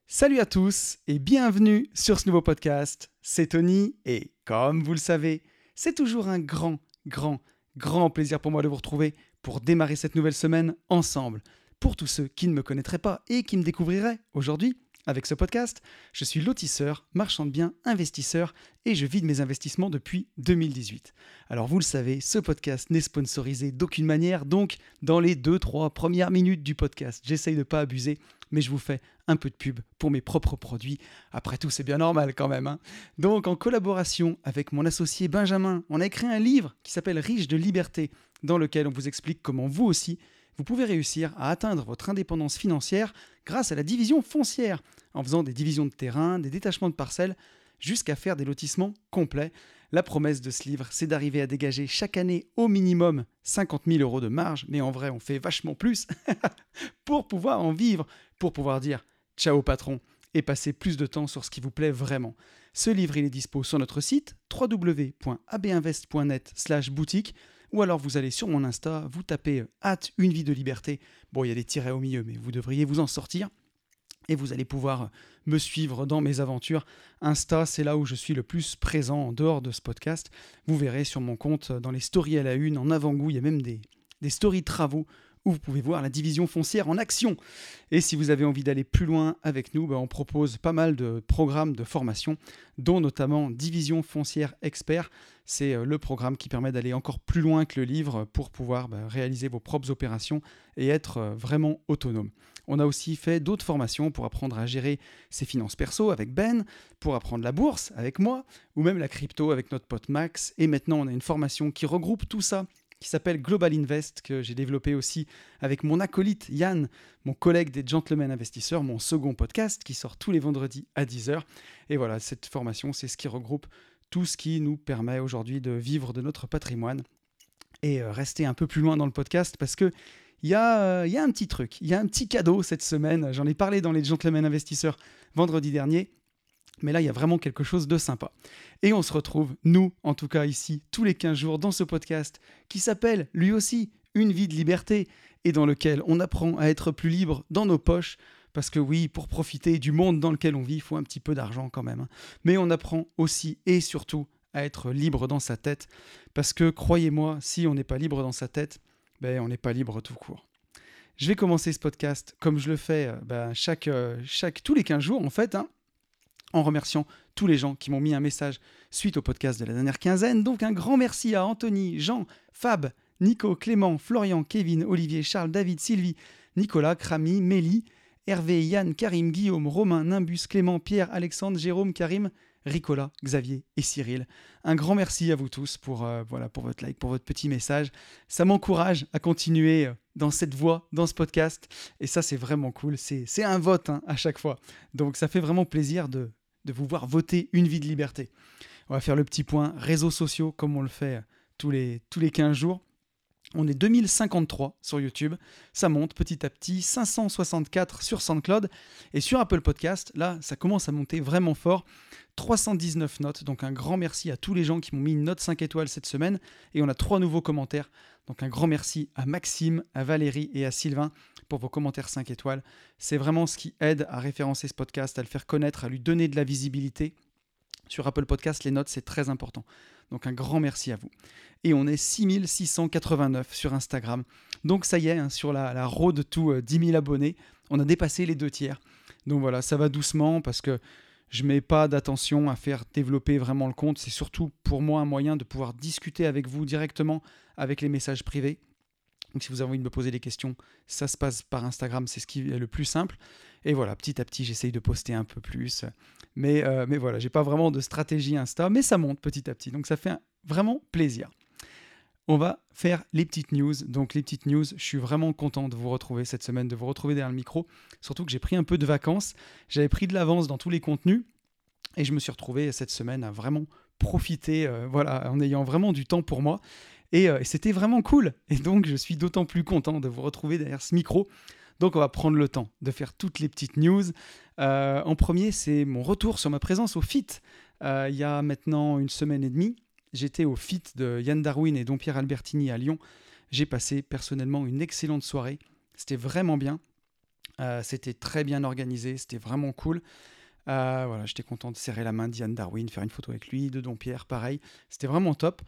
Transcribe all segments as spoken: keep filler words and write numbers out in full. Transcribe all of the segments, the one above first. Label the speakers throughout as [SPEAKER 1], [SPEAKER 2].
[SPEAKER 1] Salut à tous et bienvenue sur ce nouveau podcast. C'est Tony et comme vous le savez, c'est toujours un grand, grand, grand plaisir pour moi de vous retrouver pour démarrer cette nouvelle semaine ensemble. Pour tous ceux qui ne me connaîtraient pas et qui me découvriraient aujourd'hui avec ce podcast, je suis lotisseur, marchand de biens, investisseur et je vis de mes investissements depuis deux mille dix-huit. Alors vous le savez, ce podcast n'est sponsorisé d'aucune manière, donc dans les deux trois premières minutes du podcast, j'essaye de ne pas abuser, mais je vous fais un peu de pub pour mes propres produits. Après tout, c'est bien normal quand même. Hein. Donc en collaboration avec mon associé Benjamin, on a écrit un livre qui s'appelle Riche de liberté, dans lequel on vous explique comment vous aussi, vous pouvez réussir à atteindre votre indépendance financière grâce à la division foncière, en faisant des divisions de terrain, des détachements de parcelles, jusqu'à faire des lotissements complets. La promesse de ce livre, c'est d'arriver à dégager chaque année au minimum cinquante mille euros de marge, mais en vrai, on fait vachement plus, pour pouvoir en vivre, pour pouvoir dire « ciao patron » et passer plus de temps sur ce qui vous plaît vraiment. Ce livre, il est dispo sur notre site w w w point a b invest point net slash boutique ou alors vous allez sur mon Insta, vous tapez « hâte une vie de liberté ». Bon, il y a des tirets au milieu, mais vous devriez vous en sortir. Et vous allez pouvoir me suivre dans mes aventures. Insta, c'est là où je suis le plus présent en dehors de ce podcast. Vous verrez sur mon compte, dans les stories à la une, en avant-goût, il y a même des, des stories travaux où vous pouvez voir la division foncière en action. Et si vous avez envie d'aller plus loin avec nous, ben on propose pas mal de programmes de formation, dont notamment Division foncière expert. C'est le programme qui permet d'aller encore plus loin que le livre pour pouvoir ben, réaliser vos propres opérations et être vraiment autonome. On a aussi fait d'autres formations pour apprendre à gérer ses finances perso avec Ben, pour apprendre la bourse avec moi, ou même la crypto avec notre pote Max. Et maintenant, on a une formation qui regroupe tout ça, qui s'appelle Global Invest, que j'ai développé aussi avec mon acolyte Yann, mon collègue des Gentlemen Investisseurs, mon second podcast qui sort tous les vendredis à dix heures. Et voilà, cette formation, c'est ce qui regroupe tout ce qui nous permet aujourd'hui de vivre de notre patrimoine et rester un peu plus loin dans le podcast parce que il y, euh, y a un petit truc, il y a un petit cadeau cette semaine. J'en ai parlé dans les Gentlemen Investisseurs vendredi dernier. Mais là, il y a vraiment quelque chose de sympa. Et on se retrouve, nous, en tout cas ici, tous les quinze jours dans ce podcast qui s'appelle, lui aussi, Une vie de liberté et dans lequel on apprend à être plus libre dans nos poches. Parce que oui, pour profiter du monde dans lequel on vit, il faut un petit peu d'argent quand même. Hein. Mais on apprend aussi et surtout à être libre dans sa tête. Parce que, croyez-moi, si on n'est pas libre dans sa tête, ben, on n'est pas libre tout court. Je vais commencer ce podcast comme je le fais ben, chaque, chaque, tous les quinze jours en fait, hein, en remerciant tous les gens qui m'ont mis un message suite au podcast de la dernière quinzaine. Donc un grand merci à Anthony, Jean, Fab, Nico, Clément, Florian, Kevin, Olivier, Charles, David, Sylvie, Nicolas, Crami, Mélie, Hervé, Yann, Karim, Guillaume, Romain, Nimbus, Clément, Pierre, Alexandre, Jérôme, Karim, Ricolas, Xavier et Cyril. Un grand merci à vous tous pour, euh, voilà, pour votre like, pour votre petit message. Ça m'encourage à continuer dans cette voie, dans ce podcast. Et ça, c'est vraiment cool. C'est, c'est un vote hein, à chaque fois. Donc, ça fait vraiment plaisir de, de vous voir voter une vie de liberté. On va faire le petit point réseaux sociaux comme on le fait tous les, tous les quinze jours. On est deux mille cinquante-trois sur YouTube, ça monte petit à petit, cinq cent soixante-quatre sur SoundCloud et sur Apple Podcast, là ça commence à monter vraiment fort, trois cent dix-neuf notes, donc un grand merci à tous les gens qui m'ont mis une note cinq étoiles cette semaine et on a trois nouveaux commentaires, donc un grand merci à Maxime, à Valérie et à Sylvain pour vos commentaires cinq étoiles, c'est vraiment ce qui aide à référencer ce podcast, à le faire connaître, à lui donner de la visibilité. Sur Apple Podcast, les notes, c'est très important. Donc un grand merci à vous. Et on est six mille six cent quatre-vingt-neuf sur Instagram. Donc ça y est, hein, sur la, la road to euh, dix mille abonnés, on a dépassé les deux tiers. Donc voilà, ça va doucement parce que je ne mets pas d'attention à faire développer vraiment le compte. C'est surtout pour moi un moyen de pouvoir discuter avec vous directement avec les messages privés. Donc si vous avez envie de me poser des questions, ça se passe par Instagram, c'est ce qui est le plus simple. Et voilà, petit à petit, j'essaye de poster un peu plus. Mais, euh, mais voilà, j'ai pas vraiment de stratégie Insta, mais ça monte petit à petit. Donc ça fait un, vraiment plaisir. On va faire les petites news. Donc les petites news, je suis vraiment content de vous retrouver cette semaine, de vous retrouver derrière le micro. Surtout que j'ai pris un peu de vacances. J'avais pris de l'avance dans tous les contenus. Et je me suis retrouvé cette semaine à vraiment profiter, euh, voilà, en ayant vraiment du temps pour moi. Et, euh, et c'était vraiment cool. Et donc, je suis d'autant plus content de vous retrouver derrière ce micro. Donc, on va prendre le temps de faire toutes les petites news. Euh, en premier, c'est mon retour sur ma présence au F I T. Euh, il y a maintenant une semaine et demie, j'étais au F I T de Yann Darwin et Dom Pierre Albertini à Lyon. J'ai passé personnellement une excellente soirée. C'était vraiment bien. Euh, c'était très bien organisé, c'était vraiment cool. Euh, voilà, j'étais content de serrer la main d'Ian Darwin, faire une photo avec lui, de Dompierre, pareil. C'était vraiment top.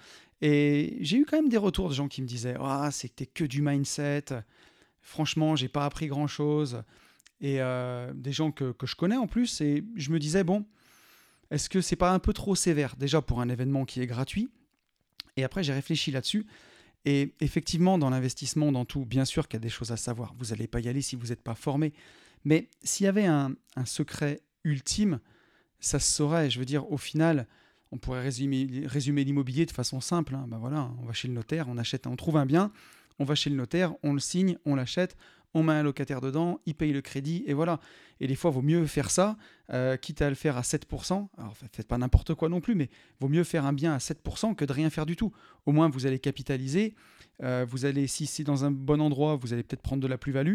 [SPEAKER 1] Et j'ai eu quand même des retours de gens qui me disaient ah, c'était que du mindset. Franchement, j'ai pas appris grand-chose. Et euh, des gens que, que je connais en plus. Et je me disais, bon, est-ce que c'est pas un peu trop sévère déjà pour un événement qui est gratuit? Et après, j'ai réfléchi là-dessus. Et effectivement, dans l'investissement, dans tout, bien sûr qu'il y a des choses à savoir. Vous n'allez pas y aller si vous n'êtes pas formé. Mais s'il y avait un, un secret ultime, ça se saurait. Je veux dire, au final, on pourrait résumer, résumer l'immobilier de façon simple. Hein. Ben voilà, on va chez le notaire, on achète, on trouve un bien, on va chez le notaire, on le signe, on l'achète, on met un locataire dedans, il paye le crédit, et voilà. Et des fois, il vaut mieux faire ça, euh, quitte à le faire à sept pour cent. Alors, faites pas n'importe quoi non plus, mais vaut mieux faire un bien à sept pour cent que de rien faire du tout. Au moins, vous allez capitaliser. Euh, vous allez, si c'est dans un bon endroit, vous allez peut-être prendre de la plus-value.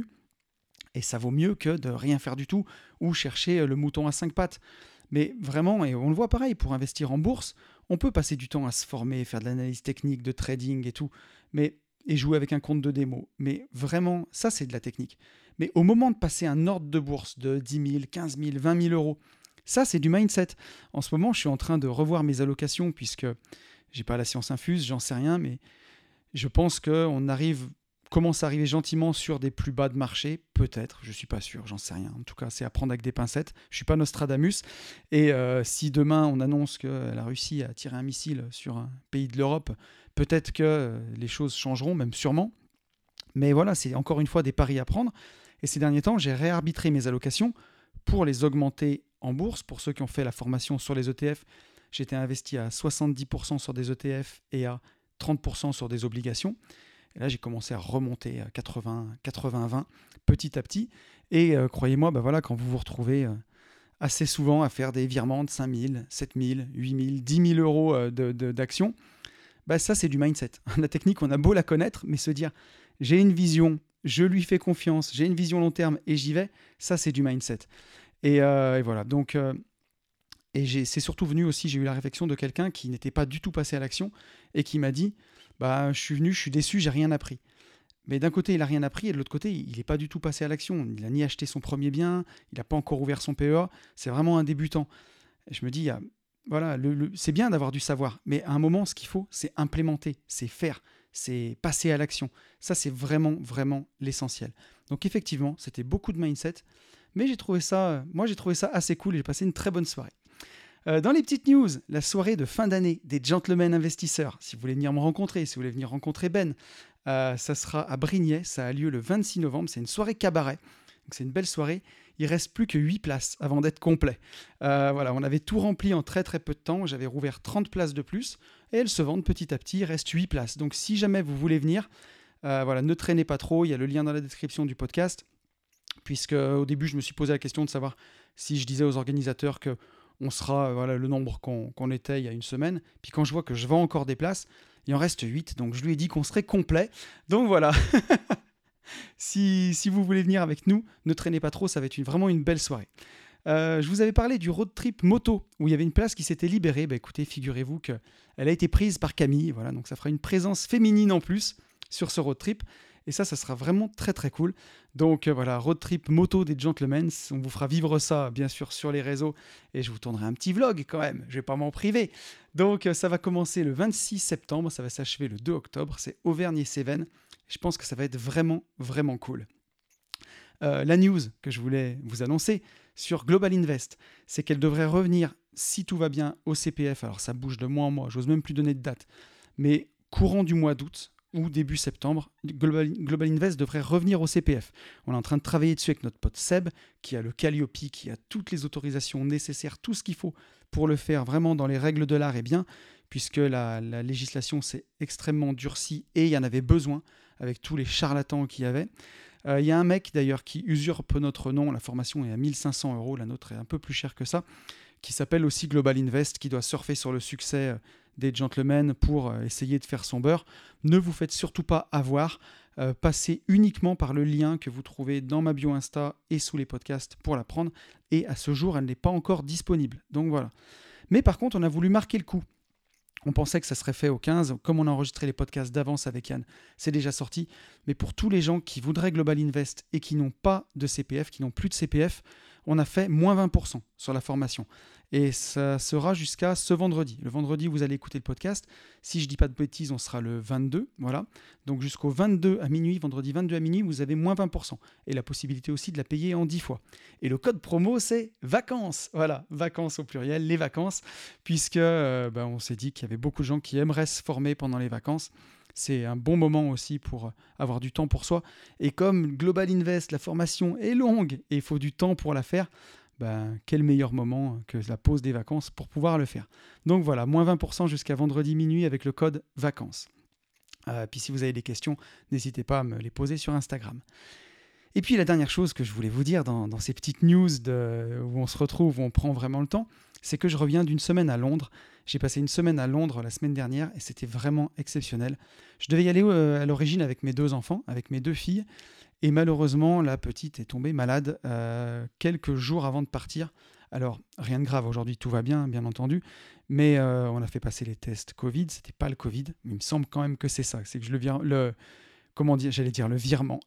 [SPEAKER 1] Et ça vaut mieux que de rien faire du tout ou chercher le mouton à cinq pattes. Mais vraiment, et on le voit pareil, pour investir en bourse, on peut passer du temps à se former, faire de l'analyse technique, de trading et tout, mais, et jouer avec un compte de démo. Mais vraiment, ça c'est de la technique. Mais au moment de passer un ordre de bourse de dix mille, quinze mille, vingt mille euros, ça c'est du mindset. En ce moment, je suis en train de revoir mes allocations puisque j'ai pas la science infuse, j'en sais rien, mais je pense qu'on arrive commence à arriver gentiment sur des plus bas de marché, peut-être, je ne suis pas sûr, j'en sais rien. En tout cas, c'est à prendre avec des pincettes. Je ne suis pas Nostradamus. Et euh, si demain on annonce que la Russie a tiré un missile sur un pays de l'Europe, peut-être que les choses changeront, même sûrement. Mais voilà, c'est encore une fois des paris à prendre. Et ces derniers temps, j'ai réarbitré mes allocations pour les augmenter en bourse. Pour ceux qui ont fait la formation sur les E T F, j'étais investi à soixante-dix pour cent sur des E T F et à trente pour cent sur des obligations. Et là, j'ai commencé à remonter à quatre-vingts, quatre-vingts, vingt, petit à petit. Et euh, croyez-moi, bah voilà, quand vous vous retrouvez euh, assez souvent à faire des virements de cinq mille, sept mille, huit mille, dix mille euros euh, de, de, d'actions, bah ça, c'est du mindset. La technique, on a beau la connaître, mais se dire, j'ai une vision, je lui fais confiance, j'ai une vision long terme et j'y vais, ça, c'est du mindset. Et, euh, et voilà, donc... Euh, et j'ai, c'est surtout venu aussi, j'ai eu la réflexion de quelqu'un qui n'était pas du tout passé à l'action et qui m'a dit, bah, je suis venu, je suis déçu, j'ai rien appris. Mais d'un côté, il n'a rien appris, et de l'autre côté, il n'est pas du tout passé à l'action. Il n'a ni acheté son premier bien, il n'a pas encore ouvert son P E A, c'est vraiment un débutant. Et je me dis, ah, voilà, le, le, c'est bien d'avoir du savoir, mais à un moment, ce qu'il faut, c'est implémenter, c'est faire, c'est passer à l'action. Ça, c'est vraiment, vraiment l'essentiel. Donc effectivement, c'était beaucoup de mindset, mais j'ai trouvé ça, moi j'ai trouvé ça assez cool et j'ai passé une très bonne soirée. Euh, dans les petites news, la soirée de fin d'année des Gentlemen Investisseurs. Si vous voulez venir me rencontrer, si vous voulez venir rencontrer Ben, euh, ça sera à Brignais, ça a lieu le vingt-six novembre, c'est une soirée cabaret. Donc c'est une belle soirée. Il reste plus que huit places avant d'être complet. Euh, voilà, on avait tout rempli en très très peu de temps. J'avais rouvert trente places de plus et elles se vendent petit à petit. Il reste huit places. Donc si jamais vous voulez venir, euh, voilà, ne traînez pas trop. Il y a le lien dans la description du podcast. Puisque au début, je me suis posé la question de savoir si je disais aux organisateurs que on sera voilà, le nombre qu'on, qu'on était il y a une semaine. Puis quand je vois que je vends encore des places, il en reste huit. Donc je lui ai dit qu'on serait complet. Donc voilà. si, si vous voulez venir avec nous, ne traînez pas trop. Ça va être une, vraiment une belle soirée. Euh, je vous avais parlé du road trip moto où il y avait une place qui s'était libérée. Bah, écoutez, figurez-vous qu'elle a été prise par Camille. Voilà, donc ça fera une présence féminine en plus sur ce road trip. Et ça, ça sera vraiment très très cool. Donc euh, voilà, road trip moto des Gentlemen. On vous fera vivre ça, bien sûr, sur les réseaux. Et je vous tournerai un petit vlog quand même. Je ne vais pas m'en priver. Donc euh, ça va commencer le vingt-six septembre. Ça va s'achever le deux octobre. C'est Auvergne-et-Cévennes. Je pense que ça va être vraiment, vraiment cool. Euh, la news que je voulais vous annoncer sur Global Invest, c'est qu'elle devrait revenir, si tout va bien, au C P F. Alors ça bouge de mois en mois. J'ose même plus donner de date. Mais courant du mois d'août, ou début septembre, Global, Global Invest devrait revenir au C P F. On est en train de travailler dessus avec notre pote Seb, qui a le Calliope, qui a toutes les autorisations nécessaires, tout ce qu'il faut pour le faire vraiment dans les règles de l'art et bien, puisque la, la législation s'est extrêmement durcie et il y en avait besoin avec tous les charlatans qu'il y avait. Euh, il y a un mec d'ailleurs qui usurpe notre nom, la formation est à mille cinq cents euros, la nôtre est un peu plus chère que ça, qui s'appelle aussi Global Invest, qui doit surfer sur le succès des Gentlemen pour essayer de faire son beurre. Ne vous faites surtout pas avoir. Euh, passez uniquement par le lien que vous trouvez dans ma bio Insta et sous les podcasts pour la prendre. Et à ce jour, elle n'est pas encore disponible. Donc voilà. Mais par contre, on a voulu marquer le coup. On pensait que ça serait fait au quinze. Comme on a enregistré les podcasts d'avance avec Yann, c'est déjà sorti. Mais pour tous les gens qui voudraient Global Invest et qui n'ont pas de C P F, qui n'ont plus de C P F, on a fait moins vingt pour cent sur la formation. Et ça sera jusqu'à ce vendredi. Le vendredi, vous allez écouter le podcast. Si je ne dis pas de bêtises, on sera le vingt-deux. Voilà. Donc jusqu'au vingt-deux à minuit, vendredi vingt-deux à minuit, vous avez moins vingt pour cent. Et la possibilité aussi de la payer en dix fois. Et le code promo, c'est vacances. Voilà, vacances au pluriel, les vacances. Puisque euh, ben, on s'est dit qu'il y avait beaucoup de gens qui aimeraient se former pendant les vacances. C'est un bon moment aussi pour avoir du temps pour soi. Et comme Global Invest, la formation est longue et il faut du temps pour la faire, ben, quel meilleur moment que la pause des vacances pour pouvoir le faire. Donc voilà, moins vingt pour cent jusqu'à vendredi minuit avec le code vacances. Euh, puis si vous avez des questions, n'hésitez pas à me les poser sur Instagram. Et puis la dernière chose que je voulais vous dire dans, dans ces petites news de, où on se retrouve, où on prend vraiment le temps, c'est que je reviens d'une semaine à Londres. J'ai passé une semaine à Londres la semaine dernière et c'était vraiment exceptionnel. Je devais y aller euh, à l'origine avec mes deux enfants, avec mes deux filles. Et malheureusement, la petite est tombée malade euh, quelques jours avant de partir. Alors, rien de grave, aujourd'hui tout va bien, bien entendu. Mais euh, on a fait passer les tests Covid, c'était pas le Covid. Mais il me semble quand même que c'est ça. C'est que je le vire, le, comment dire, j'allais dire le virement.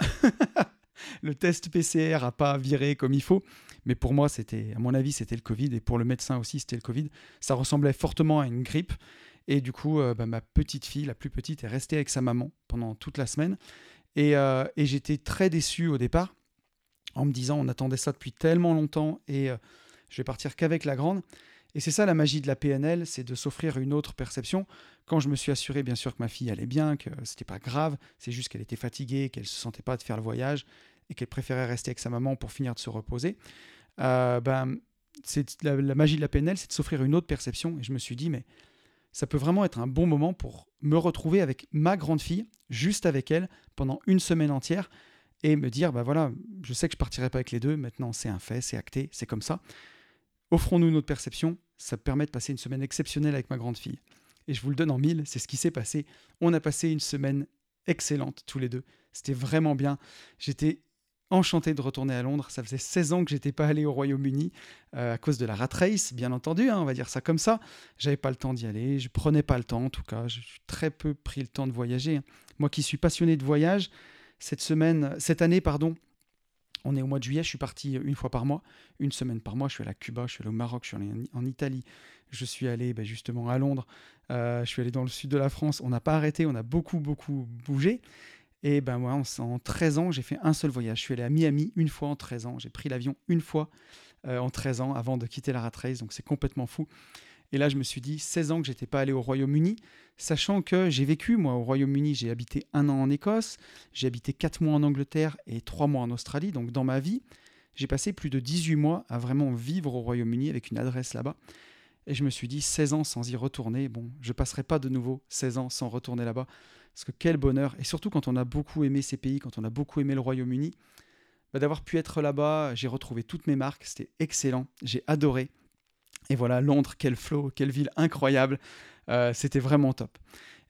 [SPEAKER 1] Le test P C R n'a pas viré comme il faut. Mais pour moi, c'était, à mon avis, c'était le Covid. Et pour le médecin aussi, c'était le Covid. Ça ressemblait fortement à une grippe. Et du coup, euh, bah, ma petite fille, la plus petite, est restée avec sa maman pendant toute la semaine. Et, euh, et j'étais très déçu au départ, en me disant on attendait ça depuis tellement longtemps et euh, je vais partir qu'avec la grande. Et c'est ça la magie de la P N L, c'est de s'offrir une autre perception. Quand je me suis assuré bien sûr que ma fille allait bien, que c'était pas grave, c'est juste qu'elle était fatiguée, qu'elle se sentait pas de faire le voyage et qu'elle préférait rester avec sa maman pour finir de se reposer. Euh, ben, c'est la, la magie de la P N L, c'est de s'offrir une autre perception. Et je me suis dit mais ça peut vraiment être un bon moment pour me retrouver avec ma grande fille, juste avec elle, pendant une semaine entière, et me dire, bah voilà, je sais que je ne partirai pas avec les deux, maintenant c'est un fait, c'est acté, c'est comme ça. Offrons-nous notre perception, ça permet de passer une semaine exceptionnelle avec ma grande fille. Et je vous le donne en mille, c'est ce qui s'est passé. On a passé une semaine excellente tous les deux, c'était vraiment bien. J'étais enchanté de retourner à Londres. Ça faisait seize ans que j'étais pas allé au Royaume-Uni euh, à cause de la rat race, bien entendu, hein, on va dire ça comme ça. J'avais pas le temps d'y aller, je prenais pas le temps en tout cas. J'ai très peu pris le temps de voyager. Hein. Moi qui suis passionné de voyage, cette semaine, cette année, pardon, on est au mois de juillet, je suis parti une fois par mois, une semaine par mois. Je suis allé à Cuba, je suis allé au Maroc, je suis allé en Italie, je suis allé ben, justement à Londres, euh, je suis allé dans le sud de la France. On n'a pas arrêté, on a beaucoup beaucoup bougé. Et ben moi, en treize ans, j'ai fait un seul voyage. Je suis allé à Miami une fois en treize ans. J'ai pris l'avion une fois euh, en treize ans avant de quitter la rat race. Donc c'est complètement fou. Et là, je me suis dit, seize ans que je n'étais pas allé au Royaume-Uni, sachant que j'ai vécu, moi, au Royaume-Uni. J'ai habité un an en Écosse, j'ai habité quatre mois en Angleterre et trois mois en Australie. Donc dans ma vie, j'ai passé plus de dix-huit mois à vraiment vivre au Royaume-Uni avec une adresse là-bas. Et je me suis dit, seize ans sans y retourner, bon, je ne passerai pas de nouveau seize ans sans retourner là-bas. Parce que quel bonheur, et surtout quand on a beaucoup aimé ces pays, quand on a beaucoup aimé le Royaume-Uni, bah d'avoir pu être là-bas, j'ai retrouvé toutes mes marques, c'était excellent, j'ai adoré. Et voilà, Londres, quel flow, quelle ville incroyable, euh, c'était vraiment top.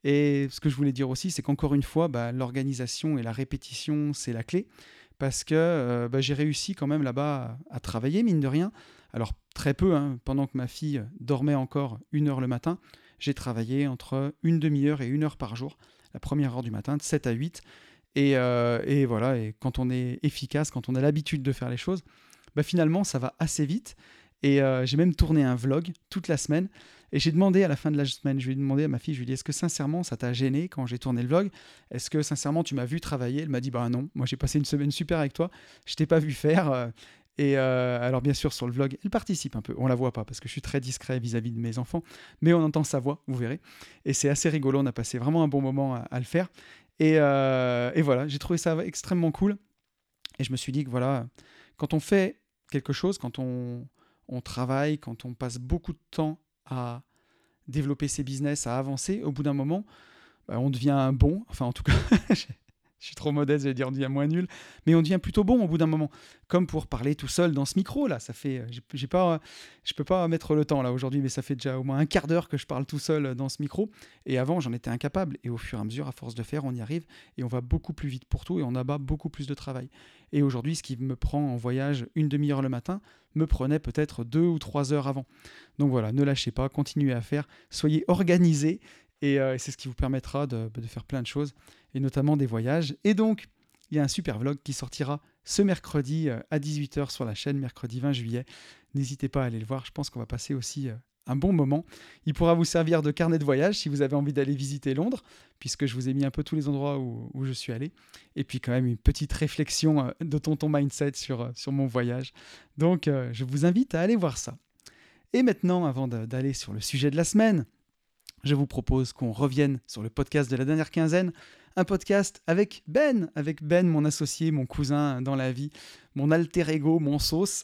[SPEAKER 1] Et ce que je voulais dire aussi, c'est qu'encore une fois, bah, l'organisation et la répétition, c'est la clé, parce que euh, bah, j'ai réussi quand même là-bas à, à travailler, mine de rien. Alors très peu, hein, pendant que ma fille dormait encore une heure le matin, j'ai travaillé entre une demi-heure et une heure par jour, la première heure du matin, de sept à huit. Et, euh, et voilà, et quand on est efficace, quand on a l'habitude de faire les choses, bah finalement, ça va assez vite. Et euh, j'ai même tourné un vlog toute la semaine. Et j'ai demandé à la fin de la semaine, je lui ai demandé à ma fille, je lui ai dit, est-ce que sincèrement, ça t'a gêné quand j'ai tourné le vlog? Est-ce que sincèrement, tu m'as vu travailler? Elle m'a dit, bah non, moi j'ai passé une semaine super avec toi, je t'ai pas vu faire. euh, Et euh, alors bien sûr sur le vlog, elle participe un peu. On la voit pas parce que je suis très discret vis-à-vis de mes enfants, mais on entend sa voix, vous verrez. Et c'est assez rigolo. On a passé vraiment un bon moment à, à le faire. Et, euh, et voilà, j'ai trouvé ça extrêmement cool. Et je me suis dit que voilà, quand on fait quelque chose, quand on, on travaille, quand on passe beaucoup de temps à développer ses business, à avancer, au bout d'un moment, bah, on devient bon. Enfin en tout cas. Je suis trop modeste, j'allais dire on devient moins nul, mais on devient plutôt bon au bout d'un moment. Comme pour parler tout seul dans ce micro là, ça fait, j'ai, j'ai pas, je peux pas mettre le temps là aujourd'hui, mais ça fait déjà au moins un quart d'heure que je parle tout seul dans ce micro. Et avant, j'en étais incapable. Et au fur et à mesure, à force de faire, on y arrive et on va beaucoup plus vite pour tout et on abat beaucoup plus de travail. Et aujourd'hui, ce qui me prend en voyage une demi-heure le matin me prenait peut-être deux ou trois heures avant. Donc voilà, ne lâchez pas, continuez à faire, soyez organisés. Et, euh, et c'est ce qui vous permettra de, de faire plein de choses, et notamment des voyages. Et donc, il y a un super vlog qui sortira ce mercredi euh, à dix-huit heures sur la chaîne, mercredi vingt juillet. N'hésitez pas à aller le voir, je pense qu'on va passer aussi euh, un bon moment. Il pourra vous servir de carnet de voyage si vous avez envie d'aller visiter Londres, puisque je vous ai mis un peu tous les endroits où, où je suis allé. Et puis quand même une petite réflexion euh, de Tonton Mindset sur, euh, sur mon voyage. Donc, euh, je vous invite à aller voir ça. Et maintenant, avant de, d'aller sur le sujet de la semaine, je vous propose qu'on revienne sur le podcast de la dernière quinzaine, un podcast avec Ben, avec Ben, mon associé, mon cousin dans la vie, mon alter ego, mon sauce,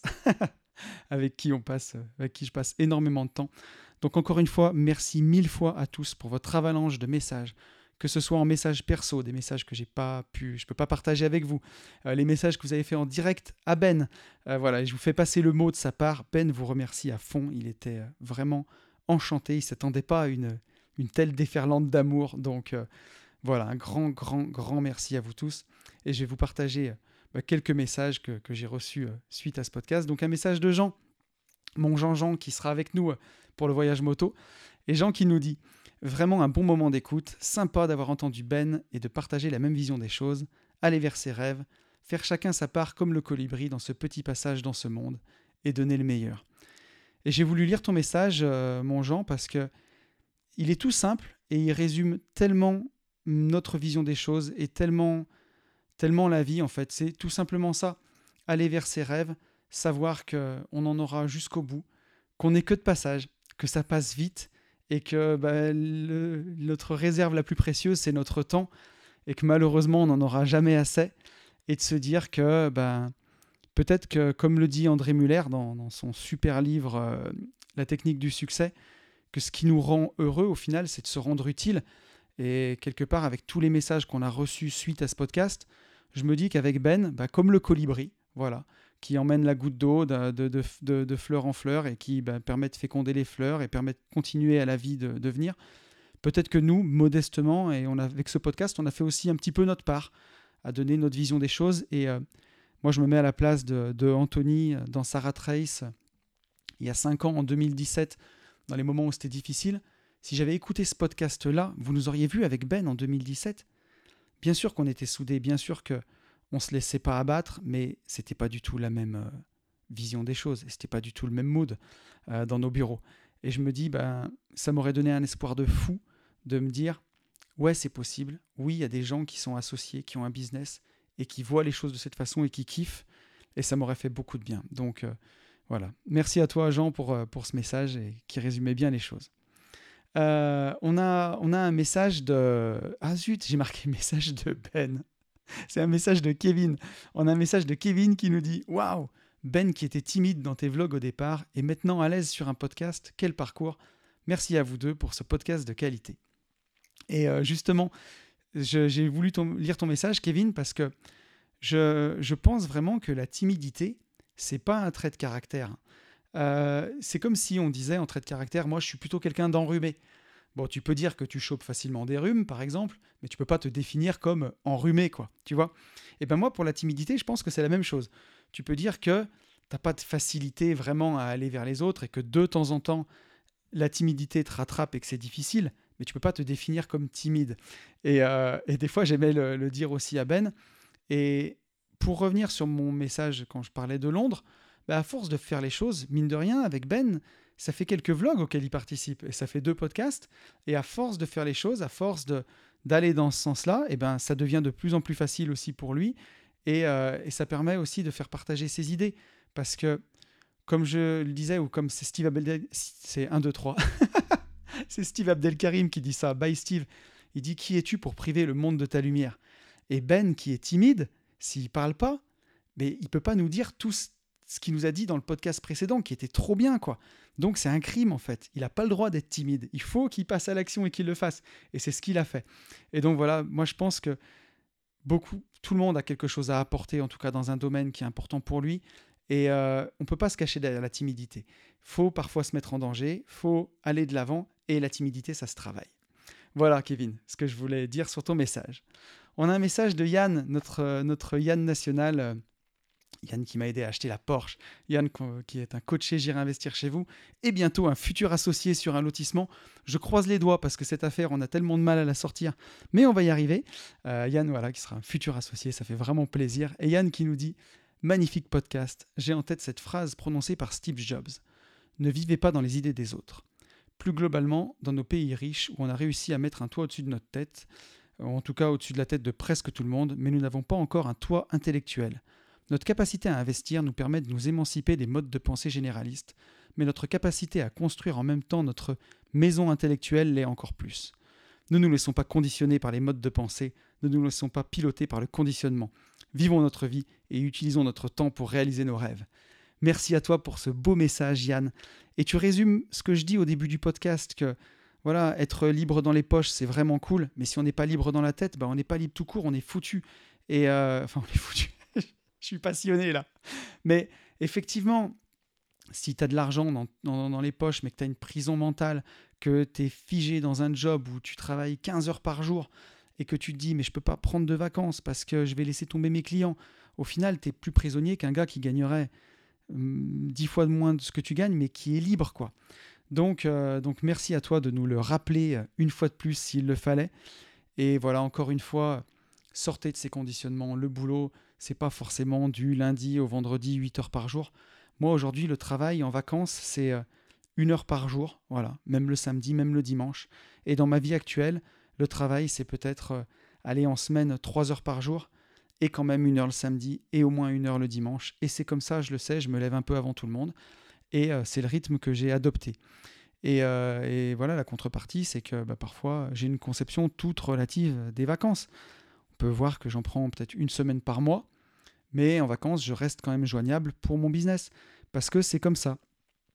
[SPEAKER 1] avec qui on passe, avec qui je passe énormément de temps. Donc encore une fois, merci mille fois à tous pour votre avalanche de messages, que ce soit en messages perso, des messages que j'ai pas pu, je peux pas partager avec vous, euh, les messages que vous avez fait en direct à Ben. Euh, voilà, je vous fais passer le mot de sa part. Ben vous remercie à fond. Il était euh, vraiment enchanté, il ne s'attendait pas à une, une telle déferlante d'amour. Donc euh, voilà, un grand, grand, grand merci à vous tous. Et je vais vous partager euh, bah, quelques messages que, que j'ai reçus euh, suite à ce podcast. Donc un message de Jean, mon Jean-Jean qui sera avec nous euh, pour le voyage moto. Et Jean qui nous dit « Vraiment un bon moment d'écoute, sympa d'avoir entendu Ben et de partager la même vision des choses, aller vers ses rêves, faire chacun sa part comme le colibri dans ce petit passage dans ce monde et donner le meilleur. » Et j'ai voulu lire ton message, euh, mon Jean, parce que il est tout simple et il résume tellement notre vision des choses et tellement, tellement la vie, en fait. C'est tout simplement ça. Aller vers ses rêves, savoir qu'on en aura jusqu'au bout, qu'on n'est que de passage, que ça passe vite et que bah, le, notre réserve la plus précieuse, c'est notre temps et que malheureusement, on n'en aura jamais assez. Et de se dire que... Bah, peut-être que, comme le dit André Muller dans, dans son super livre euh, « La technique du succès », que ce qui nous rend heureux, au final, c'est de se rendre utile. Et quelque part, avec tous les messages qu'on a reçus suite à ce podcast, je me dis qu'avec Ben, bah, comme le colibri, voilà, qui emmène la goutte d'eau de, de, de, de, de fleur en fleur et qui bah, permet de féconder les fleurs et permet de continuer à la vie de, de venir, peut-être que nous, modestement, et on a, avec ce podcast, on a fait aussi un petit peu notre part à donner notre vision des choses. Et... Euh, Moi, je me mets à la place de, de Anthony dans sa rat race il y a cinq ans, en deux mille dix-sept, dans les moments où c'était difficile. Si j'avais écouté ce podcast-là, vous nous auriez vu avec Ben en deux mille dix-sept. Bien sûr qu'on était soudés, bien sûr qu'on ne se laissait pas abattre, mais ce n'était pas du tout la même euh, vision des choses. Ce n'était pas du tout le même mood euh, dans nos bureaux. Et je me dis, ben, ça m'aurait donné un espoir de fou de me dire, ouais, c'est possible. Oui, il y a des gens qui sont associés, qui ont un business, et qui voient les choses de cette façon et qui kiffent, et ça m'aurait fait beaucoup de bien. Donc euh, voilà, merci à toi Jean pour, euh, pour ce message et qui résumait bien les choses. Euh, on, a, on a un message de... Ah zut, j'ai marqué message de Ben. C'est un message de Kevin. On a un message de Kevin qui nous dit « Waouh, Ben qui était timide dans tes vlogs au départ est maintenant à l'aise sur un podcast. Quel parcours. Merci à vous deux pour ce podcast de qualité. » Et euh, justement, Je, j'ai voulu ton, lire ton message, Kevin, parce que je, je pense vraiment que la timidité, c'est pas un trait de caractère. Euh, c'est comme si on disait en trait de caractère, moi je suis plutôt quelqu'un d'enrhumé. Bon, tu peux dire que tu chopes facilement des rhumes, par exemple, mais tu peux pas te définir comme enrhumé, quoi. Tu vois ? Et ben moi, pour la timidité, je pense que c'est la même chose. Tu peux dire que t'as pas de facilité vraiment à aller vers les autres et que de temps en temps, la timidité te rattrape et que c'est difficile, mais tu peux pas te définir comme timide. Et, euh, et des fois, j'aimais le, le dire aussi à Ben. Et pour revenir sur mon message quand je parlais de Londres, bah à force de faire les choses, mine de rien, avec Ben, ça fait quelques vlogs auxquels il participe, et ça fait deux podcasts, et à force de faire les choses, à force de, d'aller dans ce sens-là, et ben, ça devient de plus en plus facile aussi pour lui, et, euh, et ça permet aussi de faire partager ses idées, parce que, comme je le disais, ou comme c'est Steve Abdel... C'est un, deux, trois. C'est Steve Abdelkarim qui dit ça. Bye Steve. Il dit « Qui es-tu pour priver le monde de ta lumière ?» Et Ben, qui est timide, s'il ne parle pas, mais il ne peut pas nous dire tout ce qu'il nous a dit dans le podcast précédent, qui était trop bien, quoi. Donc c'est un crime, en fait. Il n'a pas le droit d'être timide. Il faut qu'il passe à l'action et qu'il le fasse. Et c'est ce qu'il a fait. Et donc voilà, moi je pense que beaucoup, tout le monde a quelque chose à apporter, en tout cas dans un domaine qui est important pour lui. Et euh, on ne peut pas se cacher derrière la timidité. Il faut parfois se mettre en danger, il faut aller de l'avant, et la timidité, ça se travaille. Voilà, Kevin, ce que je voulais dire sur ton message. On a un message de Yann, notre, notre Yann national, euh, Yann qui m'a aidé à acheter la Porsche, Yann qui est un coaché J'irai investir chez vous, et bientôt un futur associé sur un lotissement. Je croise les doigts parce que cette affaire, on a tellement de mal à la sortir, mais on va y arriver. Euh, Yann, voilà, qui sera un futur associé, ça fait vraiment plaisir. Et Yann qui nous dit « Magnifique podcast, j'ai en tête cette phrase prononcée par Steve Jobs. Ne vivez pas dans les idées des autres. Plus globalement, dans nos pays riches où on a réussi à mettre un toit au-dessus de notre tête, en tout cas au-dessus de la tête de presque tout le monde, mais nous n'avons pas encore un toit intellectuel. Notre capacité à investir nous permet de nous émanciper des modes de pensée généralistes, mais notre capacité à construire en même temps notre maison intellectuelle l'est encore plus. Ne nous laissons pas conditionner par les modes de pensée, ne nous laissons pas piloter par le conditionnement. Vivons notre vie et utilisons notre temps pour réaliser nos rêves. » Merci à toi pour ce beau message, Yann. Et tu résumes ce que je dis au début du podcast, que voilà, être libre dans les poches, c'est vraiment cool, mais si on n'est pas libre dans la tête, ben on n'est pas libre tout court, on est foutu. Et euh, enfin, on est foutu. Je suis passionné là. Mais effectivement, si tu as de l'argent dans, dans, dans les poches, mais que tu as une prison mentale, que tu es figé dans un job où tu travailles quinze heures par jour et que tu te dis « mais je ne peux pas prendre de vacances parce que je vais laisser tomber mes clients », au final, tu es plus prisonnier qu'un gars qui gagnerait hum, dix fois de moins de ce que tu gagnes, mais qui est libre, quoi. Donc, euh, donc merci à toi de nous le rappeler une fois de plus s'il le fallait. Et voilà, encore une fois, sortez de ces conditionnements. Le boulot, c'est pas forcément du lundi au vendredi, huit heures par jour. Moi, aujourd'hui, le travail en vacances, c'est une heure par jour, voilà, même le samedi, même le dimanche. Et dans ma vie actuelle, le travail, c'est peut-être euh, aller en semaine trois heures par jour et quand même une heure le samedi et au moins une heure le dimanche. Et c'est comme ça, je le sais, je me lève un peu avant tout le monde. Et euh, c'est le rythme que j'ai adopté. Et, euh, et voilà, la contrepartie, c'est que bah, parfois, j'ai une conception toute relative des vacances. On peut voir que j'en prends peut-être une semaine par mois, mais en vacances, je reste quand même joignable pour mon business, parce que c'est comme ça.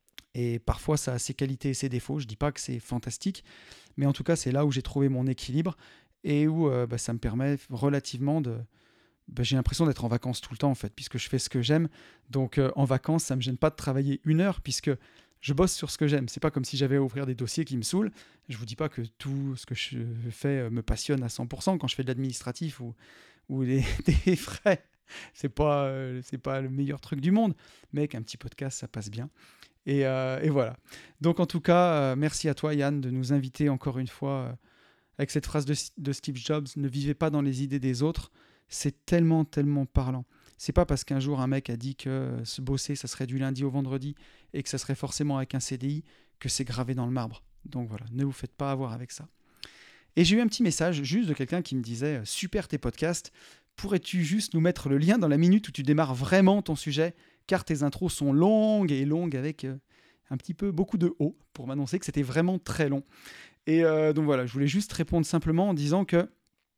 [SPEAKER 1] Et parfois, ça a ses qualités et ses défauts. Je ne dis pas que c'est fantastique, mais en tout cas, c'est là où j'ai trouvé mon équilibre et où euh, bah, ça me permet relativement de... Bah, j'ai l'impression d'être en vacances tout le temps, en fait, puisque je fais ce que j'aime. Donc, euh, en vacances, ça ne me gêne pas de travailler une heure, puisque je bosse sur ce que j'aime. C'est pas comme si j'avais à ouvrir des dossiers qui me saoulent. Je vous dis pas que tout ce que je fais me passionne à cent pour cent quand je fais de l'administratif ou, ou des, des frais. C'est pas, euh, c'est pas le meilleur truc du monde, mais avec un petit podcast, ça passe bien. Et, euh, et voilà. Donc en tout cas, euh, merci à toi Yann de nous inviter encore une fois euh, avec cette phrase de, de Steve Jobs, ne vivez pas dans les idées des autres. C'est tellement, tellement parlant. C'est pas parce qu'un jour un mec a dit que se bosser, ça serait du lundi au vendredi et que ça serait forcément avec un C D I que c'est gravé dans le marbre. Donc voilà, ne vous faites pas avoir avec ça. Et j'ai eu un petit message juste de quelqu'un qui me disait « Super tes podcasts, pourrais-tu juste nous mettre le lien dans la minute où tu démarres vraiment ton sujet, car tes intros sont longues et longues avec euh, un petit peu beaucoup de O pour m'annoncer que c'était vraiment très long. » Et euh, donc voilà, je voulais juste répondre simplement en disant que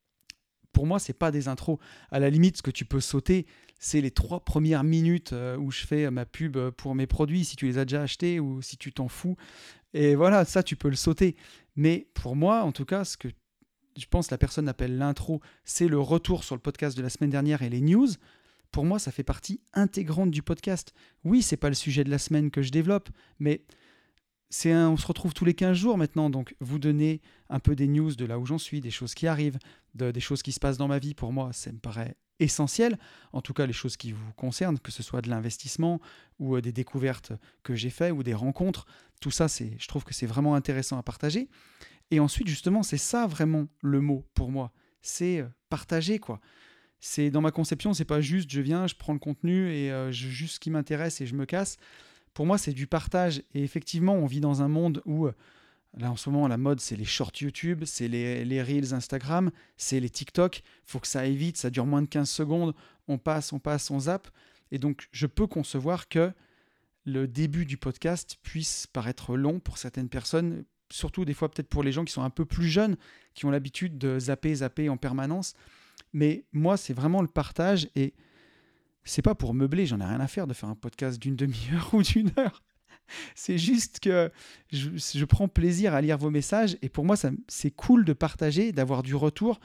[SPEAKER 1] pour moi, c'est pas des intros. À la limite, ce que tu peux sauter, c'est les trois premières minutes euh, où je fais ma pub pour mes produits, si tu les as déjà achetés ou si tu t'en fous. Et voilà, ça, tu peux le sauter. Mais pour moi, en tout cas, ce que je pense la personne appelle l'intro, c'est le retour sur le podcast de la semaine dernière et les news. Pour moi, ça fait partie intégrante du podcast. Oui, c'est pas le sujet de la semaine que je développe, mais c'est un, on se retrouve tous les quinze jours maintenant, donc vous donnez un peu des news de là où j'en suis, des choses qui arrivent, de, des choses qui se passent dans ma vie, pour moi, ça me paraît essentiel. En tout cas, les choses qui vous concernent, que ce soit de l'investissement ou euh, des découvertes que j'ai faites ou des rencontres, tout ça, c'est, je trouve que c'est vraiment intéressant à partager. Et ensuite, justement, c'est ça vraiment le mot pour moi, c'est euh, partager, quoi. C'est, dans ma conception, c'est pas juste je viens, je prends le contenu et euh, je, juste ce qui m'intéresse et je me casse. Pour moi, c'est du partage. Et effectivement, on vit dans un monde où, là en ce moment, la mode, c'est les shorts YouTube, c'est les, les Reels Instagram, c'est les TikTok. Il faut que ça aille vite, ça dure moins de quinze secondes. On passe, on passe, on zappe. Et donc, je peux concevoir que le début du podcast puisse paraître long pour certaines personnes, surtout des fois peut-être pour les gens qui sont un peu plus jeunes, qui ont l'habitude de zapper, zapper en permanence. Mais moi, c'est vraiment le partage et c'est pas pour meubler, j'en ai rien à faire de faire un podcast d'une demi-heure ou d'une heure. C'est juste que je, je prends plaisir à lire vos messages et pour moi, ça, c'est cool de partager, d'avoir du retour.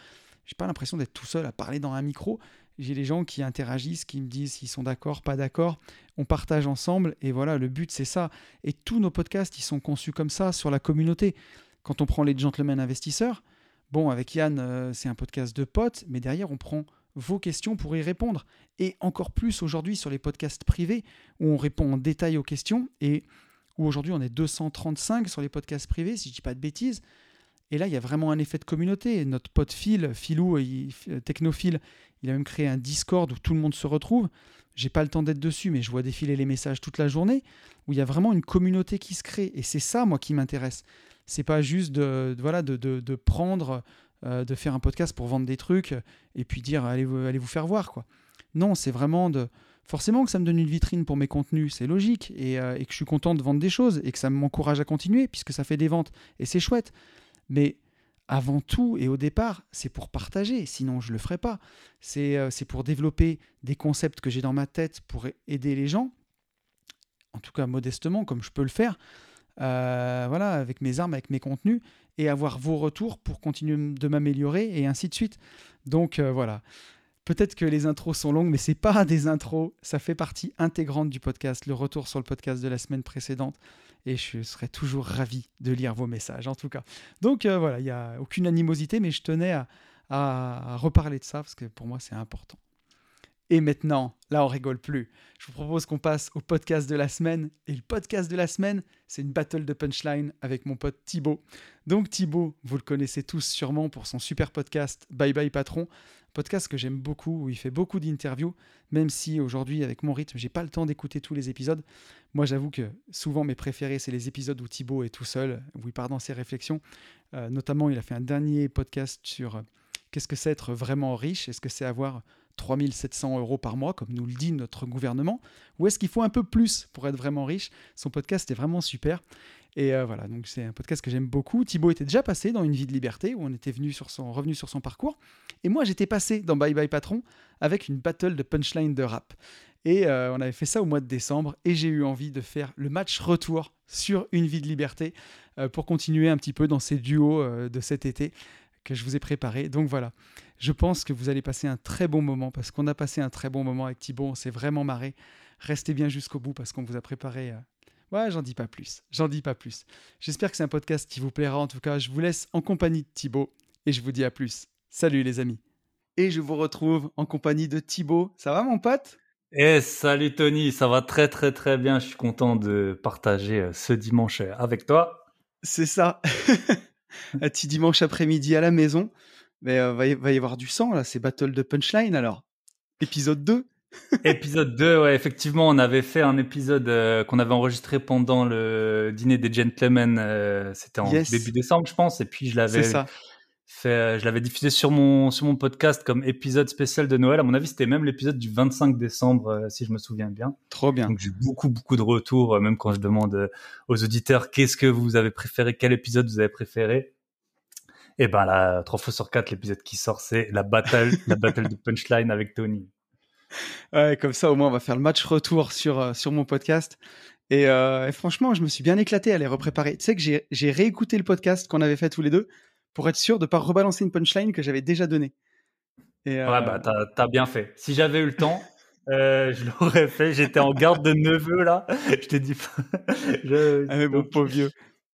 [SPEAKER 1] j'ai pas l'impression d'être tout seul à parler dans un micro. J'ai des gens qui interagissent, qui me disent s'ils sont d'accord, pas d'accord. On partage ensemble et voilà, le but c'est ça. Et tous nos podcasts, ils sont conçus comme ça, sur la communauté. Quand on prend les Gentlemen Investisseurs, bon, avec Yann, euh, c'est un podcast de potes, mais derrière, on prend vos questions pour y répondre. Et encore plus aujourd'hui sur les podcasts privés, où on répond en détail aux questions, et où aujourd'hui on est deux cent trente-cinq sur les podcasts privés, si je ne dis pas de bêtises. Et là, il y a vraiment un effet de communauté. Notre pote Phil, Philou, il, Technophile, il a même créé un Discord où tout le monde se retrouve. J'ai pas le temps d'être dessus, mais je vois défiler les messages toute la journée, où il y a vraiment une communauté qui se crée. Et c'est ça, moi, qui m'intéresse. C'est pas juste de, de, voilà, de, de, de prendre, euh, de faire un podcast pour vendre des trucs et puis dire allez, allez vous faire voir, quoi. Non, c'est vraiment de... Forcément que ça me donne une vitrine pour mes contenus, c'est logique, et, euh, et que je suis content de vendre des choses et que ça m'encourage à continuer puisque ça fait des ventes et c'est chouette. Mais avant tout et au départ, c'est pour partager, sinon je ne le ferais pas. C'est, euh, c'est pour développer des concepts que j'ai dans ma tête pour aider les gens, en tout cas modestement, comme je peux le faire, euh, voilà, avec mes armes, avec mes contenus, et avoir vos retours pour continuer de m'améliorer, et ainsi de suite. Donc euh, voilà. Peut-être que les intros sont longues, mais ce n'est pas des intros, ça fait partie intégrante du podcast, le retour sur le podcast de la semaine précédente. Et je serais toujours ravi de lire vos messages, en tout cas. Donc euh, voilà, il n'y a aucune animosité, mais je tenais à, à, à reparler de ça, parce que pour moi, c'est important. Et maintenant, là, on rigole plus. Je vous propose qu'on passe au podcast de la semaine. Et le podcast de la semaine, c'est une battle de punchline avec mon pote Thibaut. Donc Thibaut, vous le connaissez tous sûrement pour son super podcast Bye Bye Patron. Podcast que j'aime beaucoup, où il fait beaucoup d'interviews, même si aujourd'hui, avec mon rythme, j'ai pas le temps d'écouter tous les épisodes. Moi, j'avoue que souvent, mes préférés, c'est les épisodes où Thibaut est tout seul, où il part dans ses réflexions. Euh, notamment, il a fait un dernier podcast sur euh, qu'est-ce que c'est être vraiment riche, est-ce que c'est avoir trois mille sept cents euros par mois, comme nous le dit notre gouvernement, ou est-ce qu'il faut un peu plus pour être vraiment riche? Son podcast est vraiment super. Et euh, voilà, donc c'est un podcast que j'aime beaucoup. Thibaut était déjà passé dans Une vie de liberté, où on était venu sur son, revenu sur son parcours. Et moi, j'étais passé dans Bye Bye Patron avec une battle de punchline de rap. Et euh, on avait fait ça au mois de décembre. Et j'ai eu envie de faire le match retour sur Une vie de liberté euh, pour continuer un petit peu dans ces duos euh, de cet été que je vous ai préparé. Donc voilà, je pense que vous allez passer un très bon moment parce qu'on a passé un très bon moment avec Thibaut. On s'est vraiment marré. Restez bien jusqu'au bout parce qu'on vous a préparé... Euh... Ouais, j'en dis pas plus. J'en dis pas plus. J'espère que c'est un podcast qui vous plaira. En tout cas, je vous laisse en compagnie de Thibaut et je vous dis à plus. Salut les amis. Et je vous retrouve en compagnie de Thibaut. Ça va mon pote ?
[SPEAKER 2] Eh, salut Tony, ça va très très très bien. Je suis content de partager ce dimanche avec toi.
[SPEAKER 1] C'est ça. Un petit dimanche après-midi à la maison. Mais euh, va, y, va y avoir du sang là. C'est Battle de Punchline alors. Épisode deux.
[SPEAKER 2] Épisode deux, ouais, effectivement, on avait fait un épisode euh, qu'on avait enregistré pendant le dîner des gentlemen. Euh, c'était en
[SPEAKER 1] yes.
[SPEAKER 2] début décembre, je pense. Et puis je l'avais
[SPEAKER 1] C'est ça.
[SPEAKER 2] fait, je l'avais diffusé sur mon sur mon podcast comme épisode spécial de Noël. À mon avis, c'était même l'épisode du vingt-cinq décembre, euh, si je me souviens bien.
[SPEAKER 1] Trop bien.
[SPEAKER 2] Donc j'ai eu beaucoup beaucoup de retours, euh, même quand je demande euh, aux auditeurs qu'est-ce que vous avez préféré, quel épisode vous avez préféré. Et ben là, trois fois sur quatre, l'épisode qui sort, c'est la battle, la battle de punchline avec Tony.
[SPEAKER 1] Ouais, comme ça, au moins, on va faire le match retour sur, euh, sur mon podcast. Et, euh, et franchement, je me suis bien éclaté à les repréparer. Tu sais que j'ai, j'ai réécouté le podcast qu'on avait fait tous les deux pour être sûr de ne pas rebalancer une punchline que j'avais déjà donnée. Et euh...
[SPEAKER 2] Ouais, bah, t'as, t'as bien fait. Si j'avais eu le temps, euh, je l'aurais fait. J'étais en garde de neveu, là. Je t'ai dit pas. je...
[SPEAKER 1] Ah, mais bon, pauvre vieux.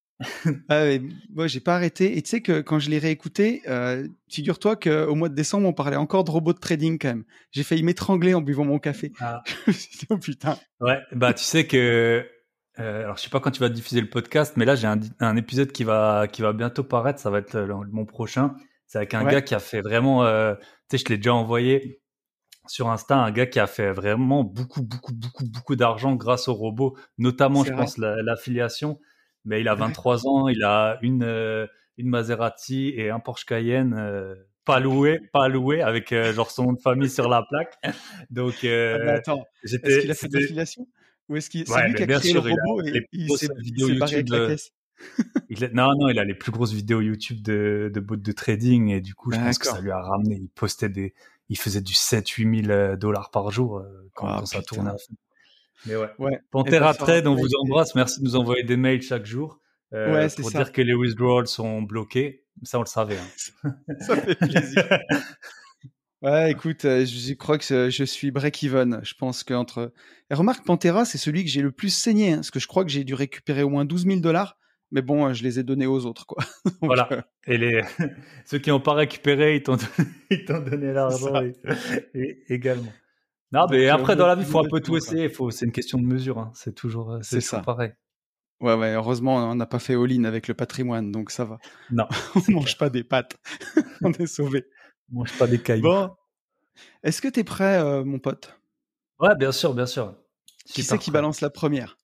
[SPEAKER 1] Ah, mais, moi, j'ai pas arrêté. Et tu sais que quand je l'ai réécouté, euh, figure-toi qu'au mois de décembre, on parlait encore de robots de trading quand même. J'ai failli m'étrangler en buvant mon café. Ah. Oh putain.
[SPEAKER 2] Ouais, bah tu sais que. Euh, alors je sais pas quand tu vas diffuser le podcast, mais là j'ai un, un épisode qui va qui va bientôt paraître. Ça va être le, mon prochain. C'est avec un ouais. gars qui a fait vraiment. Euh, tu sais, je te l'ai déjà envoyé sur Insta, un gars qui a fait vraiment beaucoup beaucoup beaucoup beaucoup d'argent grâce aux robots, notamment, c'est je vrai. pense, la, l'affiliation. Mais il a vingt-trois ans, il a une euh, une Maserati et un Porsche Cayenne, euh, pas loué, pas loué, avec euh, genre son nom de famille sur la plaque. Donc, euh,
[SPEAKER 1] ah, attends,
[SPEAKER 2] j'étais,
[SPEAKER 1] est-ce qu'il a fait de l'affiliation ou est-ce qu'il c'est
[SPEAKER 2] ouais,
[SPEAKER 1] lui qui a créé sûr, le robot et il s'est, il s'est barré avec la caisse?
[SPEAKER 2] Il a, non, non, il a les plus grosses vidéos YouTube de de bots de trading et du coup, je D'accord. pense que ça lui a ramené. Il postait des, il faisait du sept huit mille dollars par jour euh, quand, oh, quand ça tournait à fond. Mais ouais. ouais. Pantera Trade, on vous embrasse. Merci de nous envoyer des mails chaque jour euh, ouais, pour ça. dire que les withdrawals sont bloqués. Ça, on le savait. Hein.
[SPEAKER 1] Ça fait plaisir. Ouais, écoute, euh, je crois que je suis break-even. Je pense qu'entre... Et remarque, Pantera, c'est celui que j'ai le plus saigné, hein, parce que je crois que j'ai dû récupérer au moins douze mille dollars, mais bon, euh, je les ai donnés aux autres, quoi. Donc,
[SPEAKER 2] Voilà.
[SPEAKER 1] euh,
[SPEAKER 2] Et les ceux qui n'ont pas récupéré, ils t'ont donné, ils t'ont donné
[SPEAKER 1] c'est
[SPEAKER 2] l'argent
[SPEAKER 1] ça.
[SPEAKER 2] et- et- également. Non, mais
[SPEAKER 1] Donc, euh,
[SPEAKER 2] après, dans
[SPEAKER 1] bon,
[SPEAKER 2] la vie, il faut un peu tout
[SPEAKER 1] honnêtement, quoi.
[SPEAKER 2] essayer. Faut, c'est une question de mesure. Hein. C'est toujours, euh, c'est
[SPEAKER 1] C'est
[SPEAKER 2] toujours
[SPEAKER 1] ça.
[SPEAKER 2] pareil.
[SPEAKER 1] Ouais, ouais, heureusement, on n'a pas fait all-in avec le patrimoine, donc ça va.
[SPEAKER 2] Non,
[SPEAKER 1] On
[SPEAKER 2] c'est
[SPEAKER 1] mange
[SPEAKER 2] clair.
[SPEAKER 1] pas des pâtes. On est sauvé.
[SPEAKER 2] Mange pas des cailloux.
[SPEAKER 1] Bon, est-ce que t'es prêt, euh, mon pote?
[SPEAKER 2] Ouais, bien sûr, bien sûr.
[SPEAKER 1] Qui c'est
[SPEAKER 2] Super
[SPEAKER 1] qui
[SPEAKER 2] prêt.
[SPEAKER 1] balance la première?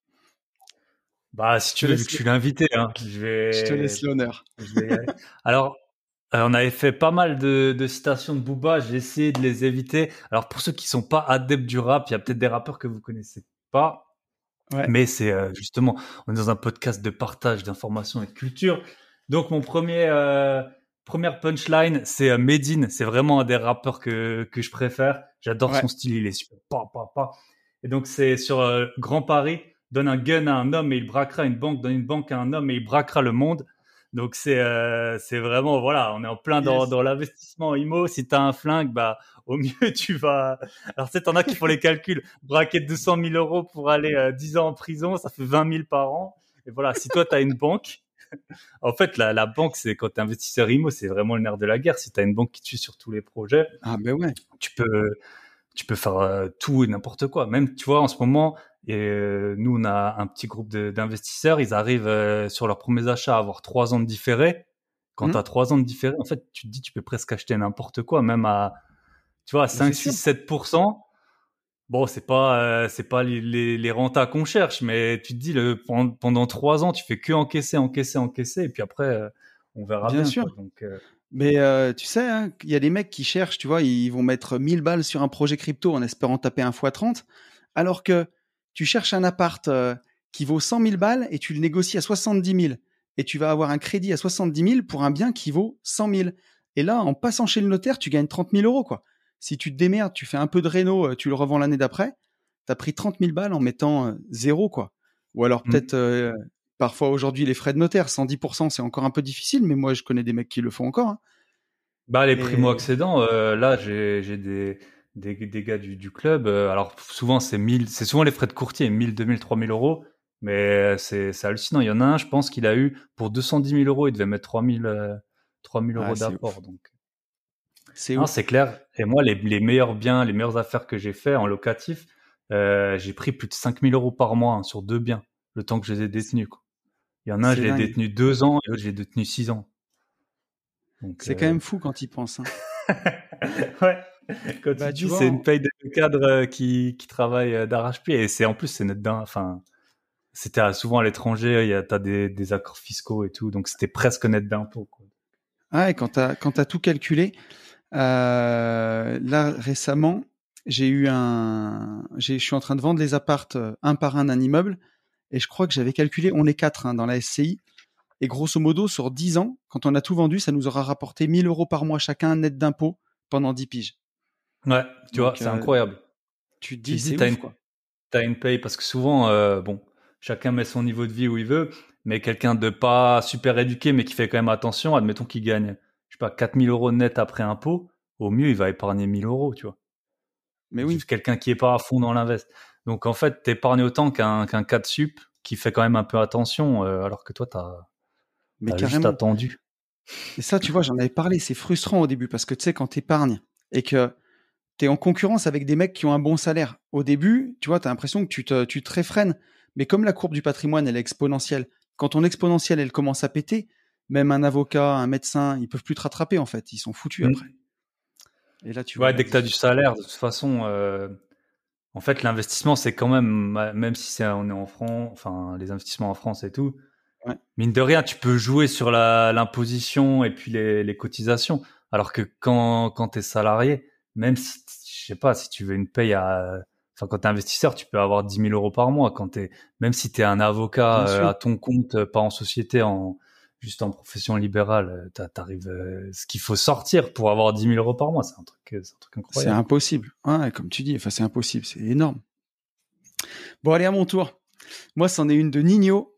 [SPEAKER 2] Bah, si
[SPEAKER 1] Je te
[SPEAKER 2] tu veux, vu
[SPEAKER 1] laisse,
[SPEAKER 2] que je suis l'invité, hein, je
[SPEAKER 1] je te
[SPEAKER 2] vais,
[SPEAKER 1] laisse l'honneur.
[SPEAKER 2] je vais y aller. Alors, euh, on avait fait pas mal de, de citations de Booba. J'ai essayé de les éviter. Alors, pour ceux qui sont pas adeptes du rap, il y a peut-être des rappeurs que vous connaissez pas.
[SPEAKER 1] Ouais,
[SPEAKER 2] Mais c'est euh, justement, on est dans un podcast de partage d'informations et de culture. Donc mon premier euh, première punchline, c'est euh, Medine. C'est vraiment un des rappeurs que que je préfère. J'adore
[SPEAKER 1] ouais.
[SPEAKER 2] son style, il est super. Pa, pa, pa. Et donc c'est sur euh, Grand Paris. Donne un gun à un homme et il braquera une banque. Donne une banque à un homme et il braquera le monde. Donc c'est euh, c'est vraiment voilà, on est en plein dans
[SPEAKER 1] Yes.
[SPEAKER 2] dans l'investissement immo. Si t'as un flingue, bah au mieux tu vas. Alors c'est t'en as qui font les calculs. Braquer deux cent mille euros pour aller euh, dix ans en prison, ça fait vingt mille par an. Et voilà, si toi t'as une banque, en fait la, la banque c'est quand t'es investisseur immo, c'est vraiment le nerf de la guerre. Si t'as une banque qui te suit sur tous les projets,
[SPEAKER 1] Ah ben ouais.
[SPEAKER 2] tu peux tu peux faire euh, tout et n'importe quoi. Même tu vois en ce moment. Et euh, nous, on a un petit groupe de, d'investisseurs. Ils arrivent euh, sur leurs premiers achats à avoir trois ans de différé. Quand tu
[SPEAKER 1] Hum,
[SPEAKER 2] as trois ans de différé, en fait, tu te dis, tu peux presque acheter n'importe quoi, même à, tu vois, à
[SPEAKER 1] mais c'est
[SPEAKER 2] cinq, six,
[SPEAKER 1] sûr.
[SPEAKER 2] sept pour cent. Bon, c'est pas, euh, c'est pas les, les, les rentas qu'on cherche, mais tu te dis, le, pendant, pendant trois ans, tu fais que encaisser, encaisser, encaisser, et puis après, euh, on verra
[SPEAKER 1] Bien
[SPEAKER 2] bien,
[SPEAKER 1] sûr.
[SPEAKER 2] quoi. Donc, euh,
[SPEAKER 1] Mais euh, tu sais, hein, il y a des mecs qui cherchent, tu vois, ils vont mettre mille balles sur un projet crypto en espérant taper un fois trente, alors que tu cherches un appart euh, qui vaut cent mille balles et tu le négocies à soixante-dix mille. Et tu vas avoir un crédit à soixante-dix mille pour un bien qui vaut cent mille. Et là, en passant chez le notaire, tu gagnes trente mille euros, quoi. Si tu te démerdes, tu fais un peu de réno, euh, tu le revends l'année d'après, tu as pris trente mille balles en mettant euh, zéro, quoi. Ou alors peut-être,
[SPEAKER 2] mm.
[SPEAKER 1] euh, parfois aujourd'hui, les frais de notaire, cent dix pour cent, c'est encore un peu difficile, mais moi, je connais des mecs qui le font encore, hein.
[SPEAKER 2] Bah, les
[SPEAKER 1] Et
[SPEAKER 2] primo-accédants, euh, là, j'ai, j'ai des, des, des gars du, du club. euh, alors, souvent, c'est mille, c'est souvent les frais de courtier, mille, deux mille, trois mille euros. Mais c'est, c'est hallucinant. Il y en a un, je pense qu'il a eu, pour deux cent dix mille euros, il devait mettre trois mille, euh, trois mille
[SPEAKER 1] ah,
[SPEAKER 2] euros
[SPEAKER 1] c'est
[SPEAKER 2] d'apport.
[SPEAKER 1] ouf.
[SPEAKER 2] Donc,
[SPEAKER 1] C'est
[SPEAKER 2] non,
[SPEAKER 1] ouf.
[SPEAKER 2] c'est clair. Et moi, les, les meilleurs biens, les meilleures affaires que j'ai fait en locatif, euh, j'ai pris plus de cinq mille euros par mois hein, sur deux biens, le temps que je les ai
[SPEAKER 1] C'est
[SPEAKER 2] détenus, quoi. Il y en a un, je
[SPEAKER 1] c'est
[SPEAKER 2] l'ai
[SPEAKER 1] dingue.
[SPEAKER 2] détenu deux ans et l'autre, je l'ai détenu six ans. Donc,
[SPEAKER 1] C'est quand
[SPEAKER 2] euh,
[SPEAKER 1] même fou quand il pense, hein.
[SPEAKER 2] ouais. Quand tu
[SPEAKER 1] Bah,
[SPEAKER 2] te
[SPEAKER 1] tu
[SPEAKER 2] dis,
[SPEAKER 1] vois,
[SPEAKER 2] c'est une
[SPEAKER 1] en-
[SPEAKER 2] paye de cadre euh, qui, qui travaille euh, d'arrache-pied. Et c'est en plus, c'est net d'un. Enfin, c'était à- souvent à l'étranger, il y a, t'as des, des accords fiscaux et tout. Donc, c'était presque net d'impôt, quoi.
[SPEAKER 1] ouais, quand t'as quand t'as tout calculé, euh, là récemment, j'ai eu un, j'ai, je suis en train de vendre les appartes euh, un par un d'un immeuble, et je crois que j'avais calculé, on est quatre hein, dans la S C I, et grosso modo sur dix ans, quand on a tout vendu, ça nous aura rapporté mille euros par mois chacun net d'impôts pendant dix piges.
[SPEAKER 2] Ouais, tu vois,
[SPEAKER 1] Donc
[SPEAKER 2] c'est
[SPEAKER 1] euh,
[SPEAKER 2] incroyable.
[SPEAKER 1] tu te
[SPEAKER 2] Tu
[SPEAKER 1] dis
[SPEAKER 2] te dis,
[SPEAKER 1] c'est
[SPEAKER 2] t'as
[SPEAKER 1] ouf
[SPEAKER 2] une,
[SPEAKER 1] quoi.
[SPEAKER 2] t'as une paye parce que souvent, euh, bon, chacun met son niveau de vie où il veut, mais quelqu'un de pas super éduqué, mais qui fait quand même attention, admettons qu'il gagne, je sais pas, quatre mille euros net après impôt, au mieux, il va épargner mille euros, tu vois.
[SPEAKER 1] Mais oui,
[SPEAKER 2] Juste quelqu'un qui est pas à fond dans l'invest. Donc en fait, t'épargnes autant qu'un qu'un cas de sup qui fait quand même un peu attention, euh, alors que toi, t'as
[SPEAKER 1] mais
[SPEAKER 2] as juste
[SPEAKER 1] carrément.
[SPEAKER 2] attendu.
[SPEAKER 1] Et ça, tu vois, j'en avais parlé, c'est frustrant au début parce que tu sais, quand t'épargnes et que t'es en concurrence avec des mecs qui ont un bon salaire, au début, tu vois, t'as l'impression que tu te, tu te réfrènes. Mais comme la courbe du patrimoine, elle est exponentielle, quand ton exponentielle, elle commence à péter, même un avocat, un médecin, ils peuvent plus te rattraper en fait, ils sont foutus après.
[SPEAKER 2] Mm.
[SPEAKER 1] Et là, tu vois
[SPEAKER 2] Ouais,
[SPEAKER 1] la
[SPEAKER 2] dès que t'as du
[SPEAKER 1] différence.
[SPEAKER 2] salaire, de toute façon, euh, en fait, l'investissement, c'est quand même, même si c'est on est en France, enfin les investissements en France et tout,
[SPEAKER 1] Ouais,
[SPEAKER 2] mine de rien, tu peux jouer sur la l'imposition et puis les, les cotisations. Alors que quand quand t'es salarié, même si je sais pas, si tu veux une paye à, enfin quand t'es investisseur, tu peux avoir dix mille euros par mois. Quand t'es, même si t'es un avocat
[SPEAKER 1] bien
[SPEAKER 2] euh,
[SPEAKER 1] sûr.
[SPEAKER 2] à ton compte, euh, pas en société, en juste en profession libérale, euh, t'a- t'arrives, euh, ce qu'il faut sortir pour avoir dix mille euros par mois, c'est un truc, euh, c'est un truc
[SPEAKER 1] C'est
[SPEAKER 2] incroyable.
[SPEAKER 1] impossible. Ouais, comme tu dis, enfin, c'est impossible, c'est énorme. Bon, allez, à mon tour. Moi, c'en est une de Nino.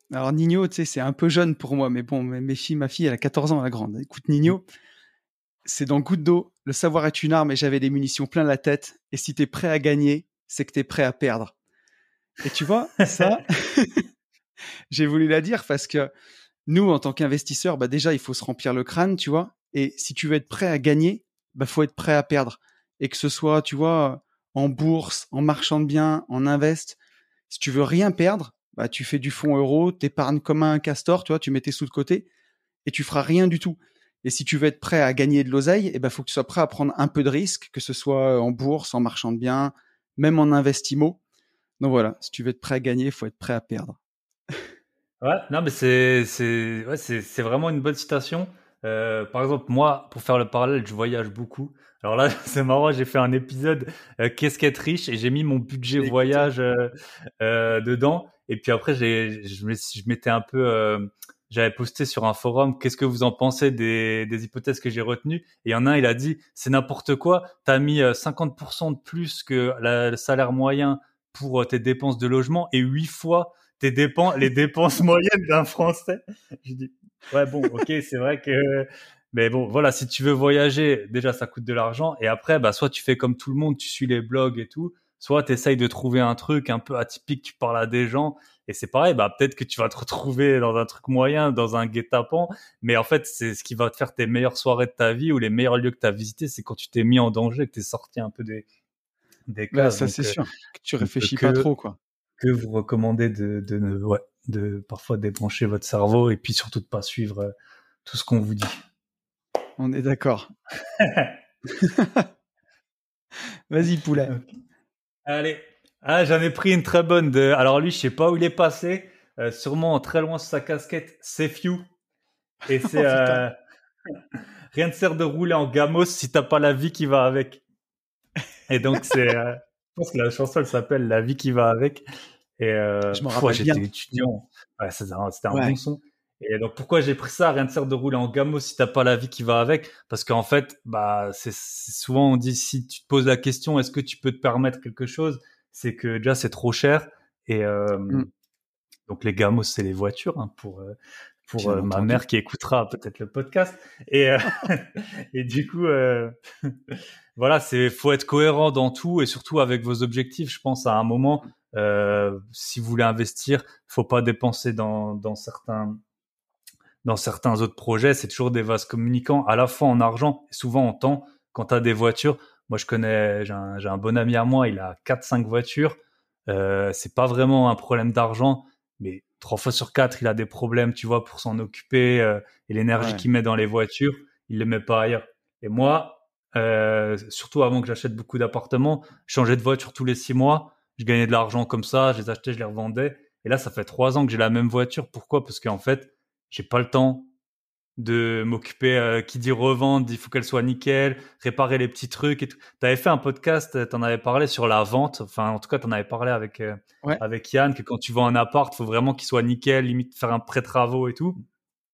[SPEAKER 1] Alors Nino, tu sais, c'est un peu jeune pour moi, mais bon, mes filles, ma fille, elle a quatorze ans, la grande. Écoute, Nino, c'est dans Goutte d'eau, le savoir est une arme et j'avais des munitions plein la tête. Et si t'es prêt à gagner, c'est que t'es prêt à perdre. Et tu vois, ça, j'ai voulu la dire parce que nous, en tant qu'investisseurs, bah déjà, il faut se remplir le crâne, tu vois. Et si tu veux être prêt à gagner, bah faut être prêt à perdre. Et que ce soit, tu vois, en bourse, en marchand de biens, en invest, si tu veux rien perdre, bah tu fais du fonds euro, t'épargnes comme un castor, tu vois, tu mets tes sous de côté et tu feras rien du tout. Et si tu veux être prêt à gagner de l'oseille, eh ben faut que tu sois prêt à prendre un peu de risque, que ce soit en bourse, en marchand de biens, même en investimo. Donc voilà, si tu veux être prêt à gagner, il faut être prêt à perdre.
[SPEAKER 2] Ouais, non, mais c'est c'est ouais, c'est c'est vraiment une bonne citation. Euh, par exemple, moi, pour faire le parallèle, je voyage beaucoup. Alors là, c'est marrant, j'ai fait un épisode euh, Qu'est-ce qu'être riche et j'ai mis mon budget
[SPEAKER 1] Je l'ai écouté.
[SPEAKER 2] voyage euh, euh, dedans. Et puis après, j'ai je me je m'étais un peu euh, j'avais posté sur un forum qu'est-ce que vous en pensez des des hypothèses que j'ai retenues. Et il y en a un, il a dit c'est n'importe quoi. T'as mis euh, cinquante pour cent de plus que la- le salaire moyen pour euh, tes dépenses de logement et huit fois tes dépenses, les dépenses moyennes d'un Français. Je dis, ouais, bon, ok, c'est vrai que, mais bon, voilà, si tu veux voyager, déjà, ça coûte de l'argent. Et après, bah, soit tu fais comme tout le monde, tu suis les blogs et tout, soit tu essayes de trouver un truc un peu atypique, tu parles à des gens. Et c'est pareil, bah, peut-être que tu vas te retrouver dans un truc moyen, dans un guet-apens. Mais en fait, c'est ce qui va te faire tes meilleures soirées de ta vie ou les meilleurs lieux que tu as visités, c'est quand tu t'es mis en danger, que tu es sorti un peu des, des
[SPEAKER 1] Bah,
[SPEAKER 2] cases.
[SPEAKER 1] ça, c'est
[SPEAKER 2] Donc, euh,
[SPEAKER 1] sûr. Que tu
[SPEAKER 2] on peut
[SPEAKER 1] réfléchis pas
[SPEAKER 2] que,
[SPEAKER 1] trop, quoi.
[SPEAKER 2] que vous recommandez de, de, ne- ouais, de parfois débrancher votre cerveau et puis surtout de pas suivre euh, tout ce qu'on vous dit.
[SPEAKER 1] On est d'accord. Vas-y, poulet.
[SPEAKER 2] Allez, ah, j'en ai pris une très bonne. De... Alors lui, je sais pas où il est passé, euh, sûrement très loin sur sa casquette. C'est Few et c'est
[SPEAKER 1] Oh putain.
[SPEAKER 2] euh, rien ne sert de rouler en gamos si t'as pas la vie qui va avec. Et donc c'est, euh, je pense que la chanson elle s'appelle La vie qui va avec. Et euh,
[SPEAKER 1] Je m'en
[SPEAKER 2] pff, ouais,
[SPEAKER 1] rappelle
[SPEAKER 2] j'étais
[SPEAKER 1] bien.
[SPEAKER 2] étudiant. Ouais, c'était un, c'était un bon
[SPEAKER 1] Ouais.
[SPEAKER 2] son. Et donc pourquoi j'ai pris ça? Rien ne sert de rouler en gamo si t'as pas la vie qui va avec. Parce qu'en fait, bah c'est c'est souvent on dit si tu te poses la question est-ce que tu peux te permettre quelque chose, c'est que déjà c'est trop cher. Et euh,
[SPEAKER 1] Mm.
[SPEAKER 2] donc les gamos c'est les voitures hein, pour euh, pour
[SPEAKER 1] Bien
[SPEAKER 2] euh, ma
[SPEAKER 1] entendu.
[SPEAKER 2] mère qui écoutera peut-être le podcast. Et euh, et du coup euh, voilà, c'est faut être cohérent dans tout et surtout avec vos objectifs. Je pense à un moment, euh, si vous voulez investir, faut pas dépenser dans dans certains dans certains autres projets. C'est toujours des vases communicants, à la fois en argent et souvent en temps. Quand tu as des voitures, moi je connais, j'ai un, j'ai un bon ami à moi, il a quatre cinq voitures. Euh, c'est pas vraiment un problème d'argent, mais trois fois sur quatre, il a des problèmes, tu vois, pour s'en occuper euh, et l'énergie
[SPEAKER 1] Ouais.
[SPEAKER 2] qu'il met dans les voitures, il les met pas ailleurs. Et moi, euh, surtout avant que j'achète beaucoup d'appartements, je changeais de voiture tous les six mois, je gagnais de l'argent comme ça, je les achetais, je les revendais. Et là, ça fait trois ans que j'ai la même voiture. Pourquoi? Parce qu'en fait, j'ai pas le temps de m'occuper. Euh, qui dit revendre, il faut qu'elle soit nickel, réparer les petits trucs et tout. T'avais fait un podcast, t'en avais parlé sur la vente. Enfin, en tout cas, t'en avais parlé avec euh,
[SPEAKER 1] Ouais.
[SPEAKER 2] avec Yann que quand tu vends un appart, faut vraiment qu'il soit nickel, limite faire un pré travaux et tout.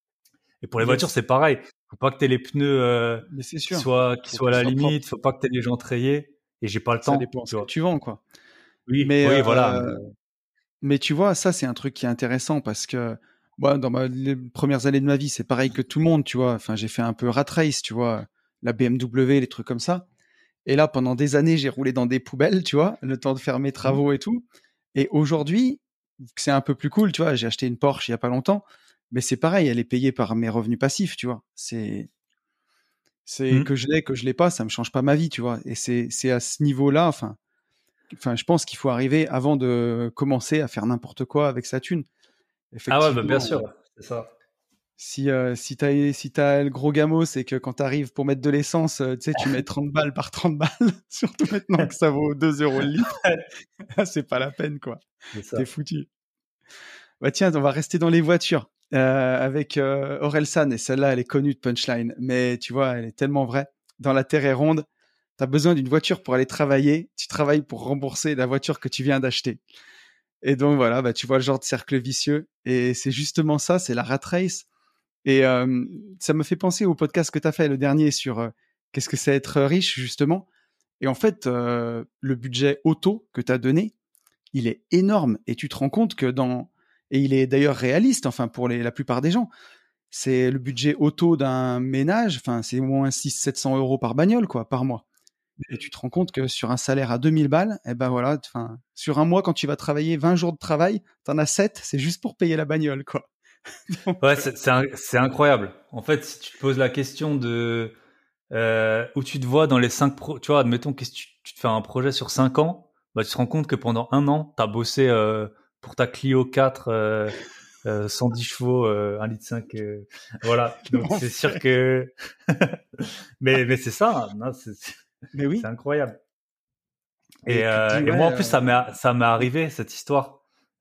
[SPEAKER 2] Et pour les voitures,
[SPEAKER 1] Yes.
[SPEAKER 2] c'est pareil. Faut pas que t'aies les pneus euh,
[SPEAKER 1] Mais c'est
[SPEAKER 2] qui
[SPEAKER 1] sûr.
[SPEAKER 2] soient qui
[SPEAKER 1] Faut
[SPEAKER 2] soient
[SPEAKER 1] que
[SPEAKER 2] à
[SPEAKER 1] ce
[SPEAKER 2] la
[SPEAKER 1] soit propre.
[SPEAKER 2] limite. Faut pas que t'aies les jantes rayées. Et j'ai pas le
[SPEAKER 1] Ça
[SPEAKER 2] temps,
[SPEAKER 1] dépend
[SPEAKER 2] tu
[SPEAKER 1] ce que
[SPEAKER 2] vois.
[SPEAKER 1] tu vends, quoi.
[SPEAKER 2] Oui,
[SPEAKER 1] Mais,
[SPEAKER 2] oui, voilà.
[SPEAKER 1] euh, mais tu vois, ça, c'est un truc qui est intéressant parce que, moi, dans ma, les premières années de ma vie, c'est pareil que tout le monde, tu vois. Enfin, j'ai fait un peu rat race, tu vois, la B M W, les trucs comme ça. Et là, pendant des années, j'ai roulé dans des poubelles, tu vois, le temps de faire mes
[SPEAKER 2] Mhm.
[SPEAKER 1] travaux et tout. Et aujourd'hui, c'est un peu plus cool, tu vois. J'ai acheté une Porsche il y a pas longtemps, mais c'est pareil, elle est payée par mes revenus passifs, tu vois. C'est, c'est que
[SPEAKER 2] Mhm.
[SPEAKER 1] je l'ai, que je l'ai pas, ça me change pas ma vie, tu vois. Et c'est, c'est à ce niveau-là, enfin, enfin, je pense qu'il faut arriver avant de commencer à faire n'importe quoi avec sa thune.
[SPEAKER 2] Ah ouais, bah bien
[SPEAKER 1] Effectivement,
[SPEAKER 2] sûr, c'est ça.
[SPEAKER 1] si, euh, si t'as, si t'as le gros gamos, c'est que quand t'arrives pour mettre de l'essence, euh, tu sais, tu mets trente balles par trente balles, surtout maintenant que ça vaut deux euros le litre. Ah, c'est pas la peine, quoi.
[SPEAKER 2] C'est
[SPEAKER 1] T'es
[SPEAKER 2] ça.
[SPEAKER 1] foutu. Bah tiens, on va rester dans les voitures euh, avec euh, Orelsan, et celle-là, elle est connue de punchline, mais tu vois, elle est tellement vraie. Dans la Terre est ronde, t'as besoin d'une voiture pour aller travailler, tu travailles pour rembourser la voiture que tu viens d'acheter. Et donc voilà, bah tu vois le genre de cercle vicieux, et c'est justement ça, c'est la rat race. Et euh, ça me fait penser au podcast que t'as fait, le dernier, sur euh, qu'est-ce que c'est être riche, justement. Et en fait, euh, le budget auto que t'as donné, il est énorme. Et tu te rends compte que dans... Et il est d'ailleurs réaliste, enfin, pour les, la plupart des gens. C'est le budget auto d'un ménage, enfin, c'est au moins six cents à sept cents euros par bagnole, quoi, par mois. Et tu te rends compte que sur un salaire à deux mille balles, eh ben voilà, enfin, sur un mois, quand tu vas travailler vingt jours de travail, t'en as sept, c'est juste pour payer la bagnole, quoi. Donc,
[SPEAKER 2] Ouais,
[SPEAKER 1] euh,
[SPEAKER 2] c'est c'est un- c'est incroyable. En fait, si tu te poses la question de euh, où tu te vois dans les cinq pro, tu vois, admettons que tu, tu te fais un projet sur cinq ans, bah tu te rends compte que pendant un an, t'as bossé euh, pour ta Clio quatre, euh, euh, cent dix chevaux, euh, un litre cinq, euh, voilà. Donc c'est sûr
[SPEAKER 1] l'enfer.
[SPEAKER 2] que, mais mais c'est ça, hein. Non, c'est c'est
[SPEAKER 1] Mais
[SPEAKER 2] c'est
[SPEAKER 1] oui.
[SPEAKER 2] incroyable.
[SPEAKER 1] Et
[SPEAKER 2] Et,
[SPEAKER 1] tu te
[SPEAKER 2] euh,
[SPEAKER 1] dis,
[SPEAKER 2] et
[SPEAKER 1] ouais,
[SPEAKER 2] moi, en plus,
[SPEAKER 1] euh,
[SPEAKER 2] ça m'est ça m'est arrivé cette histoire.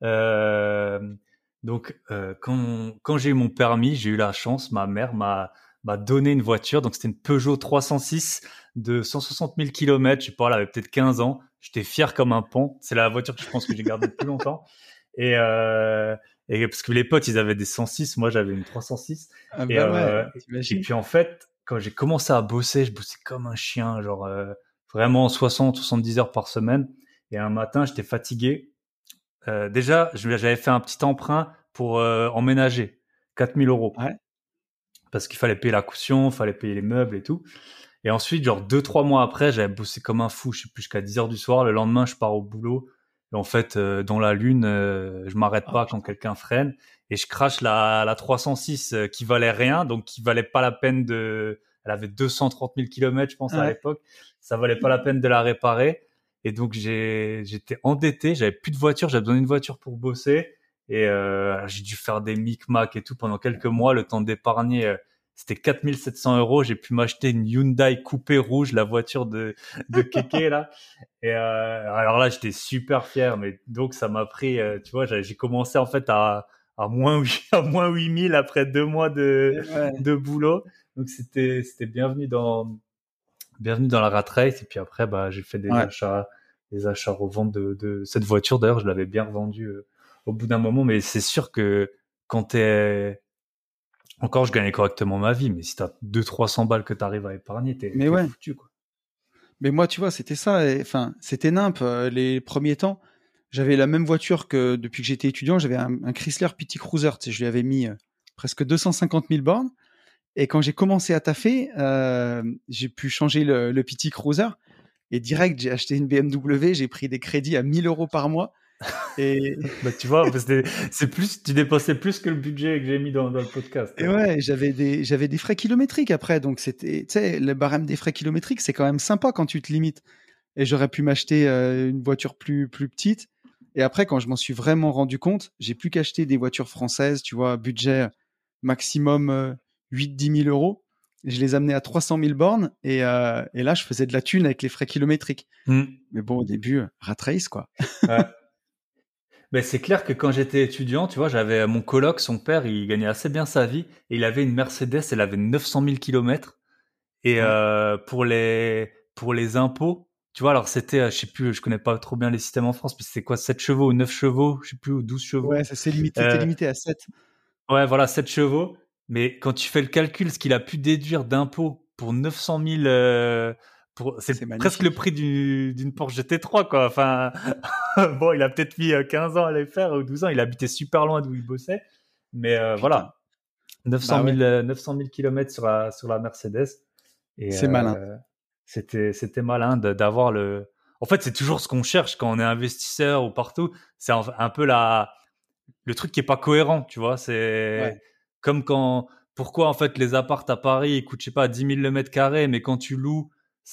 [SPEAKER 2] Euh, donc, euh, quand quand j'ai eu mon permis, j'ai eu la chance. Ma mère m'a m'a donné une voiture. Donc, c'était une Peugeot trois cent six de cent soixante mille kilomètres. Je sais pas, elle avait peut-être quinze ans. J'étais fier comme un paon. C'est la voiture que je pense que j'ai gardée le plus longtemps. Et, euh, et parce que les potes, ils avaient des cent six, moi j'avais une trois cent six.
[SPEAKER 1] ah
[SPEAKER 2] Et,
[SPEAKER 1] bah ouais,
[SPEAKER 2] euh, et
[SPEAKER 1] t'imagines.
[SPEAKER 2] puis en fait, quand j'ai commencé à bosser, je bossais comme un chien, genre euh, vraiment soixante, soixante-dix heures par semaine. Et un matin, j'étais fatigué. Euh, déjà, je- j'avais fait un petit emprunt pour euh, emménager, quatre mille euros.
[SPEAKER 1] Ouais,
[SPEAKER 2] Parce qu'il fallait payer la caution, il fallait payer les meubles et tout. Et ensuite, genre deux, trois mois après, j'avais bossé comme un fou, je sais plus, jusqu'à dix heures du soir. Le lendemain, je pars au boulot. Et en fait, euh, dans la lune, euh, je m'arrête
[SPEAKER 1] oh
[SPEAKER 2] pas quand
[SPEAKER 1] putain,
[SPEAKER 2] quelqu'un freine. Et je crache la, la trois cent six euh, qui valait rien, donc qui valait pas la peine de... Elle avait deux cent trente mille kilomètres, je pense, à
[SPEAKER 1] ouais,
[SPEAKER 2] l'époque. Ça valait pas la peine de la réparer. Et donc, j'ai, j'étais endetté, j'avais plus de voiture, j'avais besoin d'une voiture pour bosser. Et euh, j'ai dû faire des micmacs et tout pendant quelques mois, le temps d'épargner. euh, C'était quatre mille sept cents euros. J'ai pu m'acheter une Hyundai coupée rouge, la voiture de, de Kéké, là. Et euh, alors là, j'étais super fier. Mais donc, ça m'a pris, euh, tu vois, j'ai j'ai commencé en fait à, à moins huit, à moins huit mille après deux mois de,
[SPEAKER 1] et ouais,
[SPEAKER 2] de boulot. Donc, c'était, c'était bienvenu dans, bienvenue dans la rat race. Et puis après, bah, j'ai fait des
[SPEAKER 1] ouais.
[SPEAKER 2] achats, des achats revente de, de cette voiture. D'ailleurs, je l'avais bien revendue euh, au bout d'un moment. Mais c'est sûr que quand t'es, encore, je gagnais correctement ma vie, mais si t'as deux trois cents balles que t'arrives à épargner, t'es,
[SPEAKER 1] Mais
[SPEAKER 2] t'es
[SPEAKER 1] ouais.
[SPEAKER 2] foutu, quoi.
[SPEAKER 1] Mais moi, tu vois, c'était ça. et- Enfin, c'était nimp. euh, Les premiers temps, j'avais la même voiture que depuis que j'étais étudiant. J'avais un, un Chrysler P T Cruiser. Tu sais, je lui avais mis euh, presque deux cent cinquante mille bornes. Et quand j'ai commencé à taffer, euh, j'ai pu changer le, le P T Cruiser. Et direct, j'ai acheté une B M W. J'ai pris des crédits à mille euros par mois. Et,
[SPEAKER 2] Bah, tu vois, parce que c'est plus, tu dépensais plus que le budget que j'ai mis dans, dans le podcast,
[SPEAKER 1] et
[SPEAKER 2] hein.
[SPEAKER 1] ouais, j'avais des, j'avais des frais kilométriques après. Donc, c'était, tu sais, le barème des frais kilométriques, c'est quand même sympa quand tu te limites. Et j'aurais pu m'acheter euh, une voiture plus, plus petite. Et après, quand je m'en suis vraiment rendu compte, j'ai plus qu'acheter des voitures françaises, tu vois, budget maximum euh, huit dix mille euros. Je les amenais à trois cent mille bornes et, euh, et là, je faisais de la thune avec les frais kilométriques.
[SPEAKER 2] Hmm.
[SPEAKER 1] Mais bon, au début, euh, rat race, quoi.
[SPEAKER 2] Ouais. Ben, c'est clair que quand j'étais étudiant, tu vois, j'avais mon coloc, son père, il gagnait assez bien sa vie et il avait une Mercedes, elle avait neuf cent mille kilomètres. Et
[SPEAKER 1] Ouais,
[SPEAKER 2] euh, pour les pour les impôts, tu vois, alors c'était, euh, je sais plus, je connais pas trop bien les systèmes en France, mais c'était quoi, sept chevaux ou neuf chevaux, je sais plus, ou douze chevaux.
[SPEAKER 1] ouais, ça c'est limité, c'était
[SPEAKER 2] Euh,
[SPEAKER 1] limité à sept.
[SPEAKER 2] ouais, voilà, sept chevaux. Mais quand tu fais le calcul, ce qu'il a pu déduire d'impôts pour neuf cent mille, euh, pour,
[SPEAKER 1] C'est
[SPEAKER 2] c'est presque le
[SPEAKER 1] magnifique.
[SPEAKER 2] prix du, d'une Porsche G T trois, quoi. Enfin, bon, il a peut-être mis euh, quinze ans à les faire, ou douze ans. Il habitait super loin d'où il bossait. Mais euh,
[SPEAKER 1] Putain.
[SPEAKER 2] voilà, neuf cent
[SPEAKER 1] Bah ouais,
[SPEAKER 2] mille, euh, neuf cent mille kilomètres sur la, sur la Mercedes. Et
[SPEAKER 1] c'est malin.
[SPEAKER 2] euh, c'était, c'était malin de- d'avoir le. En fait, c'est toujours ce qu'on cherche quand on est investisseur ou partout. C'est un, un peu la, le truc qui est pas cohérent, tu vois. C'est
[SPEAKER 1] Ouais.
[SPEAKER 2] comme quand, pourquoi en fait les appartes à Paris ils coûtent, je sais pas, dix mille le mètre carré, mais quand tu loues,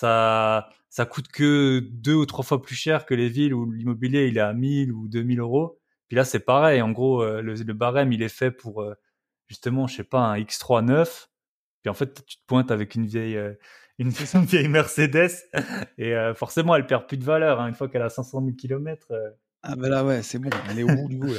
[SPEAKER 2] ça, ça coûte que deux ou trois fois plus cher que les villes où l'immobilier il est à mille ou deux mille euros. Puis là, c'est pareil. En gros, euh, le, le barème il est fait pour euh, justement, je sais pas, un X trois neuf. Puis en fait, tu te pointes avec une vieille, euh, une,
[SPEAKER 1] C'est
[SPEAKER 2] une
[SPEAKER 1] ça.
[SPEAKER 2] vieille Mercedes et euh, forcément, elle perd plus de valeur, hein, une fois qu'elle a cinq cent mille kilomètres. euh.
[SPEAKER 1] Ah bah là, ouais, c'est bon. Elle est au bout du bout, là.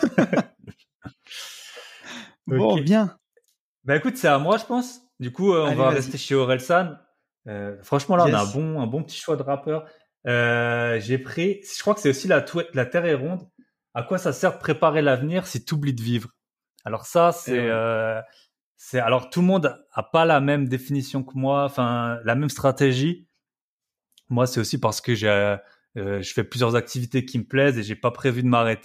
[SPEAKER 2] Ok.
[SPEAKER 1] Bon, bien.
[SPEAKER 2] Bah écoute, c'est à moi, je pense. Du coup, euh, on
[SPEAKER 1] Allez,
[SPEAKER 2] va
[SPEAKER 1] vas-y.
[SPEAKER 2] rester chez Orelsan. Euh, franchement, là, on a un
[SPEAKER 1] Yes.
[SPEAKER 2] bon, un bon petit choix de rappeur. Euh, j'ai pris, je crois que c'est aussi la, tou- la Terre est ronde. À quoi ça sert de préparer l'avenir si tu oublies de vivre? Alors ça,
[SPEAKER 1] Et
[SPEAKER 2] c'est,
[SPEAKER 1] ouais.
[SPEAKER 2] euh, c'est, alors tout le monde a pas la même définition que moi, enfin la même stratégie. Moi, c'est aussi parce que j'ai, euh, je fais plusieurs activités qui me plaisent et j'ai pas prévu de m'arrêter.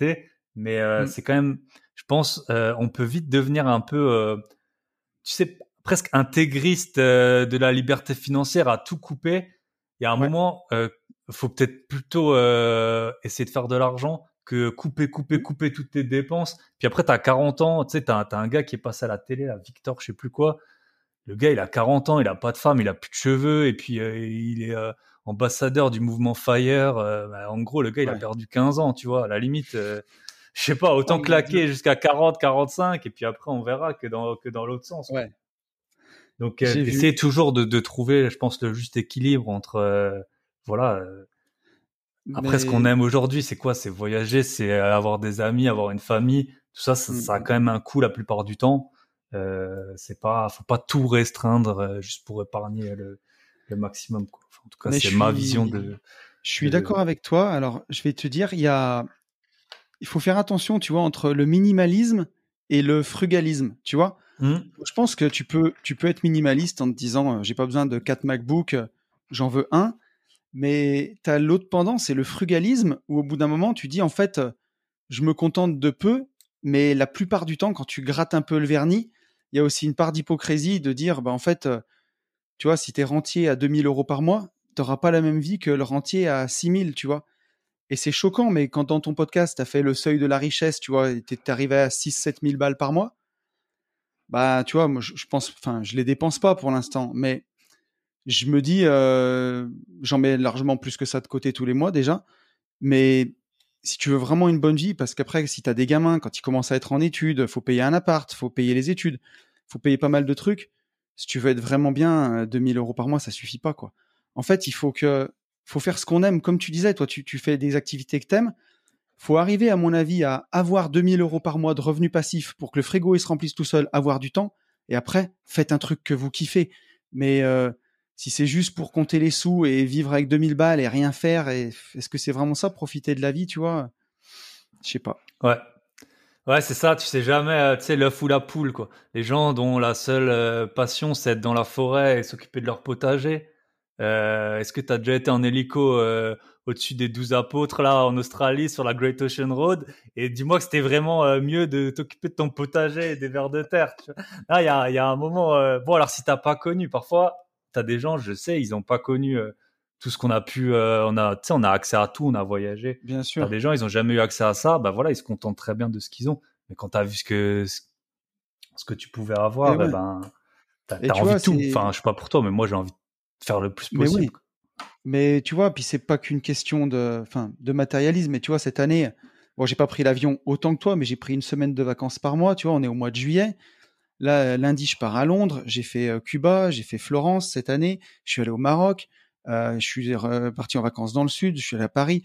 [SPEAKER 2] Mais euh,
[SPEAKER 1] Mm.
[SPEAKER 2] c'est quand même, je pense, euh, on peut vite devenir un peu, euh, tu sais, presque intégriste euh, de la liberté financière à tout couper. Il y a un
[SPEAKER 1] Ouais.
[SPEAKER 2] moment, euh, faut peut-être plutôt euh, essayer de faire de l'argent que couper, couper,
[SPEAKER 1] Mm.
[SPEAKER 2] couper toutes tes dépenses. Puis après, t'as quarante ans, tu sais, t'as, t'as un gars qui est passé à la télé, là, Victor, je sais plus quoi. Le gars, il a quarante ans, il a pas de femme, il a plus de cheveux, et puis euh, il est euh, ambassadeur du mouvement Fire. Euh, bah, en gros, le gars, il a
[SPEAKER 1] Ouais.
[SPEAKER 2] perdu quinze ans, tu vois. À la limite, euh, je sais pas,
[SPEAKER 1] Oh
[SPEAKER 2] autant
[SPEAKER 1] mon Dieu.
[SPEAKER 2] claquer jusqu'à quarante, quarante-cinq, et puis après, on verra que dans, que dans l'autre sens, quoi.
[SPEAKER 1] Ouais.
[SPEAKER 2] Donc, euh,
[SPEAKER 1] J'ai vu.
[SPEAKER 2] essayer toujours de, de trouver, je pense, le juste équilibre entre, euh, voilà. euh, après, ce qu'on
[SPEAKER 1] Mais
[SPEAKER 2] aime aujourd'hui, c'est quoi? C'est voyager, c'est avoir des amis, avoir une famille. Tout ça, ça,
[SPEAKER 1] mm,
[SPEAKER 2] ça a
[SPEAKER 1] mm,
[SPEAKER 2] quand même un coût la plupart du temps. Euh, c'est pas, faut pas tout restreindre euh, juste pour épargner le, le maximum, quoi. Enfin, en tout cas,
[SPEAKER 1] mais je
[SPEAKER 2] c'est ma vision
[SPEAKER 1] suis,
[SPEAKER 2] de,
[SPEAKER 1] je suis
[SPEAKER 2] de...
[SPEAKER 1] d'accord avec toi. Alors, je vais te dire, il y a, il faut faire attention, tu vois, entre le minimalisme et le frugalisme, tu vois.
[SPEAKER 2] Hmm.
[SPEAKER 1] Je pense que tu peux, tu peux être minimaliste en te disant, euh, j'ai pas besoin de quatre MacBooks, euh, j'en veux un. Mais tu as l'autre pendant, c'est le frugalisme, où au bout d'un moment, tu dis, en fait, euh, je me contente de peu, mais la plupart du temps, quand tu grattes un peu le vernis, il y a aussi une part d'hypocrisie de dire, bah, en fait, euh, tu vois, si tu es rentier à deux mille euros par mois, tu n'auras pas la même vie que le rentier à six mille, tu vois. Et c'est choquant, mais quand dans ton podcast, tu as fait le seuil de la richesse, tu vois, tu es arrivé à six sept mille balles par mois, bah, tu vois, moi, je, je pense, enfin, je les dépense pas pour l'instant, mais je me dis, euh, j'en mets largement plus que ça de côté tous les mois déjà, mais si tu veux vraiment une bonne vie, parce qu'après, si tu as des gamins, quand ils commencent à être en études, faut payer un appart, faut payer les études, faut payer pas mal de trucs. Si tu veux être vraiment bien, deux mille euros par mois, ça suffit pas, quoi. En fait, il faut que, faut faire ce qu'on aime. Comme tu disais, toi, tu, tu fais des activités que t'aimes. Faut arriver, à mon avis, à avoir deux mille euros par mois de revenus passifs pour que le frigo il se remplisse tout seul, avoir du temps. Et après, faites un truc que vous kiffez. Mais euh, si c'est juste pour compter les sous et vivre avec deux mille balles et rien faire, et est-ce que c'est vraiment ça, profiter de la vie, tu vois? Je sais pas.
[SPEAKER 2] Ouais. Ouais, c'est ça, tu sais jamais, euh, tu sais, l'œuf ou la poule, quoi. Les gens dont la seule euh, passion, c'est être dans la forêt et s'occuper de leur potager. Euh, est-ce que tu as déjà été en hélico euh, au-dessus des douze apôtres, là, en Australie, sur la Great Ocean Road? Et dis-moi que c'était vraiment euh, mieux de t'occuper de ton potager et des vers de terre, tu vois. Là, il y a, il y a un moment... euh, Bon, alors, si t'as pas connu, parfois, tu as des gens, je sais, ils ont pas connu euh, tout ce qu'on a pu... euh, on a, tu sais, on a accès à tout, on a voyagé.
[SPEAKER 1] Bien
[SPEAKER 2] T'as
[SPEAKER 1] sûr.
[SPEAKER 2] des gens, ils ont jamais eu accès à ça, bah voilà, ils se contentent très bien de ce qu'ils ont. Mais quand t'as vu ce que ce que tu pouvais
[SPEAKER 1] Et
[SPEAKER 2] avoir, eh
[SPEAKER 1] ouais.
[SPEAKER 2] ben t'as
[SPEAKER 1] Et
[SPEAKER 2] as
[SPEAKER 1] tu
[SPEAKER 2] envie
[SPEAKER 1] vois,
[SPEAKER 2] de tout.
[SPEAKER 1] c'est.
[SPEAKER 2] Enfin, je sais pas pour toi, mais moi j'ai envie de faire le plus
[SPEAKER 1] Mais
[SPEAKER 2] possible.
[SPEAKER 1] oui. Mais tu vois, puis c'est pas qu'une question de, enfin, de matérialisme. Mais tu vois, cette année, bon, j'ai pas pris l'avion autant que toi, mais j'ai pris une semaine de vacances par mois. Tu vois, on est au mois de juillet. Là, lundi, je pars à Londres. J'ai fait euh, Cuba, j'ai fait Florence cette année. Je suis allé au Maroc. Euh, je suis parti en vacances dans le sud. Je suis allé à Paris.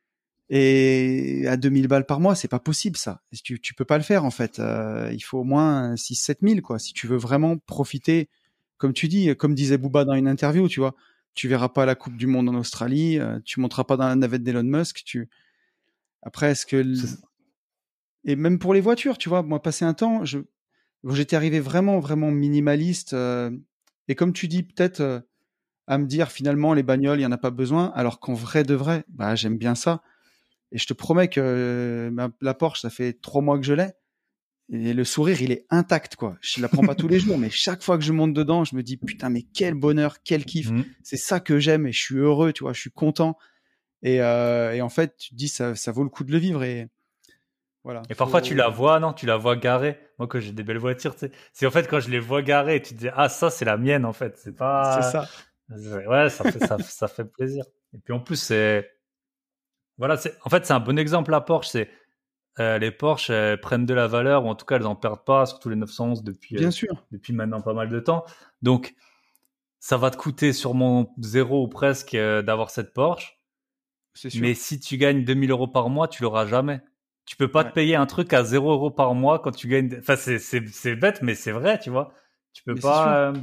[SPEAKER 1] Et à deux mille balles par mois, c'est pas possible ça. Tu, tu peux pas le faire en fait. Euh, il faut au moins six sept mille quoi. Si tu veux vraiment profiter, comme tu dis, comme disait Booba dans une interview, tu vois, tu verras pas la Coupe du Monde en Australie, euh, tu monteras pas dans la navette d'Elon Musk. Tu après est-ce que l-
[SPEAKER 2] C'est-
[SPEAKER 1] et même pour les voitures, tu vois, moi passé un temps, je bon, j'étais arrivé vraiment vraiment minimaliste euh, et comme tu dis peut-être euh, à me dire finalement les bagnoles il y en a pas besoin, alors qu'en vrai de vrai, bah j'aime bien ça. Et je te promets que euh, ma- la Porsche, ça fait trois mois que je l'ai. Et le sourire, il est intact, quoi. Je la prends pas tous les jours, mais chaque fois que je monte dedans, je me dis, putain, mais quel bonheur, quel kiff.
[SPEAKER 2] Mhm.
[SPEAKER 1] C'est ça que j'aime et je suis heureux, tu vois, je suis content. Et, euh, et en fait, tu te dis, ça, ça vaut le coup de le vivre. Et voilà,
[SPEAKER 2] Et parfois tu la
[SPEAKER 1] faut.
[SPEAKER 2] vois, non, tu la vois garée. Moi, quand j'ai des belles voitures, tu sais, c'est en fait quand je les vois garées, tu te dis ah ça c'est la mienne en fait. C'est
[SPEAKER 1] C'est
[SPEAKER 2] pas,
[SPEAKER 1] ça.
[SPEAKER 2] ouais, ça fait ça, ça fait plaisir. Et puis en plus c'est, voilà, c'est en fait c'est un bon exemple la Porsche. C'est euh, les Porsche elles prennent de la valeur ou en tout cas elles en perdent pas, surtout les neuf cent onze depuis
[SPEAKER 1] Bien
[SPEAKER 2] euh,
[SPEAKER 1] sûr,
[SPEAKER 2] depuis maintenant pas mal de temps. Donc ça va te coûter sûrement zéro ou presque euh, d'avoir cette Porsche.
[SPEAKER 1] c'est
[SPEAKER 2] Mais
[SPEAKER 1] sûr.
[SPEAKER 2] si tu gagnes deux mille euros par mois, tu l'auras jamais. Tu peux pas te
[SPEAKER 1] Ouais.
[SPEAKER 2] payer un truc à zéro euros par mois quand tu gagnes. Enfin, c'est, c'est, c'est bête, mais c'est vrai, tu vois. Tu peux
[SPEAKER 1] Mais c'est sûr.
[SPEAKER 2] pas. euh,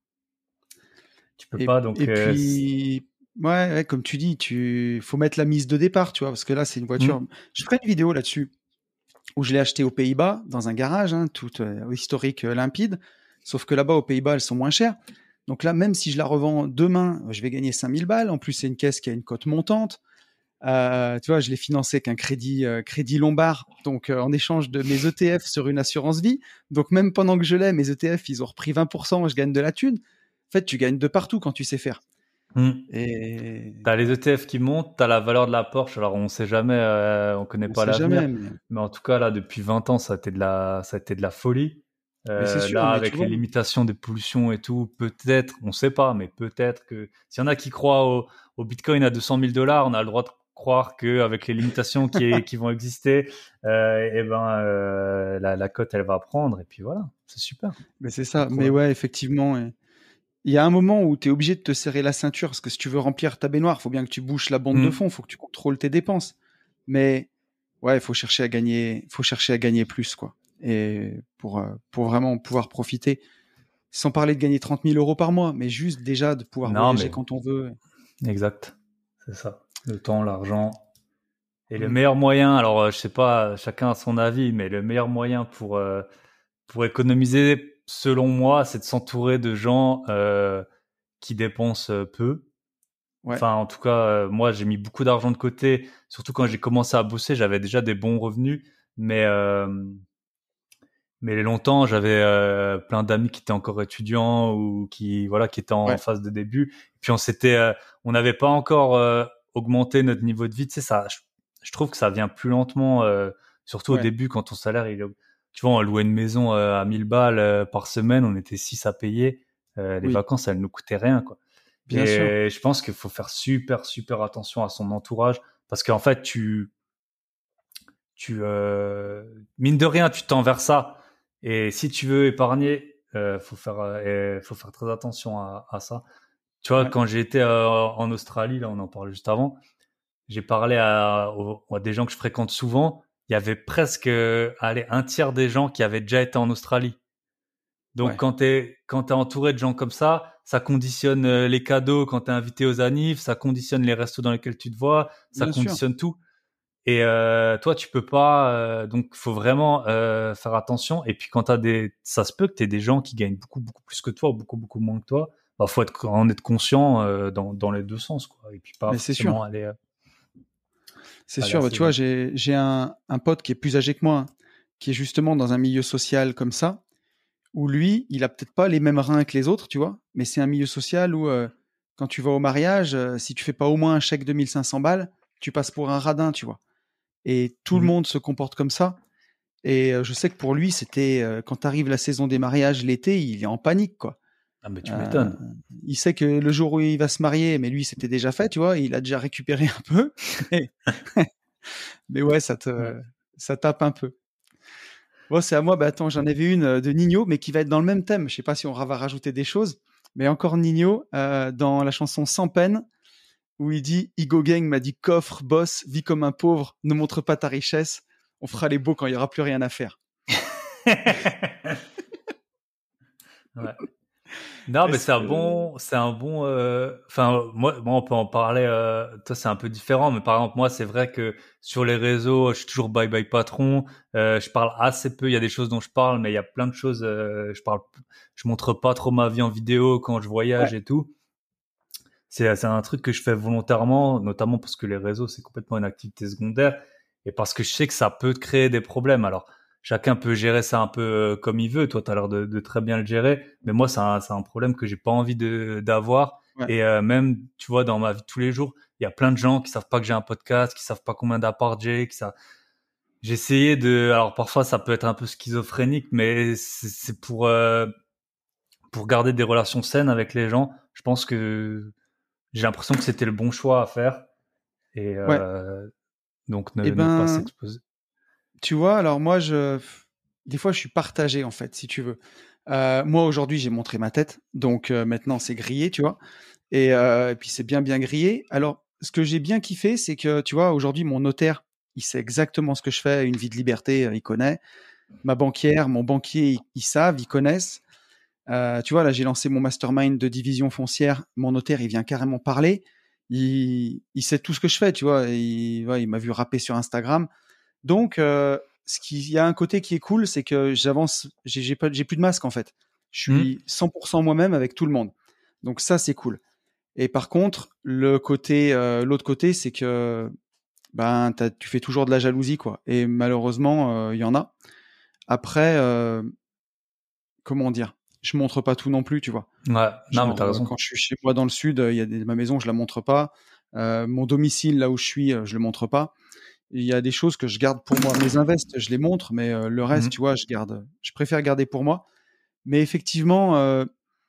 [SPEAKER 2] Tu peux
[SPEAKER 1] Et,
[SPEAKER 2] pas, donc.
[SPEAKER 1] et
[SPEAKER 2] Euh, c'est-
[SPEAKER 1] puis, ouais, ouais, comme tu dis, tu faut mettre la mise de départ, tu vois, parce que là, c'est une
[SPEAKER 2] Hmm.
[SPEAKER 1] voiture. Je ferai une vidéo là-dessus où je l'ai acheté aux Pays-Bas, dans un garage, hein, tout euh, historique euh, limpide. Sauf que là-bas, aux Pays-Bas, elles sont moins chères. Donc là, même si je la revends demain, je vais gagner cinq mille balles. En plus, c'est une caisse qui a une cote montante. Euh, tu vois, je l'ai financé avec un crédit, euh, crédit Lombard, donc euh, en échange de mes E T F sur une assurance vie. Donc même pendant que je l'ai, mes E T F, ils ont repris vingt pour cent, je gagne de la thune. En fait, tu gagnes de partout quand tu sais faire.
[SPEAKER 2] Hmm.
[SPEAKER 1] Et
[SPEAKER 2] T'as les E T F qui montent, t'as la valeur de la Porsche. Alors on sait jamais, euh, on connaît
[SPEAKER 1] on
[SPEAKER 2] pas
[SPEAKER 1] sait
[SPEAKER 2] l'avenir,
[SPEAKER 1] jamais, mais,
[SPEAKER 2] mais en tout cas là, depuis vingt ans, ça a été de la, ça a été de la folie.
[SPEAKER 1] mais c'est
[SPEAKER 2] Euh,
[SPEAKER 1] sûr.
[SPEAKER 2] là,
[SPEAKER 1] Mais tu
[SPEAKER 2] avec les
[SPEAKER 1] vois,
[SPEAKER 2] limitations des pollutions et tout, peut-être, on sait pas, mais peut-être que s'il y en a qui croient au, au Bitcoin à deux cent mille dollars, on a le droit de croire que avec les limitations qui, est- qui vont exister, euh, et ben euh, la, la cote elle va prendre et puis voilà, c'est super,
[SPEAKER 1] mais c'est
[SPEAKER 2] pas de
[SPEAKER 1] ça. Mais
[SPEAKER 2] problème.
[SPEAKER 1] ouais, effectivement. et- Il y a un moment où tu es obligé de te serrer la ceinture parce que si tu veux remplir ta baignoire, il faut bien que tu bouches la bande de
[SPEAKER 2] Hmm.
[SPEAKER 1] fond, il faut que tu contrôles tes dépenses. Mais ouais, il faut chercher à gagner, faut chercher à gagner plus, quoi. Et pour, euh, pour vraiment pouvoir profiter, sans parler de gagner trente mille euros par mois, mais juste déjà de pouvoir
[SPEAKER 2] Non
[SPEAKER 1] voyager
[SPEAKER 2] mais
[SPEAKER 1] quand on veut.
[SPEAKER 2] exact, c'est ça. Le temps, l'argent. Et le
[SPEAKER 1] Mm.
[SPEAKER 2] meilleur moyen, alors euh, je sais pas, chacun a son avis, mais le meilleur moyen pour euh, pour économiser, selon moi, c'est de s'entourer de gens euh, qui dépensent euh, peu.
[SPEAKER 1] Ouais,
[SPEAKER 2] Enfin, en tout cas, euh, moi, j'ai mis beaucoup d'argent de côté. Surtout quand j'ai commencé à bosser, j'avais déjà des bons revenus, mais euh, mais longtemps, j'avais euh, plein d'amis qui étaient encore étudiants ou qui voilà, qui étaient en
[SPEAKER 1] ouais,
[SPEAKER 2] phase de début. Puis on s'était, euh, on n'avait pas encore euh, augmenté notre niveau de vie. Tu sais, ça, je, je trouve que ça vient plus lentement, euh, surtout au
[SPEAKER 1] ouais,
[SPEAKER 2] début quand ton salaire, il, est- tu vois, on louait une maison euh, à mille balles euh, par semaine, on était six à payer. Euh, les
[SPEAKER 1] oui,
[SPEAKER 2] vacances, elles nous coûtaient rien, quoi.
[SPEAKER 1] bien sûr.
[SPEAKER 2] Et je pense qu'il faut faire super, super attention à son entourage parce qu'en fait, tu, tu, euh, mine de rien, tu tends vers ça. Et si tu veux épargner, euh, faut faire, euh, faut faire très attention à, à ça. Tu vois,
[SPEAKER 1] Ouais,
[SPEAKER 2] quand j'ai été euh, en Australie, là, on en parlait juste avant, j'ai parlé à, aux- à des gens que je fréquente souvent. Il y avait presque, euh, allez, un tiers des gens qui avaient déjà été en Australie. Donc
[SPEAKER 1] ouais,
[SPEAKER 2] quand t'es quand t'es entouré de gens comme ça, ça conditionne euh, les cadeaux quand t'es invité aux annives, ça conditionne les restos dans lesquels tu te vois, ça
[SPEAKER 1] bien sûr.
[SPEAKER 2] conditionne tout. Et euh, toi, tu peux pas. Euh, donc, faut vraiment euh, faire attention. Et puis, quand t'as des, ça se peut que t'aies des gens qui gagnent beaucoup, beaucoup plus que toi, ou beaucoup, beaucoup moins que toi. Bah, faut être en être conscient euh, dans dans les deux sens, quoi. Et puis pas
[SPEAKER 1] Mais c'est sûr,
[SPEAKER 2] forcément aller euh,
[SPEAKER 1] c'est
[SPEAKER 2] aller
[SPEAKER 1] sûr. Bah,
[SPEAKER 2] assez
[SPEAKER 1] tu vois,
[SPEAKER 2] loin.
[SPEAKER 1] j'ai j'ai un, un pote qui est plus âgé que moi, hein, qui est justement dans un milieu social comme ça, où lui, il a peut-être pas les mêmes reins que les autres, tu vois, mais c'est un milieu social où euh, quand tu vas au mariage, euh, si tu fais pas au moins un chèque de mille cinq cents balles, tu passes pour un radin, tu vois. Et tout le
[SPEAKER 2] Mhm.
[SPEAKER 1] monde se comporte comme ça. Et euh, je sais que pour lui, c'était euh, quand arrive la saison des mariages l'été, il est en panique, quoi.
[SPEAKER 2] Ah, mais tu
[SPEAKER 1] Euh,
[SPEAKER 2] m'étonnes.
[SPEAKER 1] il sait que le jour où il va se marier, mais lui, c'était déjà fait, tu vois, il a déjà récupéré un peu. Mais, mais ouais, ça
[SPEAKER 2] Ouais.
[SPEAKER 1] te, ça tape un peu. Bon, c'est à moi. Bah, attends, j'en avais une euh, de Nino, mais qui va être dans le même thème. Je sais pas si on va rajouter des choses, mais encore Nino euh, dans la chanson Sans peine, où il dit Igo Gang m'a dit coffre, boss, vis comme un pauvre, ne montre pas ta richesse. On fera les beaux quand il y aura plus rien à faire.
[SPEAKER 2] Ouais. Non, mais
[SPEAKER 1] Est-ce
[SPEAKER 2] c'est un
[SPEAKER 1] que
[SPEAKER 2] bon, c'est un bon. euh, Enfin, moi, moi, on peut en parler. Euh, toi, c'est un peu différent, mais par exemple, moi, c'est vrai que sur les réseaux, je suis toujours bye bye patron. Euh, je parle assez peu. Il y a des choses dont je parle, mais il y a plein de choses. Euh, je parle, je montre pas trop ma vie en vidéo quand je
[SPEAKER 1] ouais,
[SPEAKER 2] voyage et tout. C'est, c'est un truc que je fais volontairement, notamment parce que les réseaux, c'est complètement une activité secondaire et parce que je sais que ça peut te créer des problèmes. Alors, chacun peut gérer ça un peu euh, comme il veut. Toi, tu as l'air de, de très bien le gérer, mais moi, c'est un, c'est un problème que j'ai pas envie de, d'avoir.
[SPEAKER 1] ouais,
[SPEAKER 2] Et euh, même, tu vois, dans ma vie de tous les jours, il y a plein de gens qui savent pas que j'ai un podcast, qui savent pas combien d'apparts j'ai, qui ça. J'ai essayé de. Alors parfois, ça peut être un peu schizophrénique, mais c'est, c'est pour euh, pour garder des relations saines avec les gens. Je pense que j'ai l'impression que c'était le bon choix à faire et
[SPEAKER 1] ouais.
[SPEAKER 2] euh, donc
[SPEAKER 1] Eh
[SPEAKER 2] ne, ne pas
[SPEAKER 1] ben,
[SPEAKER 2] s'exposer.
[SPEAKER 1] tu vois, alors moi, je, des fois, je suis partagé en fait, si tu veux. Euh, moi, aujourd'hui, j'ai montré ma tête, donc euh, maintenant, c'est grillé, tu vois. Et, euh, et puis, c'est bien, bien grillé. Alors, ce que j'ai bien kiffé, c'est que, tu vois, aujourd'hui, mon notaire, il sait exactement ce que je fais, une vie de liberté, euh, il connaît. Ma banquière, mon banquier, ils, ils savent, ils connaissent. Euh, tu vois, là, j'ai lancé mon mastermind de division foncière. Mon notaire, il vient carrément parler. Il, il sait tout ce que je fais, tu vois. Il, ouais, il m'a vu rapper sur Instagram. Donc, euh, ce qui, il y a un côté qui est cool, c'est que j'avance, j'ai, j'ai pas, j'ai plus de masque en fait. Je
[SPEAKER 2] Hmm.
[SPEAKER 1] suis cent pour cent moi-même avec tout le monde. Donc ça, c'est cool. Et par contre, le côté, euh, l'autre côté, c'est que ben tu fais toujours de la jalousie, quoi. Et malheureusement, il euh, y en a. Après, euh, comment dire, je montre pas tout non plus, tu vois.
[SPEAKER 2] Ouais, non, mais
[SPEAKER 1] Genre,
[SPEAKER 2] t'as
[SPEAKER 1] euh,
[SPEAKER 2] raison.
[SPEAKER 1] quand je suis chez moi dans le sud, il y a des, ma maison, je la montre pas. Euh, mon domicile, là où je suis, euh, je le montre pas. Il y a des choses que je garde pour moi. Mes invests, je les montre, mais euh, le reste,
[SPEAKER 2] Mhm.
[SPEAKER 1] tu vois, je garde. Je préfère garder pour moi. Mais effectivement, euh,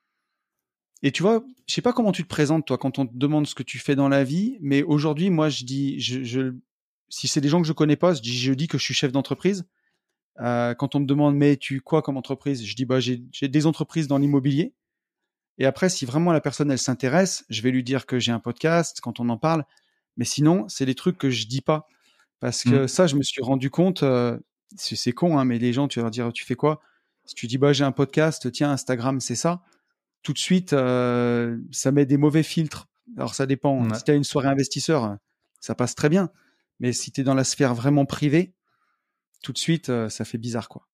[SPEAKER 1] et tu vois, je sais pas comment tu te présentes, toi, quand on te demande ce que tu fais dans la vie, mais aujourd'hui, moi, je dis, je, je, si c'est des gens que je connais pas, je dis, je dis que je suis chef d'entreprise. Euh, quand on me demande, mais tu quoi comme entreprise? Je dis, bah, j'ai, j'ai des entreprises dans l'immobilier. Et après, si vraiment la personne, elle s'intéresse, je vais lui dire que j'ai un podcast quand on en parle. Mais sinon, c'est des trucs que je dis pas. Parce que
[SPEAKER 2] Mhm.
[SPEAKER 1] ça, je me suis rendu compte, euh, c'est, c'est con, hein, mais les gens, tu vas leur dire, tu fais quoi? Si tu dis, bah, j'ai un podcast, tiens, Instagram, c'est ça. Tout de suite, euh, ça met des mauvais filtres. Alors, ça dépend.
[SPEAKER 2] Ouais.
[SPEAKER 1] Si tu as une soirée investisseur, ça passe très bien. Mais si tu es dans la sphère vraiment privée, tout de suite, euh, ça fait bizarre, quoi.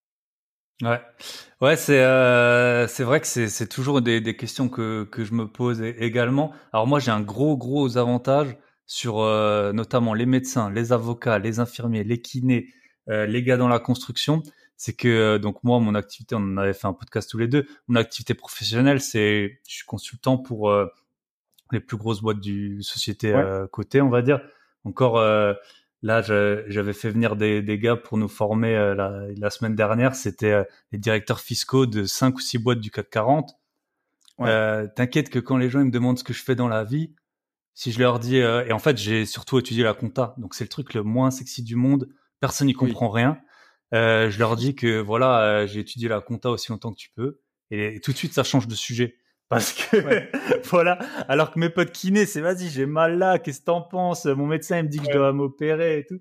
[SPEAKER 2] Ouais, ouais, c'est euh, c'est vrai que c'est c'est toujours des des questions que que je me pose é- également. Alors moi, j'ai un gros gros avantage sur euh, notamment les médecins, les avocats, les infirmiers, les kinés, euh, les gars dans la construction. C'est que euh, donc moi, mon activité, on en avait fait un podcast tous les deux. Mon activité professionnelle, c'est je suis consultant pour euh, les plus grosses boîtes du société
[SPEAKER 1] Ouais,
[SPEAKER 2] euh, cotée, on va dire. Encore euh, là, je- j'avais fait venir des, des gars pour nous former euh, la, la semaine dernière. C'était euh, les directeurs fiscaux de cinq ou six boîtes du CAC quarante.
[SPEAKER 1] ouais,
[SPEAKER 2] Euh, t'inquiète que quand les gens ils me demandent ce que je fais dans la vie, si je leur dis euh, et en fait j'ai surtout étudié la compta, donc c'est le truc le moins sexy du monde. Personne n'y
[SPEAKER 1] oui.
[SPEAKER 2] comprend rien. Euh, je leur dis que voilà, euh, j'ai étudié la compta aussi longtemps que tu peux, et, et tout de suite ça change de sujet parce que
[SPEAKER 1] Ouais,
[SPEAKER 2] voilà. Alors que mes potes kinés, c'est vas-y, j'ai mal là, qu'est-ce que t'en penses? Mon médecin il me dit que je
[SPEAKER 1] ouais.
[SPEAKER 2] dois m'opérer et tout.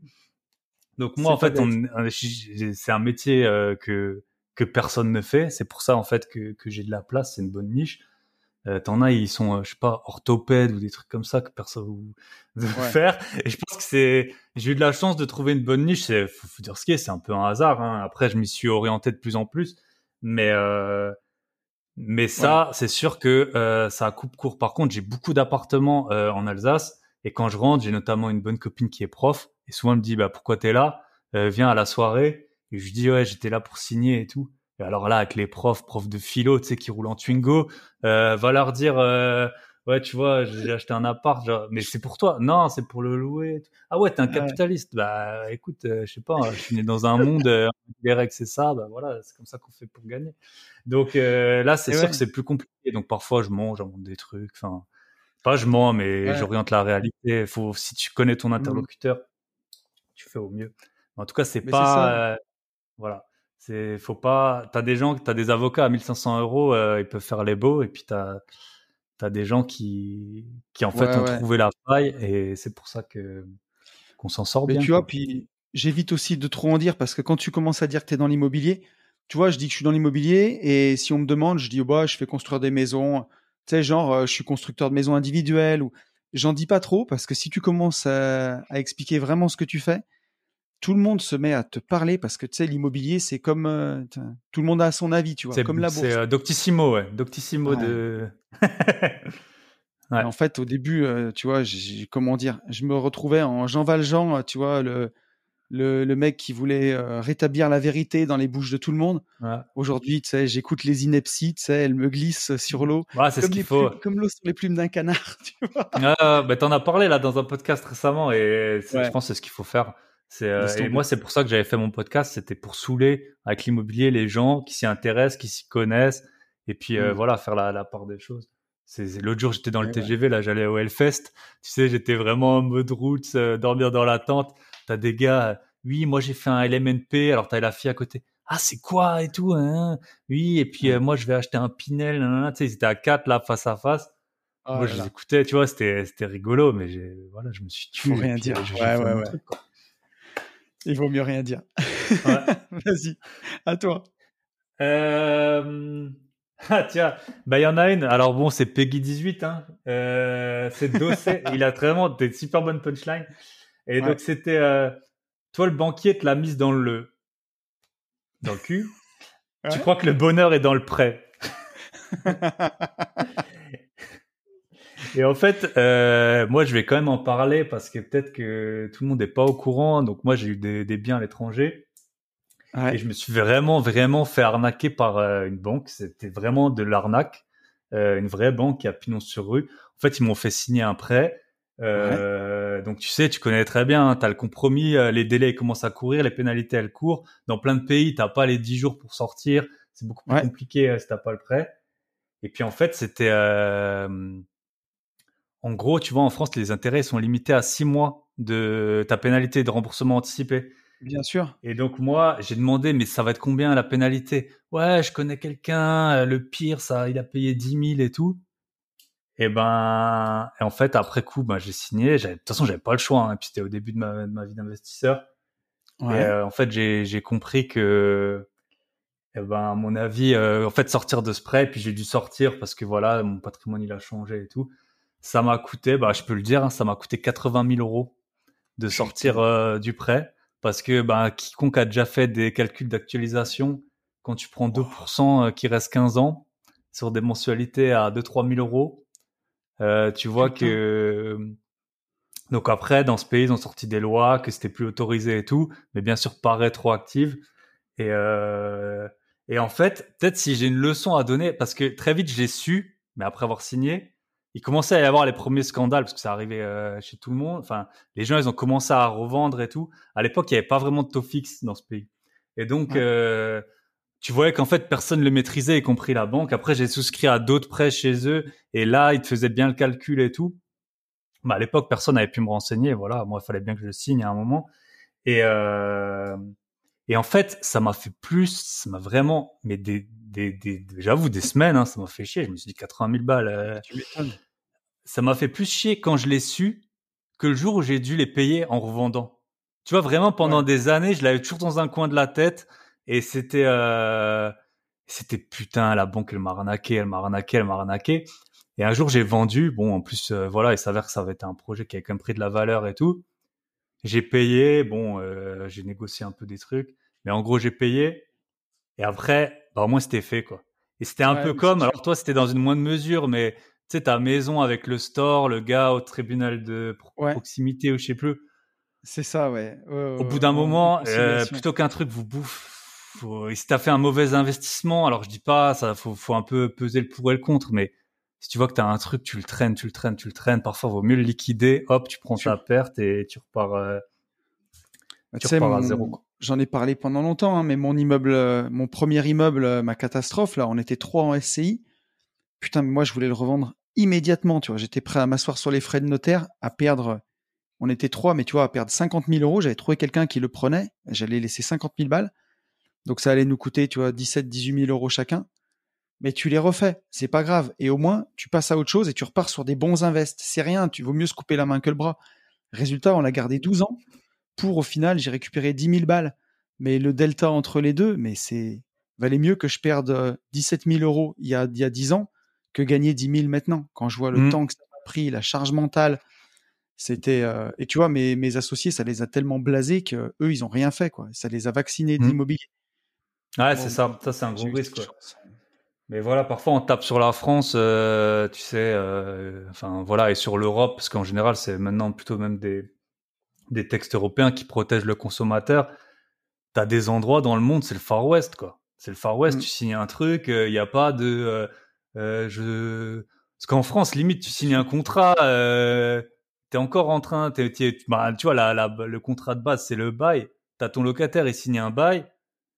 [SPEAKER 2] Donc moi
[SPEAKER 1] C'est
[SPEAKER 2] en
[SPEAKER 1] pas
[SPEAKER 2] fait,
[SPEAKER 1] bête.
[SPEAKER 2] on, on- j'ai- c'est un métier euh, que que personne ne fait. C'est pour ça en fait que que j'ai de la place. C'est une bonne niche. Euh, t'en as, ils sont, euh, je sais pas, orthopèdes ou des trucs comme ça que personne veut
[SPEAKER 1] Ouais,
[SPEAKER 2] faire. Et je pense que c'est, j'ai eu de la chance de trouver une bonne niche. C'est, faut, faut dire ce qui est, c'est un peu un hasard. Hein. Après, je m'y suis orienté de plus en plus, mais euh, mais
[SPEAKER 1] ouais.
[SPEAKER 2] ça, c'est sûr que euh, ça coupe court. Par contre, j'ai beaucoup d'appartements euh, en Alsace, et quand je rentre, j'ai notamment une bonne copine qui est prof, et souvent elle me dit, bah pourquoi t'es là? Euh, Viens à la soirée. Et je lui dis, ouais, j'étais là pour signer et tout. Et alors là, avec les profs, profs de philo, tu sais, qui roulent en Twingo, euh, va leur dire, euh, ouais, tu vois, j'ai acheté un appart, genre, mais c'est pour toi. Non, c'est pour le louer. Ah ouais, t'es un
[SPEAKER 1] Ouais.
[SPEAKER 2] capitaliste. Bah écoute, euh, je sais pas, je suis né dans un monde, euh, les règles c'est ça, bah voilà, c'est comme ça qu'on fait pour gagner. Donc euh, là, c'est
[SPEAKER 1] Et
[SPEAKER 2] sûr que
[SPEAKER 1] ouais,
[SPEAKER 2] c'est plus compliqué. Donc parfois, je mens, j'invente des trucs. Enfin, pas je mens, mais
[SPEAKER 1] ouais.
[SPEAKER 2] j'oriente la réalité. Faut, si tu connais ton
[SPEAKER 1] Mm.
[SPEAKER 2] interlocuteur, tu fais au mieux. En tout cas, c'est
[SPEAKER 1] Mais c'est ça.
[SPEAKER 2] pas, euh, voilà, c'est, faut pas. T'as des gens, t'as des avocats à mille cinq cents euros, euh, ils peuvent faire les beaux, et puis t'as, t'as des gens qui, qui en fait
[SPEAKER 1] Ouais,
[SPEAKER 2] ont
[SPEAKER 1] ouais.
[SPEAKER 2] trouvé la faille, et c'est pour ça que qu'on s'en sort
[SPEAKER 1] Mais
[SPEAKER 2] bien,
[SPEAKER 1] tu vois,
[SPEAKER 2] quoi.
[SPEAKER 1] puis j'évite aussi de trop en dire parce que quand tu commences à dire que tu es dans l'immobilier, tu vois, je dis que je suis dans l'immobilier et si on me demande, je dis, oh, bah, je fais construire des maisons, tu sais, genre, euh, je suis constructeur de maisons individuelles ou j'en dis pas trop parce que si tu commences à, à expliquer vraiment ce que tu fais, tout le monde se met à te parler parce que tu sais, l'immobilier, c'est comme euh, t'as- tout le monde a son avis, tu vois,
[SPEAKER 2] C'est,
[SPEAKER 1] comme la
[SPEAKER 2] c'est
[SPEAKER 1] bourse.
[SPEAKER 2] euh, Doctissimo, ouais, Doctissimo
[SPEAKER 1] Ouais.
[SPEAKER 2] de.
[SPEAKER 1] Et
[SPEAKER 2] Ouais.
[SPEAKER 1] en fait, au début, euh, tu vois, j'ai, comment dire, je me retrouvais en Jean Valjean, tu vois, le, le, le mec qui voulait euh, rétablir la vérité dans les bouches de tout le monde.
[SPEAKER 2] Ouais.
[SPEAKER 1] Aujourd'hui, tu sais, j'écoute les inepties, tu sais, elles me glissent sur l'eau,
[SPEAKER 2] Ouais, c'est ce
[SPEAKER 1] comme
[SPEAKER 2] qu'il
[SPEAKER 1] les
[SPEAKER 2] faut.
[SPEAKER 1] plumes, comme l'eau sur les plumes d'un canard, tu vois.
[SPEAKER 2] Ah, bah, t'en as parlé là dans un podcast récemment, et c'est- je
[SPEAKER 1] Ouais,
[SPEAKER 2] pense que c'est ce qu'il faut faire. C'est euh,
[SPEAKER 1] laisse
[SPEAKER 2] et
[SPEAKER 1] tomber.
[SPEAKER 2] moi c'est pour ça que j'avais fait mon podcast, c'était pour saouler avec l'immobilier les gens qui s'y intéressent, qui s'y connaissent, et puis euh,
[SPEAKER 1] Mm.
[SPEAKER 2] voilà, faire la, la part des choses. C'est c'est- l'autre jour j'étais dans le
[SPEAKER 1] Et ouais.
[SPEAKER 2] T G V, là j'allais au Hellfest, tu sais, j'étais vraiment en mode route, euh, dormir dans la tente. T'as des gars, euh, oui moi j'ai fait un L M N P, alors t'as la fille à côté. Ah c'est quoi et tout, hein? Oui, et puis euh,
[SPEAKER 1] Ouais.
[SPEAKER 2] moi je vais acheter un Pinel, nanana. Tu sais, ils étaient à quatre là face à face.
[SPEAKER 1] Oh
[SPEAKER 2] Moi,
[SPEAKER 1] là
[SPEAKER 2] je les
[SPEAKER 1] là,
[SPEAKER 2] écoutais, tu vois, c'était, c'était rigolo, mais j'ai, voilà, je me suis
[SPEAKER 1] il faut
[SPEAKER 2] tué, et
[SPEAKER 1] rien
[SPEAKER 2] puis
[SPEAKER 1] dire.
[SPEAKER 2] euh, j'ai j'ai
[SPEAKER 1] Ouais,
[SPEAKER 2] fait
[SPEAKER 1] ouais,
[SPEAKER 2] mon
[SPEAKER 1] ouais.
[SPEAKER 2] truc, quoi.
[SPEAKER 1] Il vaut mieux rien dire.
[SPEAKER 2] Ouais.
[SPEAKER 1] Vas-y, à toi.
[SPEAKER 2] Euh... Ah, tiens, bah, il y en a une. Alors bon, c'est Peggy dix-huit, hein. Euh, c'est Dossé. Il a vraiment des super bonnes punchlines. Et
[SPEAKER 1] Ouais,
[SPEAKER 2] donc, c'était, euh, toi, le banquier te l'a mise dans le, dans le cul. Tu
[SPEAKER 1] ouais.
[SPEAKER 2] crois que le bonheur est dans le prêt. Et en fait, euh, moi, je vais quand même en parler parce que peut-être que tout le monde n'est pas au courant. Donc moi, j'ai eu des, des biens à l'étranger et
[SPEAKER 1] Ouais.
[SPEAKER 2] je me suis vraiment, vraiment fait arnaquer par euh, une banque. C'était vraiment de l'arnaque, euh, une vraie banque qui a pignon sur rue. En fait, ils m'ont fait signer un prêt.
[SPEAKER 1] Ouais.
[SPEAKER 2] Euh, donc tu sais, tu connais très bien. Hein, t'as le compromis, euh, les délais ils commencent à courir, les pénalités elles courent. Dans plein de pays, t'as pas les dix jours pour sortir. C'est beaucoup plus
[SPEAKER 1] Ouais.
[SPEAKER 2] compliqué euh, si t'as pas le prêt. Et puis en fait, c'était euh, en gros, tu vois, en France, les intérêts sont limités à six mois de ta pénalité de remboursement anticipé.
[SPEAKER 1] Bien sûr.
[SPEAKER 2] Et donc moi, j'ai demandé, mais ça va être combien la pénalité? Ouais, je connais quelqu'un, euh, le pire, ça, il a payé dix mille et tout. Et ben, et en fait, après coup, ben, j'ai signé. J'avais, de toute façon, j'avais pas le choix. Hein, et puis c'était au début de ma, de ma vie d'investisseur. Et
[SPEAKER 1] Ouais.
[SPEAKER 2] euh, en fait, j'ai, j'ai compris que, eh ben, à mon avis, euh, en fait, sortir de ce prêt, et puis j'ai dû sortir parce que voilà, mon patrimoine il a changé et tout. Ça m'a coûté, bah, je peux le dire, hein, ça m'a coûté quatre-vingt mille euros de sortir
[SPEAKER 1] Putain.
[SPEAKER 2] euh, du prêt parce que bah, quiconque a déjà fait des calculs d'actualisation, quand tu prends deux pour
[SPEAKER 1] Wow.
[SPEAKER 2] cent euh, qui reste quinze ans sur des mensualités à deux trois mille euros, euh, tu vois
[SPEAKER 1] Putain.
[SPEAKER 2] que donc après dans ce pays ils ont sorti des lois que c'était plus autorisé et tout, mais bien sûr pas rétroactive et euh, et en fait peut-être si j'ai une leçon à donner parce que très vite j'ai su, mais après avoir signé il commençait à y avoir les premiers scandales parce que ça arrivait euh, chez tout le monde. Enfin, les gens, ils ont commencé à revendre et tout. À l'époque, il n'y avait pas vraiment de taux fixe dans ce pays. Et donc,
[SPEAKER 1] Ouais.
[SPEAKER 2] euh, tu voyais qu'en fait, personne ne le maîtrisait, y compris la banque. Après, j'ai souscrit à d'autres prêts chez eux. Et là, ils te faisaient bien le calcul et tout. Bah, à l'époque, personne n'avait pu me renseigner. Voilà, moi, il fallait bien que je le signe à un moment. Et, euh, et en fait, ça m'a fait plus, ça m'a vraiment, mais des, des, des, des- j'avoue, des semaines, hein, ça m'a fait chier. Je me suis dit quatre-vingt mille balles. euh,
[SPEAKER 1] Tu m'étonnes.
[SPEAKER 2] Ça m'a fait plus chier quand je l'ai su que le jour où j'ai dû les payer en revendant. Tu vois, vraiment, pendant
[SPEAKER 1] Ouais.
[SPEAKER 2] des années, je l'avais toujours dans un coin de la tête et c'était, euh, c'était putain, la banque, elle m'a arnaqué, elle m'a arnaqué, elle m'a arnaqué. Et un jour, j'ai vendu. Bon, en plus, euh, voilà, il s'avère que ça avait été un projet qui avait quand même pris de la valeur et tout. J'ai payé. Bon, euh, j'ai négocié un peu des trucs. Mais en gros, j'ai payé. Et après, bah, au moins, c'était fait, quoi. Et c'était un
[SPEAKER 1] Ouais,
[SPEAKER 2] peu
[SPEAKER 1] mais c'est
[SPEAKER 2] comme,
[SPEAKER 1] sûr.
[SPEAKER 2] alors toi, c'était dans une moindre mesure, mais tu sais, ta maison avec le store, le gars au tribunal de pro-
[SPEAKER 1] Ouais.
[SPEAKER 2] proximité ou je sais plus.
[SPEAKER 1] C'est ça, ouais. Ouais,
[SPEAKER 2] Au
[SPEAKER 1] ouais,
[SPEAKER 2] bout
[SPEAKER 1] ouais.
[SPEAKER 2] d'un
[SPEAKER 1] En, en
[SPEAKER 2] moment, euh,
[SPEAKER 1] conciliation.
[SPEAKER 2] plutôt qu'un truc vous bouffe, faut, et si t'as fait un mauvais investissement, alors je dis pas, ça, faut, faut un peu peser le pour et le contre, mais si tu vois que t'as un truc, tu le traînes, tu le traînes, tu le traînes, parfois vaut mieux le liquider, hop, tu prends
[SPEAKER 1] Sûr.
[SPEAKER 2] ta perte et tu repars, euh,
[SPEAKER 1] Bah,
[SPEAKER 2] tu
[SPEAKER 1] tu sais,
[SPEAKER 2] repars à zéro,
[SPEAKER 1] mon...
[SPEAKER 2] quoi.
[SPEAKER 1] j'en ai parlé pendant longtemps, hein, mais mon immeuble, euh, mon premier immeuble, euh, ma catastrophe, là, on était trois en S C I. Putain, mais moi, je voulais le revendre immédiatement, tu vois. J'étais prêt à m'asseoir sur les frais de notaire, à perdre. On était trois, mais tu vois, à perdre cinquante mille euros. J'avais trouvé quelqu'un qui le prenait. J'allais laisser cinquante mille balles. Donc, ça allait nous coûter, tu vois, dix-sept, dix-huit mille euros chacun. Mais tu les refais. C'est pas grave. Et au moins, tu passes à autre chose et tu repars sur des bons invests. C'est rien. Tu vaut mieux se couper la main que le bras. Résultat, on l'a gardé douze ans. Pour, au final, j'ai récupéré dix mille balles. Mais le delta entre les deux, mais c'est, valait mieux que je perde euh, dix-sept mille euros il y a, il y a dix ans que gagner dix mille maintenant. Quand je vois le
[SPEAKER 2] Hmm.
[SPEAKER 1] temps que ça m'a pris, la charge mentale, c'était, euh, et tu vois, mes, mes associés, ça les a tellement blasés que eux, ils ont rien fait, quoi. Ça les a vaccinés de
[SPEAKER 2] Hmm.
[SPEAKER 1] l'immobilier.
[SPEAKER 2] Ouais, c'est
[SPEAKER 1] Bon,
[SPEAKER 2] ça, ça c'est un
[SPEAKER 1] j'ai
[SPEAKER 2] gros
[SPEAKER 1] eu
[SPEAKER 2] risque,
[SPEAKER 1] cette
[SPEAKER 2] quoi.
[SPEAKER 1] chance.
[SPEAKER 2] Mais voilà, parfois on tape sur la France, euh, tu sais, euh, enfin voilà, et sur l'Europe, parce qu'en général c'est maintenant plutôt même des, des textes européens qui protègent le consommateur. T'as des endroits dans le monde, c'est le Far West, quoi. C'est le Far West,
[SPEAKER 1] Mm,
[SPEAKER 2] tu signes un truc, il euh, n'y a pas de... Euh, euh, je... Parce qu'en France, limite, tu
[SPEAKER 1] c'est
[SPEAKER 2] signes un
[SPEAKER 1] sûr.
[SPEAKER 2] contrat, euh, t'es encore en train... T'es, t'es- bah, tu vois, la, la, le contrat de base, c'est le bail. T'as ton locataire, il signe un bail,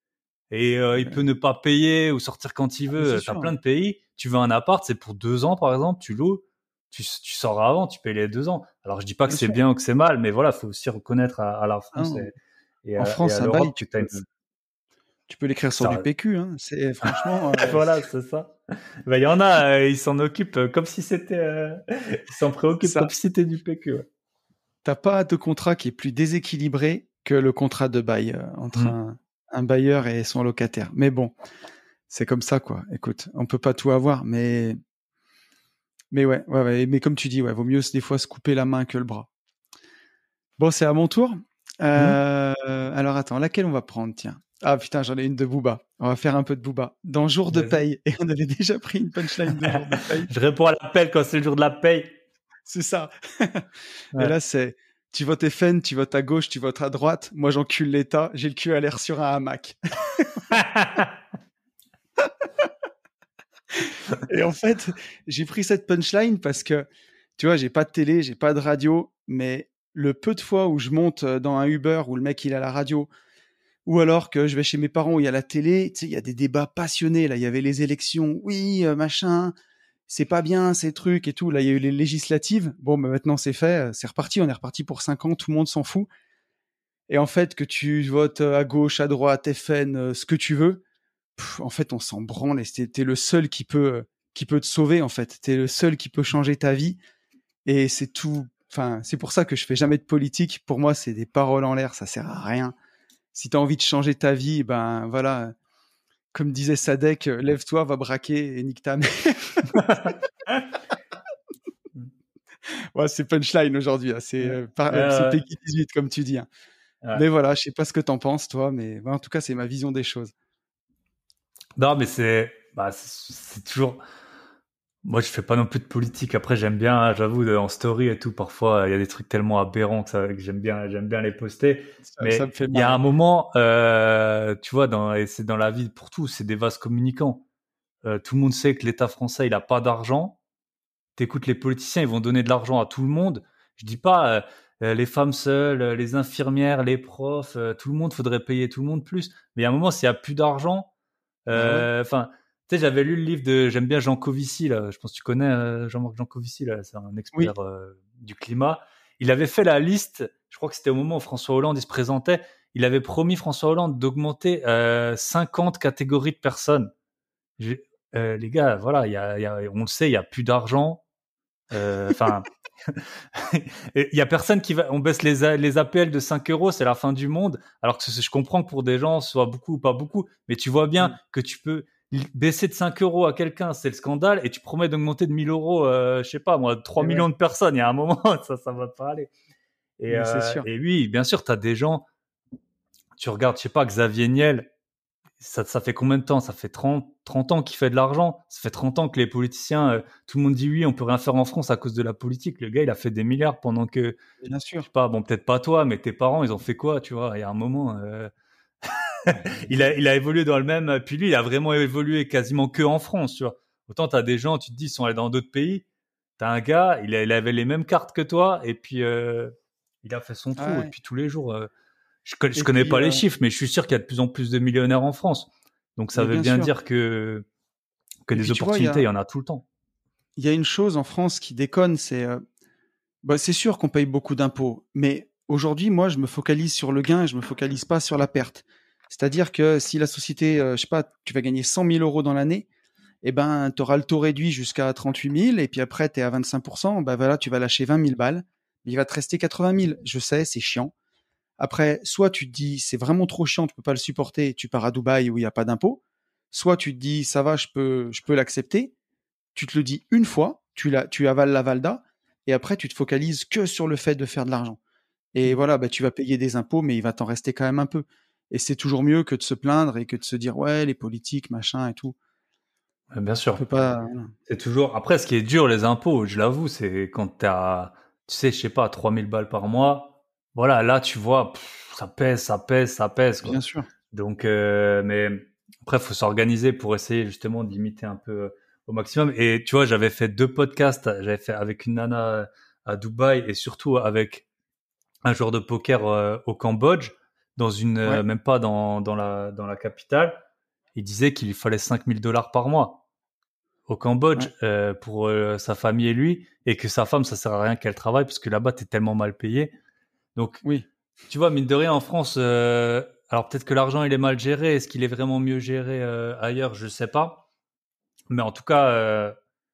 [SPEAKER 2] et euh, il peut
[SPEAKER 1] Euh,
[SPEAKER 2] ne pas payer ou sortir quand il
[SPEAKER 1] ah, mais c'est
[SPEAKER 2] veut. T'as
[SPEAKER 1] sûr.
[SPEAKER 2] plein
[SPEAKER 1] Ouais.
[SPEAKER 2] de pays, tu veux un appart, c'est pour deux ans, par exemple, tu loues, tu, tu sors avant, tu payes les deux ans. Alors, je dis pas que
[SPEAKER 1] Bien
[SPEAKER 2] c'est
[SPEAKER 1] sûr.
[SPEAKER 2] bien ou que c'est mal, mais voilà, faut aussi reconnaître à, à la France
[SPEAKER 1] Hein.
[SPEAKER 2] et, et
[SPEAKER 1] En
[SPEAKER 2] à, et à
[SPEAKER 1] France, un bail,
[SPEAKER 2] l'Europe que
[SPEAKER 1] tu
[SPEAKER 2] t'as une...
[SPEAKER 1] peux, tu peux l'écrire sur du
[SPEAKER 2] Ça,
[SPEAKER 1] P Q. Hein. C'est franchement, euh,
[SPEAKER 2] voilà, c'est ça. Bah, il y en a, euh, ils s'en occupent euh, comme si c'était, euh, ils s'en
[SPEAKER 1] c'est
[SPEAKER 2] préoccupent
[SPEAKER 1] ça.
[SPEAKER 2] comme si c'était du P Q. Ouais.
[SPEAKER 1] T'as pas de contrat qui est plus déséquilibré que le contrat de bail euh, entre
[SPEAKER 2] Mm.
[SPEAKER 1] un, un bailleur et son locataire. Mais bon, c'est comme ça, quoi. Écoute, on peut pas tout avoir, mais mais ouais, ouais, ouais. Mais comme tu dis, ouais, vaut mieux des fois se couper la main que le bras. Bon, c'est à mon tour.
[SPEAKER 2] Mm.
[SPEAKER 1] Euh, alors attends, laquelle on va prendre, tiens. Ah putain, j'en ai une de Booba. On va faire un peu de Booba. Dans jour de
[SPEAKER 2] Vas-y.
[SPEAKER 1] paye. Et on avait déjà pris une punchline de jour de paye.
[SPEAKER 2] Je réponds à l'appel quand c'est le jour de la paye.
[SPEAKER 1] C'est ça.
[SPEAKER 2] Ouais.
[SPEAKER 1] Et là, c'est tu votes F N, tu votes à gauche, tu votes à droite. Moi, j'encule l'État. J'ai le cul à l'air sur un hamac. Et en fait, j'ai pris cette punchline parce que, tu vois, j'ai pas de télé, j'ai pas de radio, mais le peu de fois où je monte dans un Uber où le mec il a la radio, ou alors que je vais chez mes parents où il y a la télé, tu sais, il y a des débats passionnés. Là, il y avait les élections, oui, euh, machin, c'est pas bien ces trucs et tout. Là, il y a eu les législatives. Bon, mais maintenant c'est fait, c'est reparti, on est reparti pour cinq ans, tout le monde s'en fout. Et en fait, que tu votes à gauche, à droite, F N, euh, ce que tu veux, pff, en fait, on s'en branle. Et t'es, t'es le seul qui peut, euh, qui peut te sauver, en fait. T'es le seul qui peut changer ta vie. Et c'est tout. Enfin, c'est pour ça que je fais jamais de politique. Pour moi, c'est des paroles en l'air, ça sert à rien. Si t'as envie de changer ta vie, ben voilà. Comme disait Sadek, euh, lève-toi, va braquer et nique ta mère. Ouais, c'est punchline aujourd'hui. Hein. C'est, euh, par- euh, c'est
[SPEAKER 2] Euh,
[SPEAKER 1] Peggy dix-huit, comme tu dis. Hein.
[SPEAKER 2] ouais.
[SPEAKER 1] Mais voilà, je sais pas ce que t'en penses, toi, mais ouais, en tout cas, c'est ma vision des choses.
[SPEAKER 2] Non, mais c'est, bah, c'est, c'est toujours. Moi, je fais pas non plus de politique. Après, j'aime bien, hein, j'avoue, en story et tout. Parfois, il y a des trucs tellement aberrants que, ça, que j'aime bien, j'aime bien les poster.
[SPEAKER 1] Ça, ça
[SPEAKER 2] Mais
[SPEAKER 1] me fait
[SPEAKER 2] il y a un
[SPEAKER 1] marrer.
[SPEAKER 2] moment, euh, tu vois, dans, et c'est dans la vie pour tout, c'est des vases communicants. Euh, tout le monde sait que l'État français, il a pas d'argent. T'écoutes les politiciens, ils vont donner de l'argent à tout le monde. Je dis pas euh, les femmes seules, euh, les infirmières, les profs, euh, tout le monde, faudrait payer tout le monde plus. Mais il y a un moment, s'il y a plus d'argent,
[SPEAKER 1] Bah ouais.
[SPEAKER 2] enfin, tu sais, j'avais lu le livre de, j'aime bien Jean Covici là. Je pense que tu connais euh, Jean-Marc Jancovici là. C'est un
[SPEAKER 1] Oui.
[SPEAKER 2] expert euh, du climat. Il avait fait la liste. Je crois que c'était au moment où François Hollande il se présentait. Il avait promis François Hollande d'augmenter euh, cinquante catégories de personnes. J'ai- euh, les gars, voilà, il y a, il y a, on le sait, il y a plus d'argent. Enfin, il y a personne qui va. On baisse les, A- les A P L de cinq euros, c'est la fin du monde. Alors que ce- je comprends que pour des gens, ce soit beaucoup ou pas beaucoup, mais tu vois bien
[SPEAKER 1] Mm.
[SPEAKER 2] que tu peux l- baisser de cinq euros à quelqu'un, c'est le scandale, et tu promets d'augmenter de mille euros, euh, je sais pas moi, trois
[SPEAKER 1] Et ouais.
[SPEAKER 2] millions de personnes. Il y a un moment, ça, ça va pas aller. Et,
[SPEAKER 1] Mais c'est
[SPEAKER 2] euh,
[SPEAKER 1] sûr.
[SPEAKER 2] et oui, bien sûr, tu as des gens. Tu regardes, je sais pas, Xavier Niel. Ça, ça fait combien de temps? Ça fait trente, trente ans qu'il fait de l'argent. Ça fait trente ans que les politiciens, euh, tout le monde dit oui, on peut rien faire en France à cause de la politique. Le gars, il a fait des milliards pendant que,
[SPEAKER 1] Bien
[SPEAKER 2] je sais
[SPEAKER 1] sûr.
[SPEAKER 2] pas, bon, peut-être pas toi, mais tes parents, ils ont fait quoi, tu vois? Il y a un moment, euh, il a,
[SPEAKER 1] Mais-
[SPEAKER 2] il a évolué dans le même, puis lui, il a vraiment évolué quasiment que en France, tu vois. Autant t'as des gens, tu te dis, ils sont allés dans d'autres pays. T'as un gars, il, a- il avait les mêmes cartes que toi, et puis, euh, il a fait son trou, et
[SPEAKER 1] Ouais.
[SPEAKER 2] puis tous les jours, euh, je, con- je
[SPEAKER 1] Et
[SPEAKER 2] connais
[SPEAKER 1] puis,
[SPEAKER 2] pas les
[SPEAKER 1] euh,
[SPEAKER 2] chiffres, mais je suis sûr qu'il y a de plus en plus de millionnaires en France. Donc ça
[SPEAKER 1] mais
[SPEAKER 2] veut
[SPEAKER 1] bien
[SPEAKER 2] bien
[SPEAKER 1] sûr.
[SPEAKER 2] dire que, que
[SPEAKER 1] Et
[SPEAKER 2] des
[SPEAKER 1] puis, tu vois, il y
[SPEAKER 2] opportunités, il
[SPEAKER 1] a,
[SPEAKER 2] y en a tout le temps.
[SPEAKER 1] il y a une chose en France qui déconne, c'est, euh, bah, c'est sûr qu'on paye beaucoup d'impôts, mais aujourd'hui, moi, je me focalise sur le gain et je me focalise pas sur la perte. C'est-à-dire que si la société, euh, je sais pas, tu vas gagner cent mille euros dans l'année, eh ben, tu auras le taux réduit jusqu'à trente-huit mille, et puis après, tu es à vingt-cinq pour cent, ben voilà, tu vas lâcher vingt mille balles, mais il va te rester quatre-vingt mille. Je sais, c'est chiant. Après, soit tu te dis, c'est vraiment trop chiant, tu peux pas le supporter, tu pars à Dubaï où il n'y a pas d'impôt. Soit tu te dis, ça va, je peux, je peux l'accepter. Tu te le dis une fois, tu, la, tu avales la valda, et après, tu te focalises que sur le fait de faire de l'argent. Et voilà, bah, tu vas payer des impôts, mais il va t'en rester quand même un peu. Et c'est toujours mieux que de se plaindre et que de se dire, ouais, les politiques, machin et tout.
[SPEAKER 2] Euh, Bien
[SPEAKER 1] On
[SPEAKER 2] sûr.
[SPEAKER 1] peut pas. Voilà.
[SPEAKER 2] C'est toujours. Après, ce qui est dur, les impôts, je l'avoue, c'est quand t'as, tu sais, je sais pas, trois mille balles par mois. Voilà, là, tu vois, pff, ça pèse, ça pèse, ça pèse, quoi.
[SPEAKER 1] Bien sûr.
[SPEAKER 2] Donc, euh, mais après, faut s'organiser pour essayer justement de limiter un peu euh, au maximum. Et tu vois, j'avais fait deux podcasts. J'avais fait avec une nana à Dubaï et surtout avec un joueur de poker euh, au Cambodge, dans une, euh,
[SPEAKER 1] Ouais,
[SPEAKER 2] même pas dans, dans la, dans la capitale. Il disait qu'il lui fallait cinq mille dollars par mois au Cambodge
[SPEAKER 1] ouais.
[SPEAKER 2] euh, pour euh, sa famille et lui, et que sa femme, ça sert à rien qu'elle travaille parce que là-bas, t'es tellement mal payé. Donc,
[SPEAKER 1] Oui.
[SPEAKER 2] tu vois, mine de rien, en France, euh, alors peut-être que l'argent, il est mal géré. Est-ce qu'il est vraiment mieux géré euh, ailleurs? Je sais pas. Mais en tout cas, euh,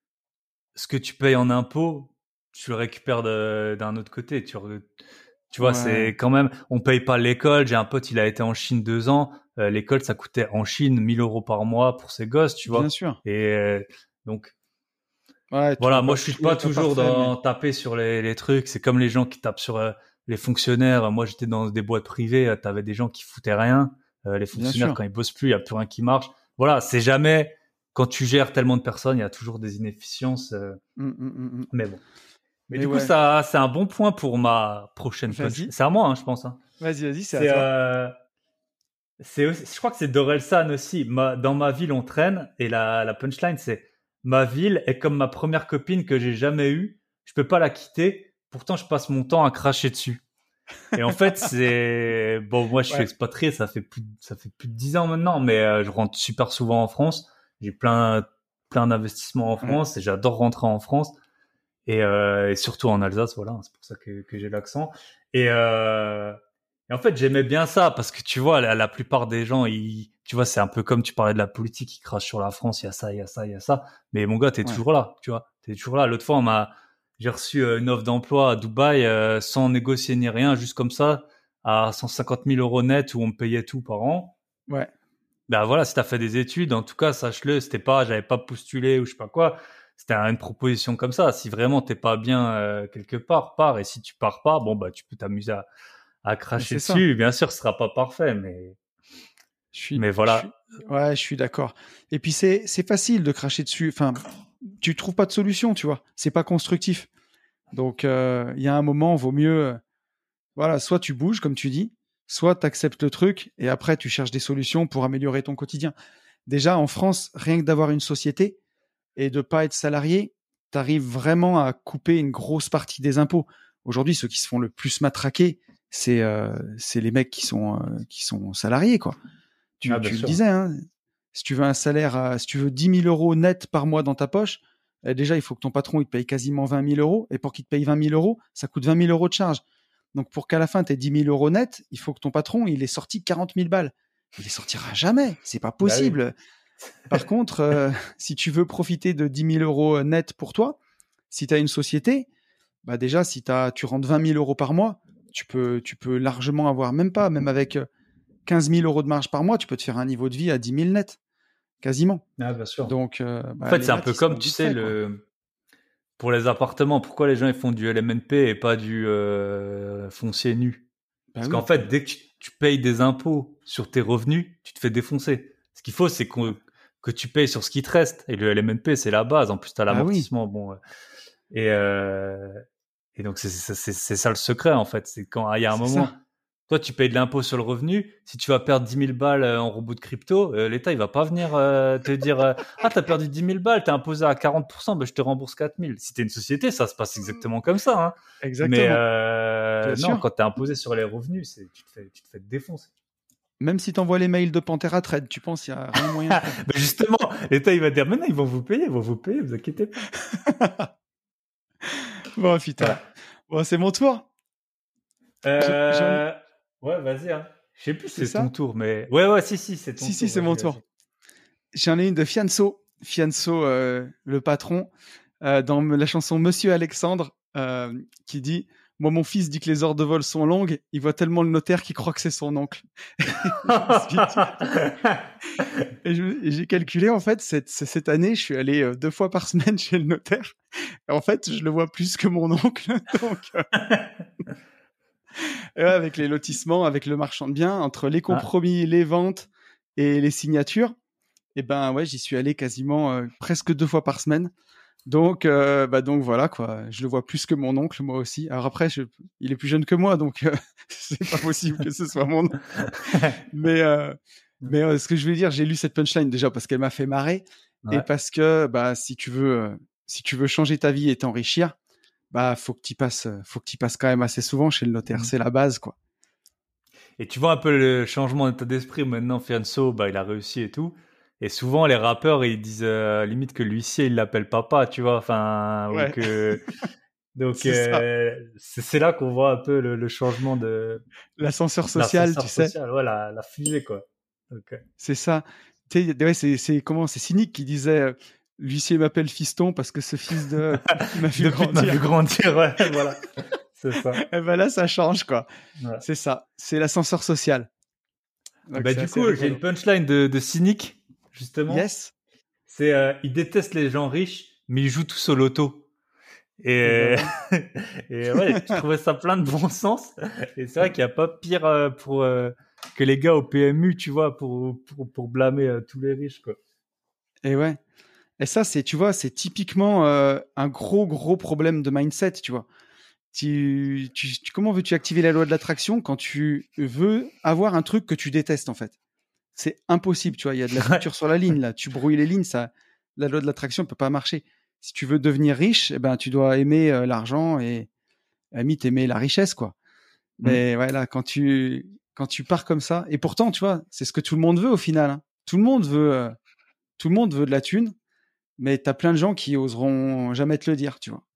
[SPEAKER 2] ce que tu payes en impôts, tu le récupères de- d'un autre côté. Tu, re- tu vois, c'est
[SPEAKER 1] Ouais.
[SPEAKER 2] quand même, on paye pas l'école. J'ai un pote, il a été en Chine deux ans. Euh, l'école, ça coûtait en Chine mille euros par mois pour ses gosses, tu
[SPEAKER 1] Bien
[SPEAKER 2] vois.
[SPEAKER 1] sûr.
[SPEAKER 2] Et euh, donc,
[SPEAKER 1] Ouais, tout
[SPEAKER 2] voilà,
[SPEAKER 1] est
[SPEAKER 2] moi
[SPEAKER 1] pas,
[SPEAKER 2] je suis
[SPEAKER 1] tout
[SPEAKER 2] pas
[SPEAKER 1] est pas
[SPEAKER 2] toujours
[SPEAKER 1] parfait, mais
[SPEAKER 2] dans taper sur les, les trucs. C'est comme les gens qui tapent sur euh, les fonctionnaires. Moi j'étais dans des boîtes privées, euh, t'avais des gens qui foutaient rien. Euh, les
[SPEAKER 1] bien
[SPEAKER 2] fonctionnaires
[SPEAKER 1] sûr.
[SPEAKER 2] quand ils bossent plus, il y a plus rien qui marche. Voilà, c'est jamais quand tu gères tellement de personnes, il y a toujours des inefficiences. euh,
[SPEAKER 1] Mm, mm, mm, mm.
[SPEAKER 2] mais bon. Mais,
[SPEAKER 1] Mais
[SPEAKER 2] du coup,
[SPEAKER 1] ouais,
[SPEAKER 2] ça, c'est un bon point pour ma prochaine punch.
[SPEAKER 1] vas-y.
[SPEAKER 2] C'est à moi, hein, je pense. Hein.
[SPEAKER 1] Vas-y, vas-y, c'est à
[SPEAKER 2] C'est,
[SPEAKER 1] toi.
[SPEAKER 2] euh, c'est aussi- je crois que c'est d'Orelsan aussi. Ma- dans ma ville, on traîne. Et la, la punchline, c'est ma ville est comme ma première copine que j'ai jamais eue. Je peux pas la quitter. Pourtant, je passe mon temps à cracher dessus. Et en fait, c'est bon. Moi, je suis
[SPEAKER 1] Ouais.
[SPEAKER 2] expatrié. Ça fait plus, de- ça fait plus de dix ans maintenant. Mais euh, je rentre super souvent en France. J'ai plein, plein d'investissements en
[SPEAKER 1] Ouais.
[SPEAKER 2] France et j'adore rentrer en France. Et, euh, et surtout en Alsace, voilà. C'est pour ça que, que j'ai l'accent. Et, euh, et en fait, j'aimais bien ça parce que tu vois, la, la plupart des gens, ils, tu vois, c'est un peu comme tu parlais de la politique, ils crachent sur la France. Il y a ça, il y a ça, il y a ça. Mais mon gars, t'es
[SPEAKER 1] Ouais.
[SPEAKER 2] toujours là. Tu vois, t'es toujours là. L'autre fois, on m'a j'ai reçu euh, une offre d'emploi à Dubaï euh, sans négocier ni rien, juste comme ça, à cent cinquante mille euros net où on me payait tout par an.
[SPEAKER 1] Ouais.
[SPEAKER 2] Ben voilà, si t'as fait des études, en tout cas, sache-le, c'était pas, j'avais pas postulé ou je sais pas quoi. C'était une proposition comme ça. Si vraiment t'es pas bien euh, quelque part, pars. Et si tu pars pas, bon bah tu peux t'amuser à, à
[SPEAKER 1] Mais
[SPEAKER 2] cracher
[SPEAKER 1] c'est ça.
[SPEAKER 2] dessus. Bien sûr, ce sera pas parfait, mais
[SPEAKER 1] Je suis,
[SPEAKER 2] mais
[SPEAKER 1] je suis,
[SPEAKER 2] voilà.
[SPEAKER 1] ouais, je suis d'accord. Et puis c'est, c'est facile de cracher dessus. Enfin, tu trouves pas de solution, tu vois. C'est pas constructif. Donc, euh, il y a un moment, vaut mieux, euh, voilà, soit tu bouges, comme tu dis, soit tu acceptes le truc et après tu cherches des solutions pour améliorer ton quotidien. Déjà, en France, rien que d'avoir une société et de pas être salarié, tu arrives vraiment à couper une grosse partie des impôts. Aujourd'hui, ceux qui se font le plus matraquer, c'est euh, c'est les mecs qui sont euh, qui sont salariés, quoi.
[SPEAKER 2] Ah,
[SPEAKER 1] Tu,
[SPEAKER 2] bien
[SPEAKER 1] tu le
[SPEAKER 2] sûr.
[SPEAKER 1] disais, hein, si tu veux un salaire, à, si tu veux dix mille euros net par mois dans ta poche, eh, déjà, il faut que ton patron il te paye quasiment vingt mille euros. Et pour qu'il te paye vingt mille euros, ça coûte vingt mille euros de charge. Donc, pour qu'à la fin, tu aies dix mille euros net, il faut que ton patron il ait sorti quarante mille balles. Il les sortira jamais. C'est pas
[SPEAKER 2] Bah oui.
[SPEAKER 1] possible. Par contre, euh, si tu veux profiter de dix mille euros net pour toi, si tu as une société, bah déjà, si t'as, tu rentres vingt mille euros par mois, tu peux, tu peux largement avoir, même pas, même avec euh, quinze mille euros de marge par mois, tu peux te faire un niveau de vie à dix mille net, quasiment.
[SPEAKER 2] Ah, bien sûr.
[SPEAKER 1] Donc, euh,
[SPEAKER 2] En
[SPEAKER 1] bah,
[SPEAKER 2] fait,
[SPEAKER 1] les
[SPEAKER 2] c'est un
[SPEAKER 1] maths,
[SPEAKER 2] peu
[SPEAKER 1] ils sont
[SPEAKER 2] comme, tu
[SPEAKER 1] vite
[SPEAKER 2] sais,
[SPEAKER 1] faits, quoi.
[SPEAKER 2] le pour les appartements, pourquoi les gens ils font du L M N P et pas du euh, foncier nu?
[SPEAKER 1] Bah
[SPEAKER 2] Parce qu'en
[SPEAKER 1] oui.
[SPEAKER 2] fait, dès que tu, tu payes des impôts sur tes revenus, tu te fais défoncer. Ce qu'il faut, c'est qu'on- que tu payes sur ce qui te reste. Et le L M N P, c'est la base. En plus, tu as
[SPEAKER 1] Bah oui.
[SPEAKER 2] l'amortissement. Bon, euh, et, euh, et donc, c'est c'est- c'est- c'est ça le secret, en fait. C'est quand il y a un
[SPEAKER 1] C'est ça.
[SPEAKER 2] moment, toi, tu payes de l'impôt sur le revenu. Si tu vas perdre dix mille balles euh, en robot de crypto, euh, l'État, il va pas venir euh, te dire euh, ah, t'as perdu dix mille balles, t'es imposé à quarante pour cent, ben, je te rembourse quatre mille. Si t'es une société, ça se passe exactement comme ça. Hein. Mais
[SPEAKER 1] Exactement.
[SPEAKER 2] euh,
[SPEAKER 1] Bien
[SPEAKER 2] non,
[SPEAKER 1] sûr.
[SPEAKER 2] quand t'es imposé sur les revenus, c'est, tu, te fais, tu te fais défoncer.
[SPEAKER 1] Même si t'envoies les mails de Pantera Trade, tu penses qu'il n'y a rien moyen de faire.
[SPEAKER 2] Ben justement, l'État, il va dire, mais non, ils vont vous payer, ils vont vous payer, vous inquiétez pas.
[SPEAKER 1] Bon, putain.
[SPEAKER 2] Voilà.
[SPEAKER 1] Bon, c'est mon tour. J'ai- J'en ai...
[SPEAKER 2] Euh... Ouais, vas-y. Hein. Je sais plus si
[SPEAKER 1] C'est
[SPEAKER 2] c'est ton
[SPEAKER 1] ça?
[SPEAKER 2] tour, mais... Ouais, ouais, si, si, c'est ton
[SPEAKER 1] Si, si,
[SPEAKER 2] tour,
[SPEAKER 1] c'est mon
[SPEAKER 2] vas-y,
[SPEAKER 1] tour.
[SPEAKER 2] vas-y.
[SPEAKER 1] J'en ai une de Fianso. Fianso, euh, le patron, euh, dans la chanson Monsieur Alexandre, euh, qui dit moi, mon fils dit que les heures de vol sont longues, il voit tellement le notaire qu'il croit que c'est son oncle. je me suis dit... Et je- et j'ai calculé, en fait, cette, cette année, je suis allé euh, deux fois par semaine chez le notaire. Et en fait, je le vois plus que mon oncle. Donc, euh, et ouais, avec les lotissements, avec le marchand de biens, entre les
[SPEAKER 2] Ah,
[SPEAKER 1] compromis, les ventes et les signatures, et ben ouais, j'y suis allé quasiment euh, presque deux fois par semaine. Donc, euh, bah donc voilà quoi. Je le vois plus que mon oncle, moi aussi. Alors après, je... il est plus jeune que moi, donc euh, c'est pas possible que ce soit mon oncle. Mais euh, mais euh, ce que je veux dire, j'ai lu cette punchline déjà parce qu'elle m'a fait marrer et
[SPEAKER 2] ouais.
[SPEAKER 1] parce que bah si tu veux euh, si tu veux changer ta vie et t'enrichir, bah faut que tu passes faut que tu passes quand même assez souvent chez le notaire.
[SPEAKER 2] Mhm.
[SPEAKER 1] C'est la base quoi.
[SPEAKER 2] Et tu vois un peu le changement d'état d'esprit. Maintenant, Fianso, bah, il a réussi et tout. Et souvent, les rappeurs, ils disent euh, limite que l'huissier, il l'appelle papa, tu vois. Enfin, ou
[SPEAKER 1] Ouais,
[SPEAKER 2] que... Donc,
[SPEAKER 1] c'est ça.
[SPEAKER 2] euh, c'est c'est là qu'on voit un peu le, le changement de
[SPEAKER 1] L'ascenseur social, tu
[SPEAKER 2] l'ascenseur
[SPEAKER 1] sais.
[SPEAKER 2] social. Ouais, la, la fusée, quoi. Donc, euh,
[SPEAKER 1] C'est ça. Tu sais, ouais, c'est c'est comment c'est cynique qui disait euh, l'huissier m'appelle fiston parce que ce fils de pute qui m'a vu
[SPEAKER 2] de pute m'a vu
[SPEAKER 1] grandir.
[SPEAKER 2] grandir, ouais, voilà. C'est ça.
[SPEAKER 1] Et ben là, ça change quoi.
[SPEAKER 2] Ouais.
[SPEAKER 1] C'est ça. C'est l'ascenseur social. Donc
[SPEAKER 2] Bah,
[SPEAKER 1] c'est
[SPEAKER 2] du
[SPEAKER 1] assez
[SPEAKER 2] coup, j'ai une
[SPEAKER 1] rigolo.
[SPEAKER 2] punchline de, de cynique, justement.
[SPEAKER 1] Yes.
[SPEAKER 2] C'est euh, ils détestent les gens riches, mais ils jouent tous au loto.
[SPEAKER 1] Et ben
[SPEAKER 2] Et,
[SPEAKER 1] voilà.
[SPEAKER 2] et ouais, je trouvais ça plein de bon sens. Et c'est vrai qu'il n'y a pas pire euh, pour euh, que les gars au P M U, tu vois, pour, pour, pour blâmer euh, tous les riches, quoi.
[SPEAKER 1] Et ouais. Et ça, c'est, tu vois, c'est typiquement euh, un gros, gros problème de mindset, tu vois. Tu, tu, tu- comment veux-tu activer la loi de l'attraction quand tu veux avoir un truc que tu détestes, en fait? C'est impossible, tu vois. Il y a de la
[SPEAKER 2] Ouais.
[SPEAKER 1] friture sur la ligne, là. Tu brouilles les lignes, ça, la loi de l'attraction ne peut pas marcher. Si tu veux devenir riche, eh ben, tu dois aimer euh, l'argent et, à la limite, aimer la richesse, quoi.
[SPEAKER 2] Mm.
[SPEAKER 1] Mais ouais, là, quand tu, quand tu pars comme ça, et pourtant, tu vois, c'est ce que tout le monde veut au final, hein. Tout le monde veut, euh, tout le monde veut de la thune, mais t'as plein de gens qui oseront jamais te le dire, tu vois.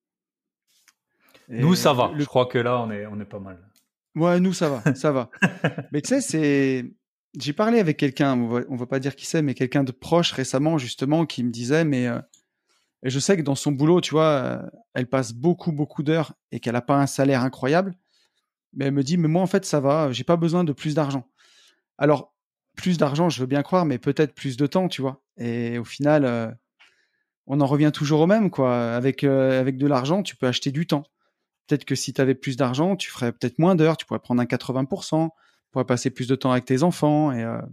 [SPEAKER 2] Nous, ça
[SPEAKER 1] Et le,
[SPEAKER 2] va. Je
[SPEAKER 1] le-
[SPEAKER 2] crois que là, on est, on est pas mal.
[SPEAKER 1] ouais, nous, ça va, ça va. Mais tu sais, c'est, j'ai parlé avec quelqu'un, on va, on va pas dire qui c'est, mais quelqu'un de proche récemment, justement, qui me disait, mais euh, et je sais que dans son boulot, tu vois, euh, elle passe beaucoup, beaucoup d'heures et qu'elle a pas un salaire incroyable. Mais elle me dit, mais moi, en fait, ça va, j'ai pas besoin de plus d'argent. Alors, plus d'argent, je veux bien croire, mais peut-être plus de temps, tu vois. Et au final, euh, on en revient toujours au même, quoi. Avec, euh, avec de l'argent, tu peux acheter du temps. Peut-être que si tu avais plus d'argent, tu ferais peut-être moins d'heures, tu pourrais prendre un quatre-vingts pour cent, tu pourrais passer plus de temps avec tes enfants, et, euh,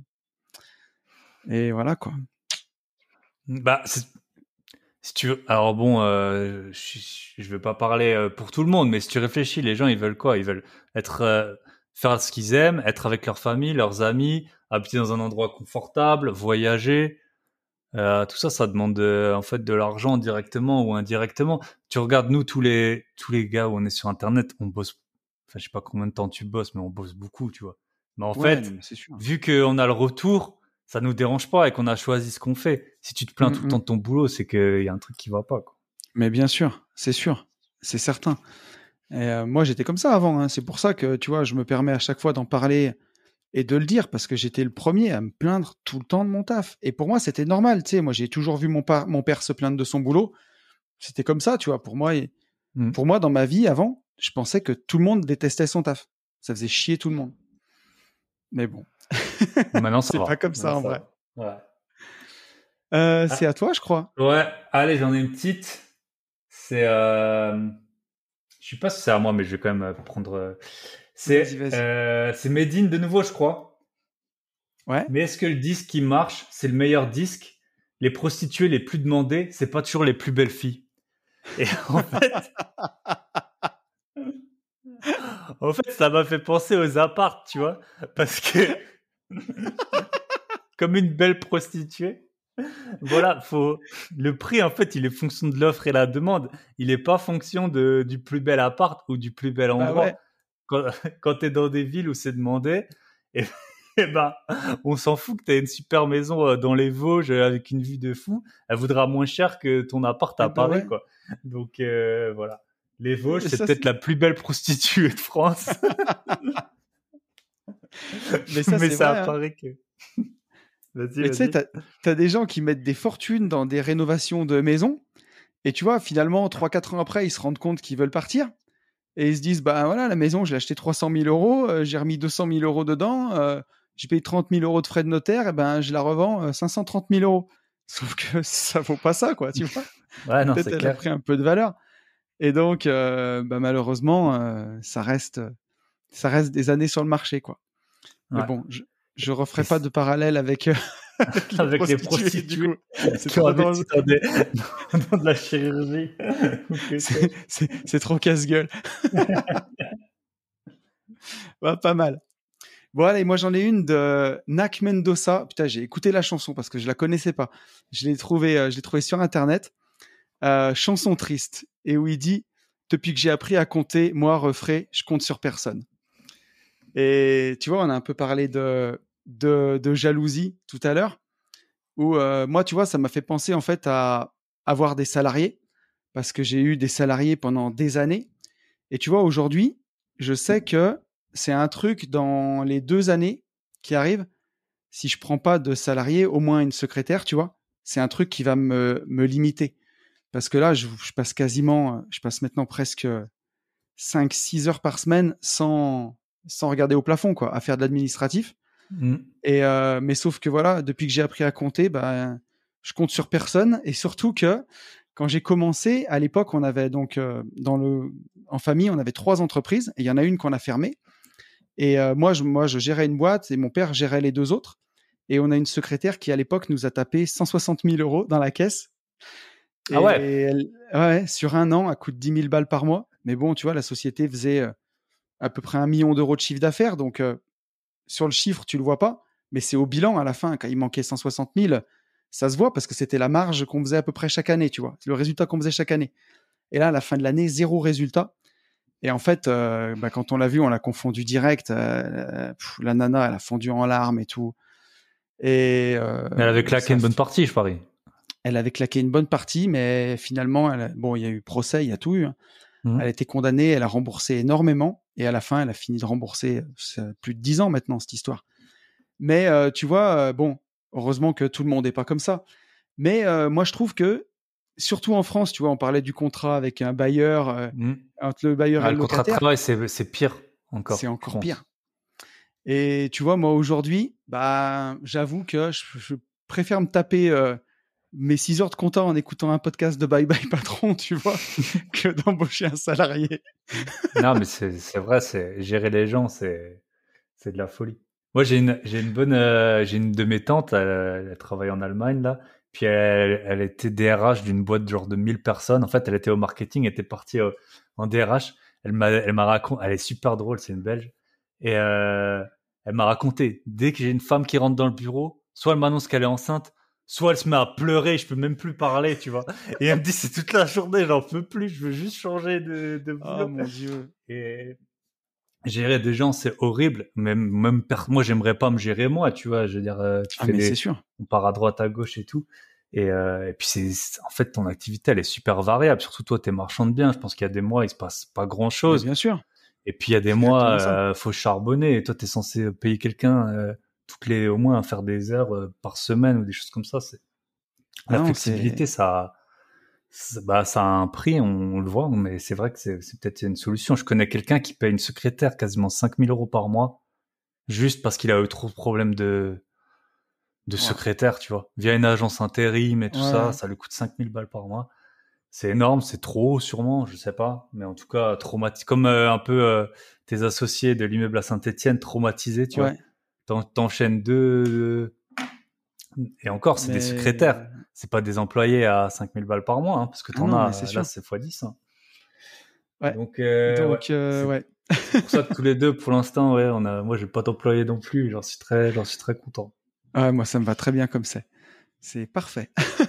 [SPEAKER 1] et voilà, quoi.
[SPEAKER 2] Bah, c'est- si tu veux, alors bon, euh, je, je vais pas parler euh, pour tout le monde, mais si tu réfléchis, les gens, ils veulent quoi? Ils veulent être, euh, faire ce qu'ils aiment, être avec leur famille, leurs amis, habiter dans un endroit confortable, voyager. Euh, tout ça, ça demande euh, en fait de l'argent directement ou indirectement. Tu regardes nous tous les tous les gars où on est sur Internet, on bosse. Enfin, je sais pas combien de temps tu bosses, mais on bosse beaucoup, tu vois. Mais en
[SPEAKER 1] Ouais, non,
[SPEAKER 2] fait,
[SPEAKER 1] mais c'est sûr.
[SPEAKER 2] vu qu'on a le retour, ça nous dérange pas et qu'on a choisi ce qu'on fait. Si tu te plains
[SPEAKER 1] Mm,
[SPEAKER 2] tout le temps
[SPEAKER 1] mm.
[SPEAKER 2] de ton boulot, c'est qu'il y a un truc qui va pas, quoi.
[SPEAKER 1] Mais bien sûr, c'est sûr, c'est certain. Et, euh, moi, j'étais comme ça avant, hein. C'est pour ça que, tu vois, je me permets à chaque fois d'en parler et de le dire, parce que j'étais le premier à me plaindre tout le temps de mon taf. Et pour moi, c'était normal, tu sais. Moi, j'ai toujours vu mon, par- mon père se plaindre de son boulot. C'était comme ça, tu vois. Pour moi, et
[SPEAKER 2] Mm.
[SPEAKER 1] pour moi, dans ma vie avant, je pensais que tout le monde détestait son taf. Ça faisait chier tout le monde. Mais bon,
[SPEAKER 2] Maintenant, ça
[SPEAKER 1] c'est pas
[SPEAKER 2] va.
[SPEAKER 1] comme
[SPEAKER 2] Maintenant,
[SPEAKER 1] ça en
[SPEAKER 2] ça
[SPEAKER 1] vrai.
[SPEAKER 2] va. Ouais.
[SPEAKER 1] Euh, c'est
[SPEAKER 2] Ah,
[SPEAKER 1] à toi, je crois.
[SPEAKER 2] ouais. Allez, j'en ai une petite. C'est, euh... je sais pas si c'est à moi, mais je vais quand même euh, prendre. euh,
[SPEAKER 1] Vas-y,
[SPEAKER 2] C'est,
[SPEAKER 1] vas-y.
[SPEAKER 2] euh... c'est Made in de nouveau, je crois.
[SPEAKER 1] Ouais.
[SPEAKER 2] Mais est-ce que le disque qui marche, c'est le meilleur disque? Les prostituées les plus demandées, c'est pas toujours les plus belles filles. Et en fait, en fait, ça m'a fait penser aux apparts, tu vois, parce que comme une belle prostituée, voilà, faut le prix en fait, il est fonction de l'offre et la demande. Il est pas fonction de du plus bel appart ou du plus bel
[SPEAKER 1] Bah ouais.
[SPEAKER 2] endroit. Quand, quand tu es dans des villes où c'est demandé, et, et ben, on s'en fout que tu aies une super maison euh, dans les Vosges euh, avec une vue de fou. Elle voudra moins cher que ton appart
[SPEAKER 1] Eh
[SPEAKER 2] à
[SPEAKER 1] bah
[SPEAKER 2] Paris,
[SPEAKER 1] ouais.
[SPEAKER 2] quoi. Donc, euh, voilà. Les Vosges,
[SPEAKER 1] Et
[SPEAKER 2] c'est
[SPEAKER 1] ça,
[SPEAKER 2] peut-être
[SPEAKER 1] c'est...
[SPEAKER 2] la plus belle prostituée de France,
[SPEAKER 1] Mais ça,
[SPEAKER 2] mais
[SPEAKER 1] c'est
[SPEAKER 2] c'est à
[SPEAKER 1] vrai, hein.
[SPEAKER 2] Paris que. Vas-y,
[SPEAKER 1] Mais tu sais,
[SPEAKER 2] vas-y.
[SPEAKER 1] t'as, t'as des gens qui mettent des fortunes dans des rénovations de maisons. Et tu vois, finalement, trois quatre ans après, ils se rendent compte qu'ils veulent partir. Et ils se disent, bah voilà, la maison, je l'ai achetée trois cent mille euros, euh, j'ai remis deux cent mille euros dedans, euh, j'ai payé trente mille euros de frais de notaire, et ben je la revends euh, cinq cent trente mille euros. Sauf que ça vaut pas ça, quoi, tu vois.
[SPEAKER 2] Ouais, non,
[SPEAKER 1] Peut-être
[SPEAKER 2] c'est
[SPEAKER 1] elle a
[SPEAKER 2] clair.
[SPEAKER 1] pris un peu de valeur. Et donc, euh, bah, malheureusement, euh, ça reste, ça reste des années sur le marché, quoi. Mais
[SPEAKER 2] Ouais.
[SPEAKER 1] bon, je, je
[SPEAKER 2] Et
[SPEAKER 1] referai pas
[SPEAKER 2] c-
[SPEAKER 1] de parallèle avec, euh, avec les
[SPEAKER 2] avec les
[SPEAKER 1] prostituées, du coup.
[SPEAKER 2] prostituées
[SPEAKER 1] C'est
[SPEAKER 2] qui ont
[SPEAKER 1] trop dans,
[SPEAKER 2] investi dans, des... dans de la chirurgie ou que
[SPEAKER 1] c'est,
[SPEAKER 2] sais-je.
[SPEAKER 1] c'est, c'est trop casse-gueule. Ouais, pas mal. Bon, allez, moi j'en ai une de Nak Mendoza. Putain, j'ai écouté la chanson parce que je la connaissais pas. Je l'ai trouvé, euh, je l'ai trouvé sur internet. Euh, chanson triste et où il dit: depuis que j'ai appris à compter, moi refrais, je compte sur personne. Et tu vois, on a un peu parlé de de, de jalousie tout à l'heure. Où euh, moi, tu vois, ça m'a fait penser en fait à avoir des salariés parce que j'ai eu des salariés pendant des années. Et tu vois, aujourd'hui, je sais que c'est un truc dans les deux années qui arrivent. Si je prends pas de salarié, au moins une secrétaire, tu vois, c'est un truc qui va me, me limiter. Parce que là, je, je passe quasiment, je passe maintenant presque cinq six heures par semaine sans, sans regarder au plafond, quoi, à faire de l'administratif.
[SPEAKER 2] Mm.
[SPEAKER 1] Et euh, mais sauf que voilà, depuis que j'ai appris à compter, bah, je compte sur personne. Et surtout que quand j'ai commencé, à l'époque, on avait donc euh, dans le, en famille, on avait trois entreprises et il y en a une qu'on a fermée. Et euh, moi, je, moi, je gérais une boîte et mon père gérait les deux autres. Et on a une secrétaire qui, à l'époque, nous a tapé cent soixante mille euros dans la caisse. Et
[SPEAKER 2] Ah ouais.
[SPEAKER 1] elle, ouais, sur un an, elle coûte dix mille balles par mois. Mais bon, tu vois, la société faisait euh, à peu près un million d'euros de chiffre d'affaires. Donc, euh, sur le chiffre, tu le vois pas. Mais c'est au bilan, à la fin, quand il manquait cent soixante mille, ça se voit parce que c'était la marge qu'on faisait à peu près chaque année, tu vois. C'est le résultat qu'on faisait chaque année. Et là, à la fin de l'année, zéro résultat. Et en fait, euh, bah, quand on l'a vu, on l'a confondu direct. Euh, pff, la nana, elle a fondu en larmes et tout. Et euh,
[SPEAKER 2] Elle avait claqué
[SPEAKER 1] ça,
[SPEAKER 2] une bonne partie, je parie.
[SPEAKER 1] elle avait claqué une bonne partie, mais finalement, elle a, bon, il y a eu procès, il y a tout eu. Hein.
[SPEAKER 2] Mmh.
[SPEAKER 1] Elle a été condamnée, elle a remboursé énormément. Et à la fin, elle a fini de rembourser plus de dix ans maintenant, cette histoire. Mais euh, tu vois, euh, bon, heureusement que tout le monde n'est pas comme ça. Mais euh, moi, je trouve que, surtout en France, tu vois, on parlait du contrat avec un bailleur, euh,
[SPEAKER 2] Mmh.
[SPEAKER 1] entre le bailleur
[SPEAKER 2] Ah,
[SPEAKER 1] et le
[SPEAKER 2] le contrat de
[SPEAKER 1] locataire,
[SPEAKER 2] travail, c'est, c'est pire encore,
[SPEAKER 1] c'est
[SPEAKER 2] je
[SPEAKER 1] encore
[SPEAKER 2] pense.
[SPEAKER 1] pire. Et tu vois, moi, aujourd'hui, bah, j'avoue que je, je préfère me taper euh, mes six heures de compta en écoutant un podcast de Bye Bye Patron, tu vois, que d'embaucher un salarié.
[SPEAKER 2] Non, mais c'est, c'est vrai, c'est gérer les gens, c'est, c'est de la folie. Moi, j'ai une, j'ai une bonne, euh, j'ai une de mes tantes, elle, elle travaille en Allemagne là, puis elle, elle était D R H d'une boîte genre de mille personnes. En fait, elle était au marketing, elle était partie euh, en D R H. Elle m'a, elle m'a raconté, elle est super drôle, c'est une Belge, et euh, elle m'a raconté dès que j'ai une femme qui rentre dans le bureau, soit elle m'annonce qu'elle est enceinte, soit elle se met à pleurer, je peux même plus parler, tu vois. Et elle me dit c'est toute la journée, j'en peux plus, je veux juste changer de, de
[SPEAKER 1] Oh
[SPEAKER 2] boulot.
[SPEAKER 1] mon Dieu.
[SPEAKER 2] Et gérer des gens, c'est horrible. Même, même, per- moi, j'aimerais pas me gérer moi, tu vois. Je veux dire, euh, tu
[SPEAKER 1] Ah,
[SPEAKER 2] fais
[SPEAKER 1] mais c'est
[SPEAKER 2] des,
[SPEAKER 1] sûr.
[SPEAKER 2] on part à droite, à gauche et tout. Et, euh, et puis c'est, c'est- en fait, ton activité, elle est super variable. Surtout toi, t'es marchand de biens. Je pense qu'il y a des mois, il se passe pas grand
[SPEAKER 1] Mais
[SPEAKER 2] chose.
[SPEAKER 1] bien sûr.
[SPEAKER 2] Et puis il y a des
[SPEAKER 1] C'est
[SPEAKER 2] mois,
[SPEAKER 1] exactement ça.
[SPEAKER 2] euh, faut charbonner. Et toi, t'es censé payer quelqu'un euh, toutes les, au moins faire des heures euh, par semaine ou des choses comme ça. C'est
[SPEAKER 1] Ah
[SPEAKER 2] la
[SPEAKER 1] non,
[SPEAKER 2] flexibilité,
[SPEAKER 1] c'est.
[SPEAKER 2] ça, ça- bah, ça a un prix, on, on le voit. Mais c'est vrai que c'est, c'est peut-être une solution. Je connais quelqu'un qui paye une secrétaire quasiment cinq mille euros par mois juste parce qu'il a eu trop de problèmes de, de
[SPEAKER 1] Wow.
[SPEAKER 2] secrétaire, tu vois. Via une agence intérim et tout ça,
[SPEAKER 1] Ouais.
[SPEAKER 2] ça lui coûte cinq mille balles par mois. C'est énorme, c'est trop sûrement, je sais pas. Mais en tout cas, traumatisé. Comme euh, un peu euh, tes associés de l'immeuble à Saint-Etienne, traumatisés, tu vois.
[SPEAKER 1] Ouais.
[SPEAKER 2] T'en, t'enchaînes deux... Et encore, c'est des secrétaires.
[SPEAKER 1] Mais.
[SPEAKER 2] C'est pas des employés à cinq mille balles par mois, hein, parce que
[SPEAKER 1] Ah
[SPEAKER 2] t'en
[SPEAKER 1] non, mais c'est
[SPEAKER 2] as, là,
[SPEAKER 1] sûr.
[SPEAKER 2] c'est fois dix. Hein.
[SPEAKER 1] Ouais.
[SPEAKER 2] Donc, euh, ouais.
[SPEAKER 1] Donc, euh,
[SPEAKER 2] C'est,
[SPEAKER 1] ouais.
[SPEAKER 2] c'est pour ça que tous les deux, pour l'instant, ouais, on a, moi, j'ai pas d'employé non plus. J'en suis très, j'en suis très content.
[SPEAKER 1] Ah, moi, ça me va très bien comme c'est. C'est parfait.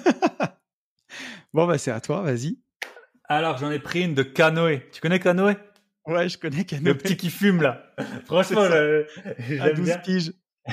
[SPEAKER 1] Bon, bah, c'est à toi, vas-y.
[SPEAKER 2] Alors, j'en ai pris une de Canoë. Tu connais Canoë?
[SPEAKER 1] Ouais, je connais
[SPEAKER 2] Le
[SPEAKER 1] Canoë.
[SPEAKER 2] petit qui fume, là.
[SPEAKER 1] C'est
[SPEAKER 2] Franchement,
[SPEAKER 1] ça.
[SPEAKER 2] je,
[SPEAKER 1] À
[SPEAKER 2] j'aime
[SPEAKER 1] douze
[SPEAKER 2] bien.
[SPEAKER 1] piges.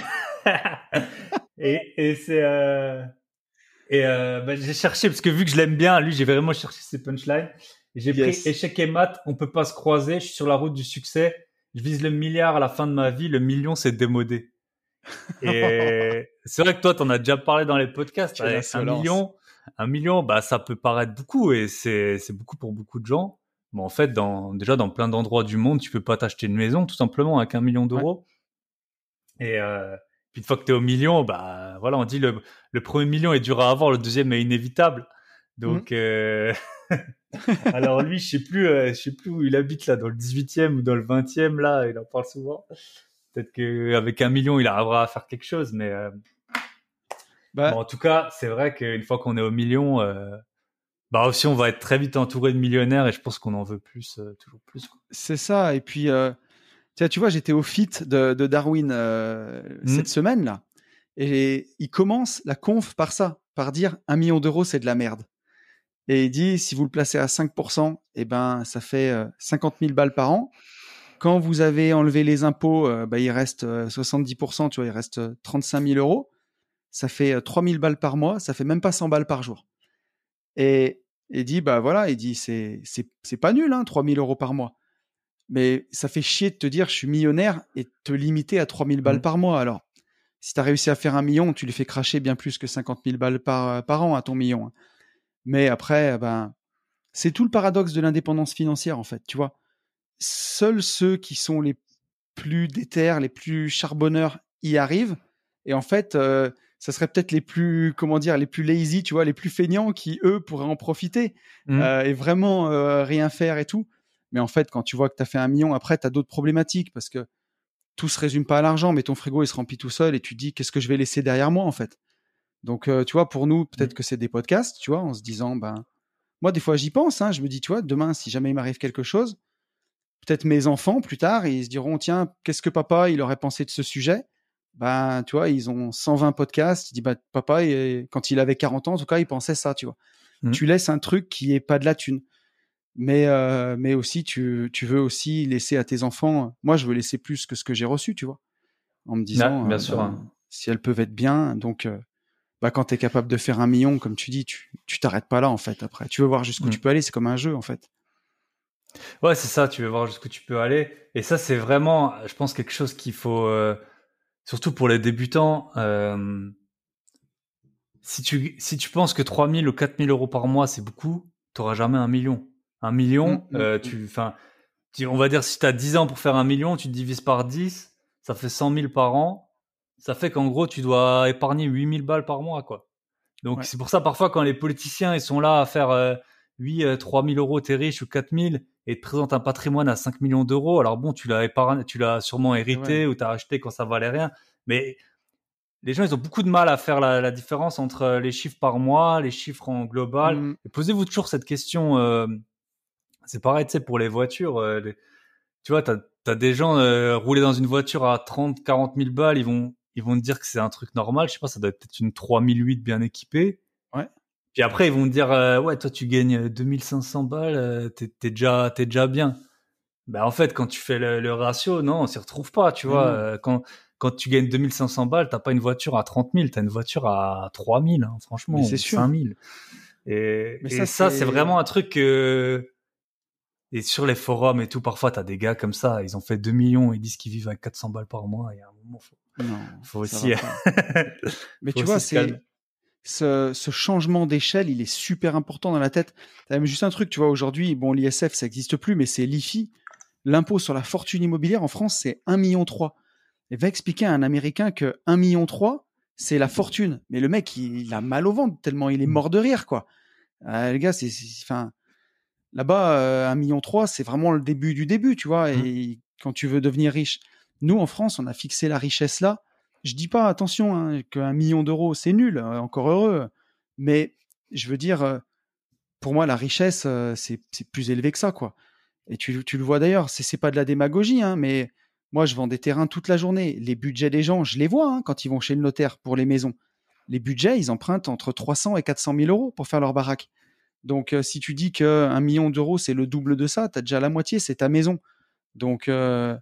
[SPEAKER 2] et, et c'est, euh, et, euh, bah, j'ai cherché, parce que vu que je l'aime bien, lui, j'ai vraiment cherché ses punchlines. J'ai pris
[SPEAKER 1] Yes.
[SPEAKER 2] échec et maths, on peut pas se croiser, je suis sur la route du succès, je vise le milliard à la fin de ma vie, le million, c'est démodé. Et c'est vrai que toi, t'en as déjà parlé dans les podcasts.
[SPEAKER 1] Quelle
[SPEAKER 2] Ouais, un
[SPEAKER 1] insolence.
[SPEAKER 2] million, un million, bah, ça peut paraître beaucoup et c'est, c'est beaucoup pour beaucoup de gens. Mais en fait, dans, déjà, dans plein d'endroits du monde, tu peux pas t'acheter une maison, tout simplement, avec un million
[SPEAKER 1] Ouais.
[SPEAKER 2] d'euros. Et, euh, puis une fois que t'es au million, bah, voilà, on dit le, le premier million est dur à avoir, le deuxième est inévitable.
[SPEAKER 1] Mm.
[SPEAKER 2] Donc, euh, alors lui, je sais plus, euh, je sais plus où il habite là, dans le dix-huitième ou dans le vingtième là, il en parle souvent. Peut-être qu'avec un million, il arrivera à faire quelque chose, mais, euh,
[SPEAKER 1] Bah,
[SPEAKER 2] bon, en tout cas, c'est vrai qu'une fois qu'on est au million, euh, bah aussi on va être très vite entouré de millionnaires et je pense qu'on en veut plus, euh, toujours plus. Quoi.
[SPEAKER 1] c'est ça. Et puis, euh, tiens, tu vois, j'étais au F I T de, de Darwin euh,
[SPEAKER 2] Mmh.
[SPEAKER 1] cette semaine-là. Et il commence la conf par ça, par dire un million d'euros, c'est de la merde. Et il dit, si vous le placez à cinq pour cent, eh ben, ça fait euh, cinquante mille balles par an. Quand vous avez enlevé les impôts, euh, bah, il reste euh, soixante-dix pour cent, tu vois, il reste euh, trente-cinq mille euros. Ça fait euh, trois mille balles par mois, ça fait même pas cent balles par jour. Et il dit, bah voilà, il dit, c'est, c'est, c'est pas nul, hein, trois mille euros par mois. Mais ça fait chier de te dire, je suis millionnaire et de te limiter à trois mille balles
[SPEAKER 2] Mmh.
[SPEAKER 1] par mois. Alors, si tu as réussi à faire un million, tu lui fais cracher bien plus que cinquante mille balles par, par an à ton million. Hein. Mais après, ben, c'est tout le paradoxe de l'indépendance financière, en fait, tu vois. Seuls ceux qui sont les plus déter, les plus charbonneurs y arrivent. Et en fait, euh, ça serait peut-être les plus, comment dire, les plus lazy, tu vois, les plus feignants qui, eux, pourraient en profiter
[SPEAKER 2] Mmh.
[SPEAKER 1] euh, et vraiment euh, rien faire et tout. Mais en fait, quand tu vois que tu as fait un million, après, tu as d'autres problématiques parce que tout se résume pas à l'argent, mais ton frigo, il se remplit tout seul et tu te dis, qu'est-ce que je vais laisser derrière moi, en fait? Donc, euh, tu vois, pour nous, peut-être
[SPEAKER 2] Mmh.
[SPEAKER 1] que c'est des podcasts, tu vois, en se disant, ben, moi, des fois, j'y pense, hein, je me dis, tu vois, demain, si jamais il m'arrive quelque chose, peut-être mes enfants, plus tard, ils se diront, tiens, qu'est-ce que papa, il aurait pensé de ce sujet? Ben, tu vois, ils ont cent vingt podcasts, il dit, bah, papa, et, quand il avait quarante ans, en tout cas, il pensait ça, tu vois.
[SPEAKER 2] Mmh.
[SPEAKER 1] Tu laisses un truc qui est pas de la thune. Mais, euh, mais aussi, tu, tu veux aussi laisser à tes enfants, moi, je veux laisser plus que ce que j'ai reçu, tu vois, en me
[SPEAKER 2] Ouais,
[SPEAKER 1] disant,
[SPEAKER 2] bien
[SPEAKER 1] euh,
[SPEAKER 2] sûr,
[SPEAKER 1] ben,
[SPEAKER 2] hein.
[SPEAKER 1] si elles peuvent être bien, donc, euh, bah, quand tu es capable de faire un million, comme tu dis, tu tu t'arrêtes pas là, en fait, après. Tu veux voir jusqu'où tu
[SPEAKER 2] Mmh.
[SPEAKER 1] peux aller, c'est comme un jeu, en fait.
[SPEAKER 2] Ouais, c'est ça, tu veux voir jusqu'où tu peux aller. Et ça, c'est vraiment, je pense, quelque chose qu'il faut, euh, surtout pour les débutants, euh, si tu, si tu penses que trois mille ou quatre mille euros par mois, c'est beaucoup, t'auras jamais un million. Un
[SPEAKER 1] Mmh,
[SPEAKER 2] million,
[SPEAKER 1] mmh,
[SPEAKER 2] euh,
[SPEAKER 1] mmh.
[SPEAKER 2] tu, enfin, tu- on va dire, si tu as dix ans pour faire un million, tu te divises par dix, ça fait cent mille par an. Ça fait qu'en gros, tu dois épargner huit mille balles par mois, quoi. Donc,
[SPEAKER 1] Ouais,
[SPEAKER 2] c'est pour ça, parfois, quand les politiciens, ils sont là à faire, euh, oui, euh, trois mille euros, t'es riche, ou quatre mille, et te présentent un patrimoine à cinq millions d'euros. Alors bon, tu l'as épargné, tu l'as sûrement
[SPEAKER 1] c'est vrai.
[SPEAKER 2] hérité, ou t'as acheté quand ça valait rien. Mais les gens, ils ont beaucoup de mal à faire la, la différence entre les chiffres par mois, les chiffres en global.
[SPEAKER 1] Mmh.
[SPEAKER 2] Et posez-vous toujours cette question, euh, c'est pareil, tu sais, pour les voitures. euh, les- tu vois, t'as, t'as des gens euh, rouler dans une voiture à trente, quarante mille balles, ils vont, ils vont te dire que c'est un truc normal. Je sais pas, ça doit être peut-être une trois mille huit bien équipée.
[SPEAKER 1] Ouais.
[SPEAKER 2] Puis après, ils vont te dire, euh, ouais, toi, tu gagnes deux mille cinq cents balles, euh, t'es, t'es déjà, t'es déjà bien. Ben, en fait, quand tu fais le, le ratio, non, on s'y retrouve pas, tu
[SPEAKER 1] Mais
[SPEAKER 2] vois.
[SPEAKER 1] non.
[SPEAKER 2] Euh, Quand, quand tu gagnes deux mille cinq cents balles, t'as pas une voiture à trente mille, t'as une voiture à trois mille, hein,
[SPEAKER 1] Mais
[SPEAKER 2] franchement,
[SPEAKER 1] c'est
[SPEAKER 2] ou cinq
[SPEAKER 1] sûr.
[SPEAKER 2] mille. Et,
[SPEAKER 1] Mais ça,
[SPEAKER 2] et ça, c'est
[SPEAKER 1] c'est
[SPEAKER 2] vraiment un truc que, et sur les forums et tout, parfois, t'as des gars comme ça, ils ont fait deux millions, ils disent qu'ils vivent avec quatre cents balles par mois, et à un moment, faut,
[SPEAKER 1] non,
[SPEAKER 2] faut
[SPEAKER 1] ça va
[SPEAKER 2] aussi,
[SPEAKER 1] pas. Mais
[SPEAKER 2] faut
[SPEAKER 1] tu vois,
[SPEAKER 2] aussi se calmer.
[SPEAKER 1] c'est ce ce changement d'échelle, il est super important dans la tête. Tu même juste un truc, tu vois, aujourd'hui, bon, l'I S F, ça existe plus, mais c'est l'I F I. L'impôt sur la fortune immobilière en France, c'est un virgule trois million. Et va expliquer à un Américain que un virgule trois million, c'est la fortune. Mais le mec, il, il a mal au ventre tellement il est
[SPEAKER 2] Mm.
[SPEAKER 1] mort de rire, quoi. Euh, les gars, c'est, c'est- enfin, là-bas, euh, un million trois, c'est vraiment le début du début, tu vois.
[SPEAKER 2] Mm.
[SPEAKER 1] Et quand tu veux devenir riche, nous en France, on a fixé la richesse là. Je dis pas, attention, hein, qu'un million d'euros, c'est nul, euh, encore heureux. Mais je veux dire, euh, pour moi, la richesse, euh, c'est, c'est plus élevé que ça, quoi. Et tu, tu le vois d'ailleurs, c'est, c'est pas de la démagogie, hein, mais moi, je vends des terrains toute la journée. Les budgets des gens, je les vois hein, quand ils vont chez le notaire pour les maisons. Les budgets, ils empruntent entre trois cents et quatre cent mille euros pour faire leur baraque. Donc, euh, si tu dis qu'un million d'euros, c'est le double de ça, tu as déjà la moitié, c'est ta maison. Donc, euh,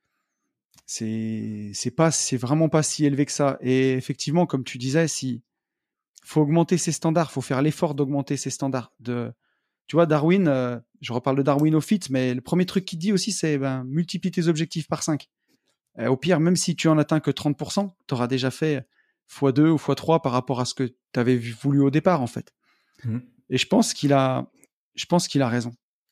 [SPEAKER 1] c'est, c'est pas, c'est vraiment pas si élevé que ça. Et effectivement, comme tu disais, si faut augmenter ses standards, faut faire l'effort d'augmenter ses standards. De, tu vois, Darwin, euh, je reparle de Darwin au fit, mais le premier truc qu'il dit aussi, c'est ben, multiplie tes objectifs par cinq. Euh, au pire, même si tu en atteins que trente pour cent, tu auras déjà fait fois deux ou fois trois par rapport à ce que tu avais voulu au départ, en fait.
[SPEAKER 2] Mm.
[SPEAKER 1] Et je pense qu'il a, je pense qu'il a raison.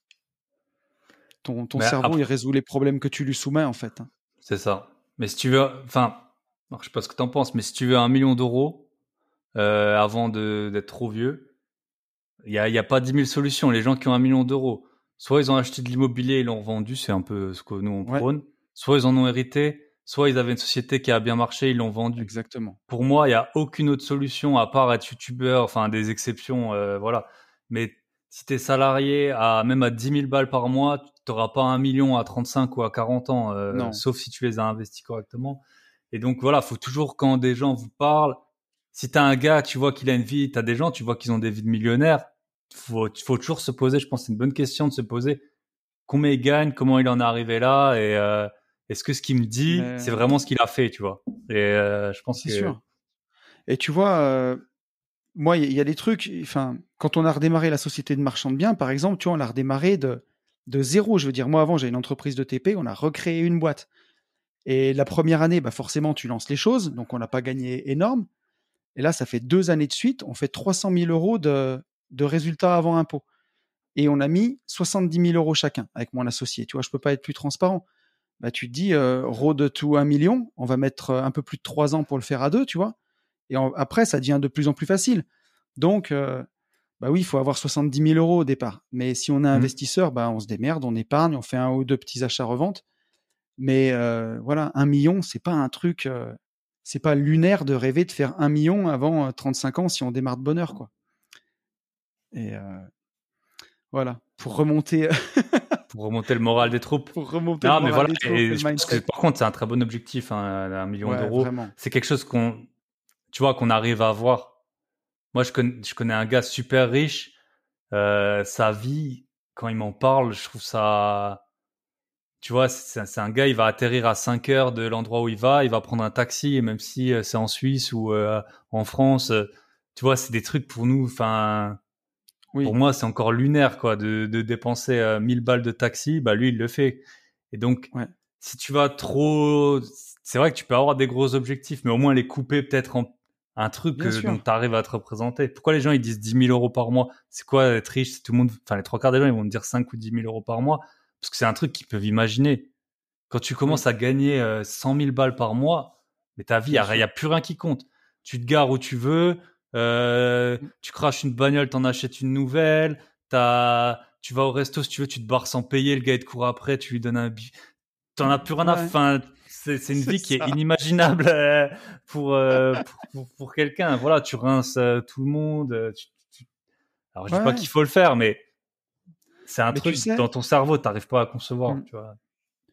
[SPEAKER 1] Ton, ton
[SPEAKER 2] Mais
[SPEAKER 1] cerveau, il
[SPEAKER 2] après,
[SPEAKER 1] résout les problèmes que tu lui soumets, en fait. Hein.
[SPEAKER 2] c'est ça. Mais si tu veux, enfin, alors, je sais pas ce que t'en penses, mais si tu veux un million d'euros, euh, avant de, d'être trop vieux, il y a, il y a pas dix mille solutions. Les gens qui ont un million d'euros, soit ils ont acheté de l'immobilier et ils l'ont vendu, c'est un peu ce que nous on
[SPEAKER 1] Ouais,
[SPEAKER 2] prône. Soit ils en ont hérité, soit ils avaient une société qui a bien marché, ils l'ont vendu.
[SPEAKER 1] exactement.
[SPEAKER 2] Pour moi, il y a aucune autre solution à part être youtubeur, enfin des exceptions, euh, voilà. Mais si t'es salarié à même à dix mille balles par mois, tu t'auras pas un million à trente-cinq ou à quarante ans, euh,
[SPEAKER 1] Non.
[SPEAKER 2] sauf si tu les as investis correctement. Et donc voilà, faut toujours quand des gens vous parlent, si t'as un gars, tu vois qu'il a une vie, t'as des gens, tu vois qu'ils ont des vies de millionnaires, faut, faut toujours se poser, je pense que c'est une bonne question de se poser, combien il gagne, comment il en est arrivé là, et euh, est-ce que ce qu'il me dit, c'est
[SPEAKER 1] Mais,
[SPEAKER 2] vraiment ce qu'il a fait, tu vois. Et euh, je
[SPEAKER 1] mais
[SPEAKER 2] pense
[SPEAKER 1] c'est
[SPEAKER 2] que...
[SPEAKER 1] sûr. Et tu vois, euh, moi, il y, y a des trucs, enfin, quand on a redémarré la société de marchand de biens, par exemple, tu vois, on l'a redémarré de, de zéro. Je veux dire, moi, avant, j'avais une entreprise de T P, on a recréé une boîte. Et la première année, bah, forcément, tu lances les choses, donc on n'a pas gagné énorme. Et là, ça fait deux années de suite, on fait trois cent mille euros de, de résultats avant impôt. Et on a mis soixante-dix mille euros chacun avec mon associé. Tu vois, je peux pas être plus transparent. Bah, tu te dis, euh, road to un million, on va mettre un peu plus de trois ans pour le faire à deux, tu vois. Et en, après, ça devient de plus en plus facile. Donc, euh, bah oui, il faut avoir soixante-dix mille euros au départ. Mais si on est
[SPEAKER 2] Hmm.
[SPEAKER 1] investisseur, bah, on se démerde, on épargne, on fait un ou deux petits achats-reventes. Mais euh, voilà, un million, c'est pas un truc, euh, c'est pas lunaire de rêver de faire un million avant euh, trente-cinq ans si on démarre de bonne heure, quoi. Et euh, voilà, pour remonter,
[SPEAKER 2] Pour remonter le moral des troupes.
[SPEAKER 1] pour remonter le
[SPEAKER 2] Non, mais
[SPEAKER 1] moral
[SPEAKER 2] voilà.
[SPEAKER 1] des troupes et
[SPEAKER 2] Et
[SPEAKER 1] le
[SPEAKER 2] je pense que
[SPEAKER 1] mindset.
[SPEAKER 2] par contre, c'est un très bon objectif, hein, un million
[SPEAKER 1] Ouais,
[SPEAKER 2] d'euros.
[SPEAKER 1] vraiment.
[SPEAKER 2] C'est quelque chose qu'on, tu vois, qu'on arrive à avoir. Moi, je connais, je connais un gars super riche. Euh, sa vie, quand il m'en parle, je trouve ça. Tu vois, c'est, c'est un gars, il va atterrir à cinq heures de l'endroit où il va, il va prendre un taxi, et même si euh, c'est en Suisse ou euh, en France, euh, tu vois, c'est des trucs pour nous. Enfin, pour
[SPEAKER 1] Oui,
[SPEAKER 2] moi, c'est encore lunaire, quoi, de, de dépenser euh, mille balles de taxi. Bah lui, il le fait. Et donc,
[SPEAKER 1] ouais,
[SPEAKER 2] si tu vas trop, c'est vrai que tu peux avoir des gros objectifs, mais au moins les couper peut-être en un truc
[SPEAKER 1] bien
[SPEAKER 2] que, dont
[SPEAKER 1] sûr.
[SPEAKER 2] tu arrives à te représenter. Pourquoi les gens ils disent dix mille euros par mois? C'est quoi être riche? C'est tout le monde, enfin les trois quarts des gens ils vont te dire cinq ou dix mille euros par mois parce que c'est un truc qu'ils peuvent imaginer. Quand tu
[SPEAKER 1] Oui,
[SPEAKER 2] commences à gagner euh, cent mille balles par mois, mais ta vie, il
[SPEAKER 1] bien
[SPEAKER 2] n'y a, y
[SPEAKER 1] sûr.
[SPEAKER 2] a plus rien qui compte. Tu te gares où tu veux, euh,
[SPEAKER 1] Mm.
[SPEAKER 2] tu craches une bagnole, t'en achètes une nouvelle, t'as, tu vas au resto si tu veux, tu te barres sans payer, le gars il te court après, tu lui donnes un billet. T'en as plus rien à...
[SPEAKER 1] Ouais,
[SPEAKER 2] Enfin, c'est, c'est une
[SPEAKER 1] c'est
[SPEAKER 2] vie qui est
[SPEAKER 1] ça.
[SPEAKER 2] inimaginable euh, pour, euh, pour, pour, pour quelqu'un. Voilà, tu rinces euh, tout le monde. euh, tu- tu- Alors, je dis pas
[SPEAKER 1] Ouais,
[SPEAKER 2] qu'il faut le faire, mais c'est un
[SPEAKER 1] mais tu
[SPEAKER 2] truc
[SPEAKER 1] sais,
[SPEAKER 2] dans ton cerveau, t'arrives pas à concevoir,
[SPEAKER 1] mm,
[SPEAKER 2] tu vois.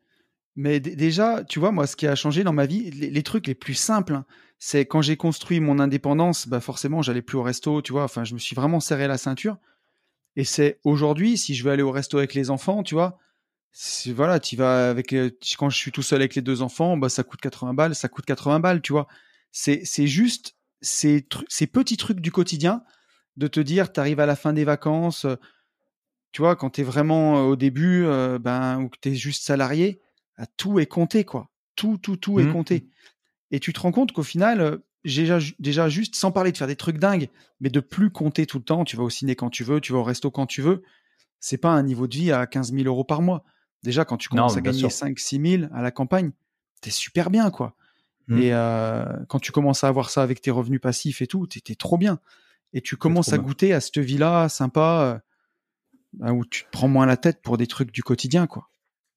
[SPEAKER 1] mais d- déjà, tu vois, moi, ce qui a changé dans ma vie, les, les trucs les plus simples, hein, c'est quand j'ai construit mon indépendance, bah forcément, j'allais plus au resto, tu vois. Enfin, je me suis vraiment serré la ceinture. Et c'est aujourd'hui, si je veux aller au resto avec les enfants, tu vois, c'est, voilà, tu vas avec euh, quand je suis tout seul avec les deux enfants, bah ça coûte quatre-vingts balles, ça coûte quatre-vingts balles, tu vois. C'est c'est juste ces tru- ces petits trucs du quotidien de te dire, tu arrives à la fin des vacances, euh, tu vois, quand tu es vraiment euh, au début, euh, ben ou que tu es juste salarié, ah, tout est compté, quoi. Tout tout tout est
[SPEAKER 2] Mhm.
[SPEAKER 1] compté. Et tu te rends compte qu'au final, euh, déjà, déjà juste sans parler de faire des trucs dingues, mais de plus compter tout le temps, tu vas au ciné quand tu veux, tu vas au resto quand tu veux, c'est pas un niveau de vie à quinze mille euros par mois. Déjà, quand tu
[SPEAKER 2] Non,
[SPEAKER 1] commences
[SPEAKER 2] mais
[SPEAKER 1] à
[SPEAKER 2] bien
[SPEAKER 1] gagner
[SPEAKER 2] sûr.
[SPEAKER 1] cinq six mille à la campagne, t'es super bien, quoi. Et
[SPEAKER 2] Mhm.
[SPEAKER 1] euh, quand tu commences à avoir ça avec tes revenus passifs et tout, t'es, t'es trop bien. Et tu
[SPEAKER 2] C'est trop
[SPEAKER 1] commences à
[SPEAKER 2] bien.
[SPEAKER 1] goûter à cette vie-là sympa, euh, où tu te prends moins la tête pour des trucs du quotidien, quoi.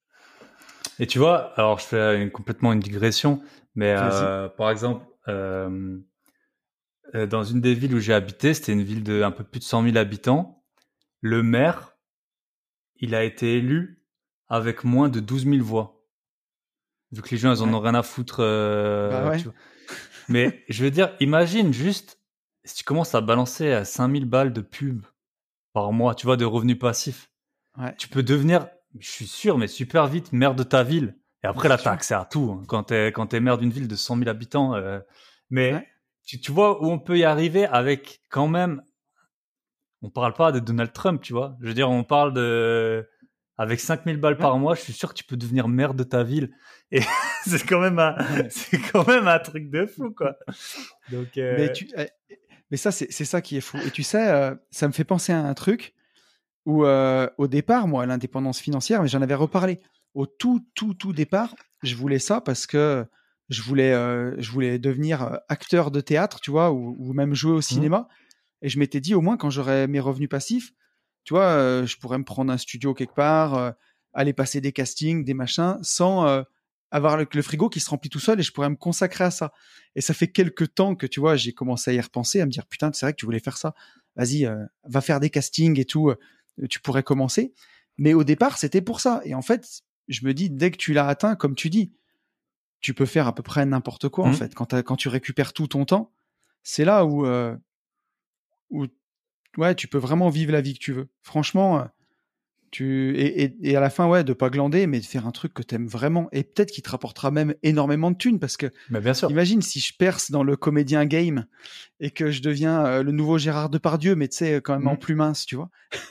[SPEAKER 2] Et tu vois, alors je fais une- complètement une digression, mais
[SPEAKER 1] Vas-y.
[SPEAKER 2] euh, par exemple, euh, euh, dans une des villes où j'ai habité, c'était une ville de un peu plus de cent mille habitants, le maire, il a été élu avec moins de douze mille voix. Vu que les gens, ils en
[SPEAKER 1] Ouais.
[SPEAKER 2] ont rien à foutre,
[SPEAKER 1] Bah
[SPEAKER 2] euh,
[SPEAKER 1] ouais.
[SPEAKER 2] tu vois. Mais je veux dire, imagine juste, si tu commences à balancer à cinq mille balles de pub par mois, tu vois, de revenus passifs,
[SPEAKER 1] Ouais.
[SPEAKER 2] tu peux devenir, je suis sûr, mais super vite maire de ta ville. Et après,
[SPEAKER 1] Bien
[SPEAKER 2] là, t'as
[SPEAKER 1] sûr.
[SPEAKER 2] accès à tout, hein, quand t'es, quand t'es maire d'une ville de cent mille habitants. euh,
[SPEAKER 1] Ouais.
[SPEAKER 2] mais tu, tu vois où on peut y arriver avec quand même, on parle pas de Donald Trump, tu vois. Je veux dire, on parle de, avec cinq mille balles
[SPEAKER 1] Ouais.
[SPEAKER 2] par mois, je suis sûr que tu peux devenir maire de ta ville. Et c'est quand même un,
[SPEAKER 1] Non, mais,
[SPEAKER 2] c'est quand même un truc de fou, quoi. Donc,
[SPEAKER 1] mais
[SPEAKER 2] euh,
[SPEAKER 1] tu, eh, mais ça, c'est, c'est ça qui est fou. Et tu sais, euh, ça me fait penser à un truc où, euh, au départ, moi, l'indépendance financière, mais j'en avais reparlé. Au tout, tout, tout départ, je voulais ça parce que je voulais, euh, je voulais devenir euh, acteur de théâtre, tu vois, ou, ou même jouer au
[SPEAKER 2] hmm,
[SPEAKER 1] cinéma. Et je m'étais dit, au moins, quand j'aurai mes revenus passifs, tu vois, euh, je pourrais me prendre un studio quelque part, euh, aller passer des castings, des machins, sans euh, avoir le, le frigo qui se remplit tout seul et je pourrais me consacrer à ça. Et ça fait quelques temps que, tu vois, j'ai commencé à y repenser, à me dire, putain, c'est vrai que tu voulais faire ça. Vas-y, euh, va faire des castings et tout, euh, tu pourrais commencer. Mais au départ, c'était pour ça. Et en fait, je me dis, dès que tu l'as atteint, comme tu dis, tu peux faire à peu près n'importe quoi, en
[SPEAKER 2] hmm.
[SPEAKER 1] fait. Quand, t'as- quand tu récupères tout ton temps, c'est là où, euh, où ouais, tu peux vraiment vivre la vie que tu veux. Franchement, euh, tu et, et, et à la fin, ouais, de pas glander, mais de faire un truc que t'aimes vraiment et peut-être qui te rapportera même énormément de thunes parce que
[SPEAKER 2] Mais bien sûr.
[SPEAKER 1] imagine si je perce dans le comédien game et que je deviens euh, le nouveau Gérard Depardieu, mais tu sais quand même en
[SPEAKER 2] Hmm.
[SPEAKER 1] plus mince, tu vois.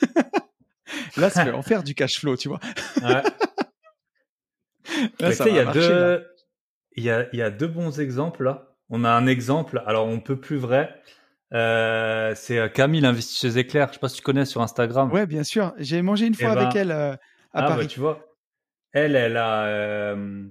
[SPEAKER 1] Là, ça fait en faire du cash flow, tu vois.
[SPEAKER 2] Ouais.
[SPEAKER 1] Là,
[SPEAKER 2] Mais tu
[SPEAKER 1] ça
[SPEAKER 2] sais, il y
[SPEAKER 1] va
[SPEAKER 2] a
[SPEAKER 1] marcher là.
[SPEAKER 2] deux, il y a, il y a deux bons exemples là. On a un exemple, alors on peut plus vrai. Euh, c'est euh, Camille, l'investisseuse éclair. Je sais pas si tu connais sur Instagram.
[SPEAKER 1] Ouais, bien sûr. J'ai mangé une
[SPEAKER 2] Eh
[SPEAKER 1] fois avec
[SPEAKER 2] ben,
[SPEAKER 1] elle euh, à
[SPEAKER 2] ah bah
[SPEAKER 1] Paris.
[SPEAKER 2] tu vois, elle, elle a, euh,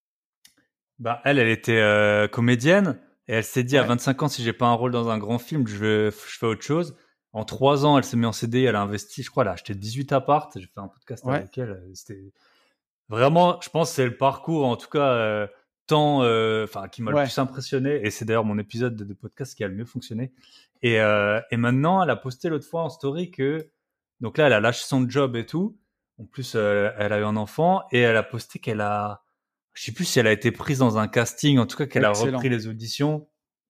[SPEAKER 2] bah elle, elle était euh, comédienne et elle s'est dit à
[SPEAKER 1] Ouais,
[SPEAKER 2] vingt-cinq ans, si j'ai pas un rôle dans un grand film, je vais, je fais autre chose. En trois ans, elle s'est mise en C D I, elle a investi, je crois, elle a acheté dix-huit appartes. J'ai fait un podcast
[SPEAKER 1] ouais,
[SPEAKER 2] avec elle. C'était vraiment, je pense que c'est le parcours, en tout cas, euh, tant, euh, enfin, qui m'a le
[SPEAKER 1] Ouais,
[SPEAKER 2] plus impressionné. Et c'est d'ailleurs mon épisode de, de podcast qui a le mieux fonctionné. Et, euh, et maintenant, elle a posté l'autre fois en story que, donc là, elle a lâché son job et tout. En plus, euh, elle a eu un enfant et elle a posté qu'elle a, je sais plus si elle a été prise dans un casting, en tout cas qu'elle a repris
[SPEAKER 1] excellent.
[SPEAKER 2] les auditions.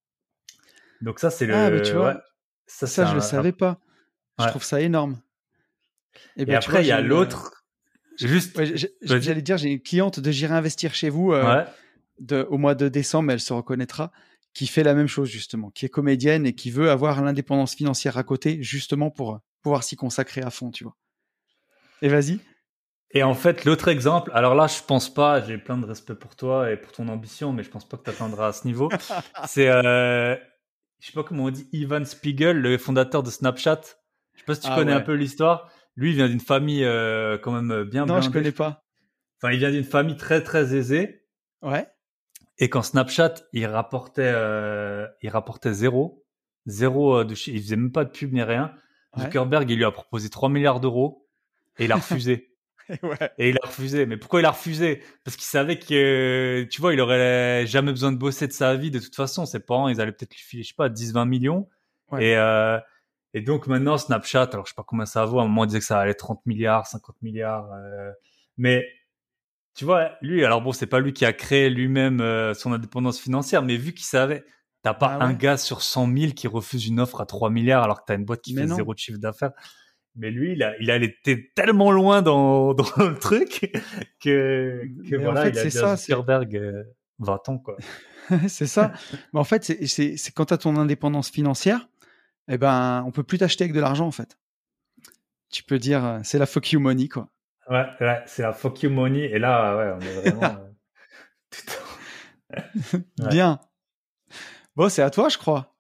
[SPEAKER 2] Donc ça, c'est
[SPEAKER 1] Ah, mais tu
[SPEAKER 2] le, ouais,
[SPEAKER 1] vois,
[SPEAKER 2] ça c'est
[SPEAKER 1] ça, je le
[SPEAKER 2] un, un-
[SPEAKER 1] savais pas. Je
[SPEAKER 2] ouais.
[SPEAKER 1] trouve ça énorme. Et
[SPEAKER 2] Et
[SPEAKER 1] ben, tu vois,
[SPEAKER 2] après, il y
[SPEAKER 1] j'ai
[SPEAKER 2] a
[SPEAKER 1] une, euh,
[SPEAKER 2] l'autre,
[SPEAKER 1] j'ai-
[SPEAKER 2] juste,
[SPEAKER 1] ouais, j'ai-
[SPEAKER 2] vas-y.
[SPEAKER 1] j'allais dire, j'ai une cliente de J'irai investir chez vous euh,
[SPEAKER 2] Ouais.
[SPEAKER 1] de, au mois de décembre, elle se reconnaîtra, qui fait la même chose justement, qui est comédienne et qui veut avoir l'indépendance financière à côté, justement pour euh, pouvoir s'y consacrer à fond, tu vois. Et vas-y.
[SPEAKER 2] Et en fait, l'autre exemple, alors là, je pense pas, j'ai plein de respect pour toi et pour ton ambition, mais je pense pas que tu atteindras à ce niveau. C'est, euh, je sais pas comment on dit, Ivan Spiegel, le fondateur de Snapchat. Je sais pas si tu
[SPEAKER 1] Ah
[SPEAKER 2] connais un
[SPEAKER 1] ouais.
[SPEAKER 2] peu l'histoire. Lui, il vient d'une famille euh, quand même bien
[SPEAKER 1] Non, je
[SPEAKER 2] blindée,
[SPEAKER 1] connais
[SPEAKER 2] je pense.
[SPEAKER 1] pas.
[SPEAKER 2] Enfin, il vient d'une famille très très aisée.
[SPEAKER 1] Ouais.
[SPEAKER 2] Et quand Snapchat, il rapportait, euh, il rapportait zéro, zéro euh, de chi- il faisait même pas de pub ni rien.
[SPEAKER 1] Ouais.
[SPEAKER 2] Zuckerberg, il lui a proposé trois milliards d'euros et il a refusé.
[SPEAKER 1] Ouais.
[SPEAKER 2] Et il a refusé. Mais pourquoi il a refusé? Parce qu'il savait que, tu vois, il aurait jamais besoin de bosser de sa vie. De toute façon, ses parents, ils allaient peut-être lui filer, je sais pas, dix, vingt millions.
[SPEAKER 1] Ouais.
[SPEAKER 2] Et, euh, et donc maintenant, Snapchat, alors je sais pas combien ça vaut. À un moment, on disait que ça allait trente milliards, cinquante milliards. euh, mais, tu vois, lui, alors bon, c'est pas lui qui a créé lui-même euh, son indépendance financière, mais vu qu'il savait, t'as pas
[SPEAKER 1] Ah
[SPEAKER 2] un
[SPEAKER 1] ouais.
[SPEAKER 2] gars sur cent mille qui refuse une offre à trois milliards alors que t'as une boîte qui
[SPEAKER 1] Mais
[SPEAKER 2] fait
[SPEAKER 1] non.
[SPEAKER 2] zéro de chiffre d'affaires. Mais lui, il a, il a été tellement loin dans, dans le truc que, que
[SPEAKER 1] Mais en
[SPEAKER 2] voilà,
[SPEAKER 1] fait,
[SPEAKER 2] il a
[SPEAKER 1] c'est
[SPEAKER 2] dit à
[SPEAKER 1] ça, c'est
[SPEAKER 2] Zuckerberg, euh, va-t'en, quoi.
[SPEAKER 1] c'est ça. Mais en fait, c'est c'est c'est quand tu as ton indépendance financière, eh ben, on peut plus t'acheter avec de l'argent en fait. Tu peux dire, euh, c'est la fuck you money quoi.
[SPEAKER 2] Ouais, ouais, c'est la fuck you money. Et là, ouais, on est vraiment euh, tout en- Ouais.
[SPEAKER 1] Bien. Bon, c'est à toi, je crois.